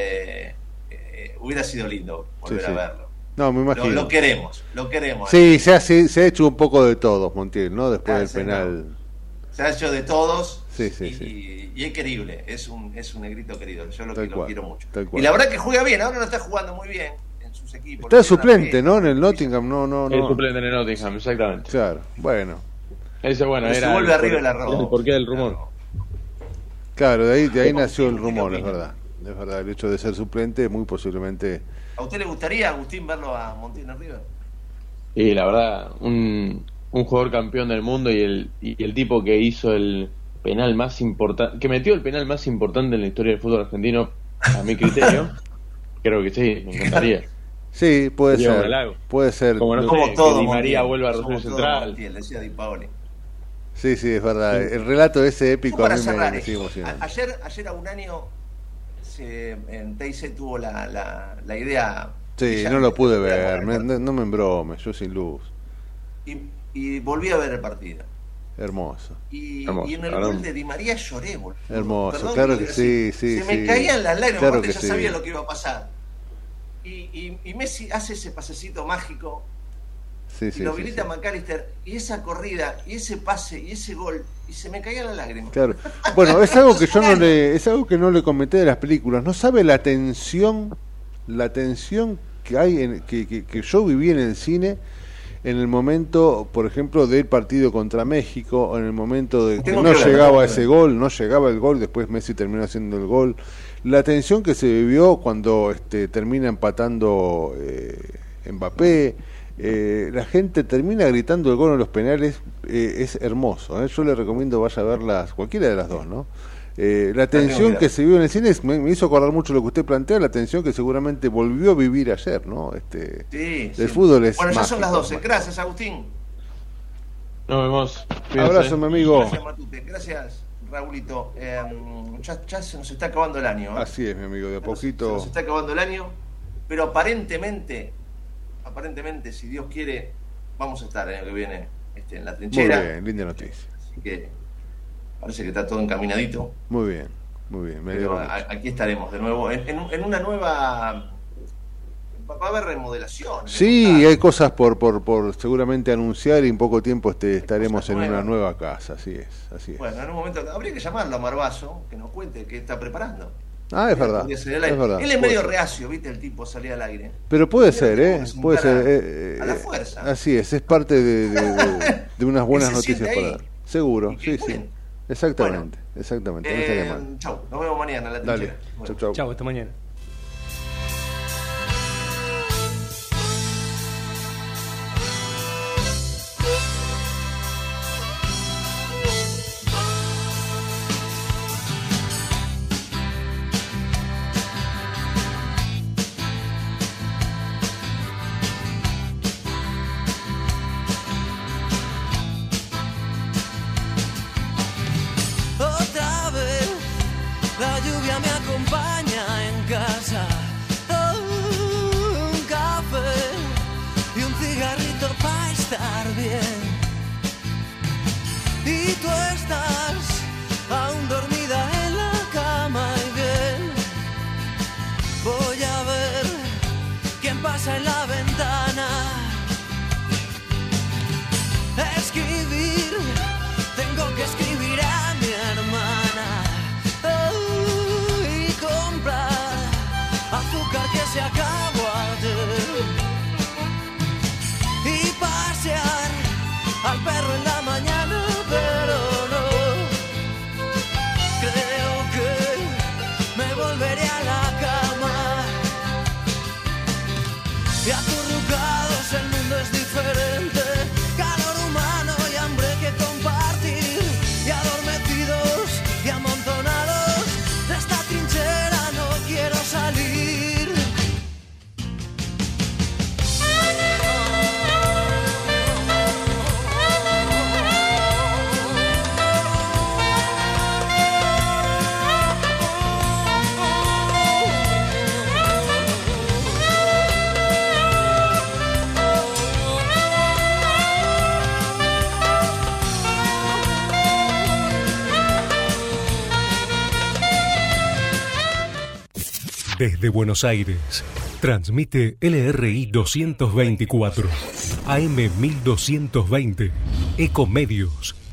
hubiera sido lindo volver a verlo. No, me imagino. Lo queremos. Sí, se ha hecho un poco de todos, Montiel, ¿no? Después del penal. Se ha hecho de todos. Sí. Y es querible, es un negrito querido. Yo lo quiero mucho. Y la verdad que juega bien, ahora no está jugando muy bien en sus equipos. Está suplente, ¿no? En el Nottingham, no. Es suplente en el Nottingham, exactamente. Claro, bueno. Ese era. Se vuelve arriba el arroz. ¿Por qué el rumor? Claro, de ahí nació el rumor, es verdad. Es verdad, el hecho de ser suplente, muy posiblemente. ¿A usted le gustaría, Agustín, verlo a Montiel en River? Y la verdad, un jugador campeón del mundo y el tipo que hizo el penal más importante, que metió el penal más importante en la historia del fútbol argentino, a mi criterio, creo que sí, me encantaría. Sí, puede ser. Como que Di María vuelva a Rosario Central. Decía Di Paoli. Sí, es verdad. El relato ese épico a mí me sigue emocionando. Ayer a un año en TIC tuvo la idea. Sí, no lo pude ver, no me embromes, yo sin luz. Y volví a ver el partido. Hermoso. Y en el gol de Di María lloré, boludo. Hermoso, Perdón, claro que sí. Se me caían las lágrimas, claro porque que ya sabía lo que iba a pasar. Y Messi hace ese pasecito mágico. Y lo habilita McAllister, y esa corrida, y ese pase, y ese gol, y se me caían las lágrimas. Claro. Bueno, es algo que es algo que no le comenté de las películas. No sabe la tensión que hay que yo viví en el cine en el momento, por ejemplo, del partido contra México, en el momento de que no llegaba el gol, después Messi terminó haciendo el gol. La tensión que se vivió cuando termina empatando Mbappé. La gente termina gritando el gol en los penales, es hermoso, yo le recomiendo vaya a verlas, cualquiera de las dos, ¿no? La tensión que se vivió en el cine me hizo acordar mucho lo que usted plantea, la tensión que seguramente volvió a vivir ayer, ¿no? El fútbol es bueno, ya mágico, son las 12, gracias Agustín. Nos vemos. Abrazo, mi amigo. Gracias Matute, gracias Raulito. Ya se nos está acabando el año. Así es, mi amigo, de a poquito. Se nos está acabando el año, pero aparentemente, si Dios quiere, vamos a estar el año que viene en la trinchera. Muy bien, linda noticia. Así que parece que está todo encaminadito. Muy bien. Pero aquí estaremos de nuevo en una nueva. Va a haber remodelación. Sí, hay cosas por seguramente anunciar y en poco tiempo estaremos en una nueva casa. Así es. Bueno, en un momento habría que llamarlo a Marbazo que nos cuente qué está preparando. Es verdad. Él es medio reacio, ¿viste? El tipo salía al aire. Pero puede ser, puede ser. A la fuerza. Así es parte de unas buenas noticias para dar. Seguro, sí. Exactamente, no estaría mal. Chau, nos vemos mañana en la trinchera. Dale, chau. Chau, hasta mañana. Otra vez la lluvia me acompaña en casa. Un café y un cigarrito para estar bien. Y tú estás aún dormida en la cama y bien. Voy a ver quién pasa en la ventana. Escribir, tengo que escribir a mi hermana. Y comprar azúcar que se acabó ayer. Y pasear al perro en la mañana, pero no. Creo que me volveré a la cama. Y acurrucados el mundo es diferente. Calor humano y hambre que compartir. Y adormecidos y amontonados de esta trinchera no quiero salir. Desde Buenos Aires, transmite LRI 224, AM 1220, Ecomedios.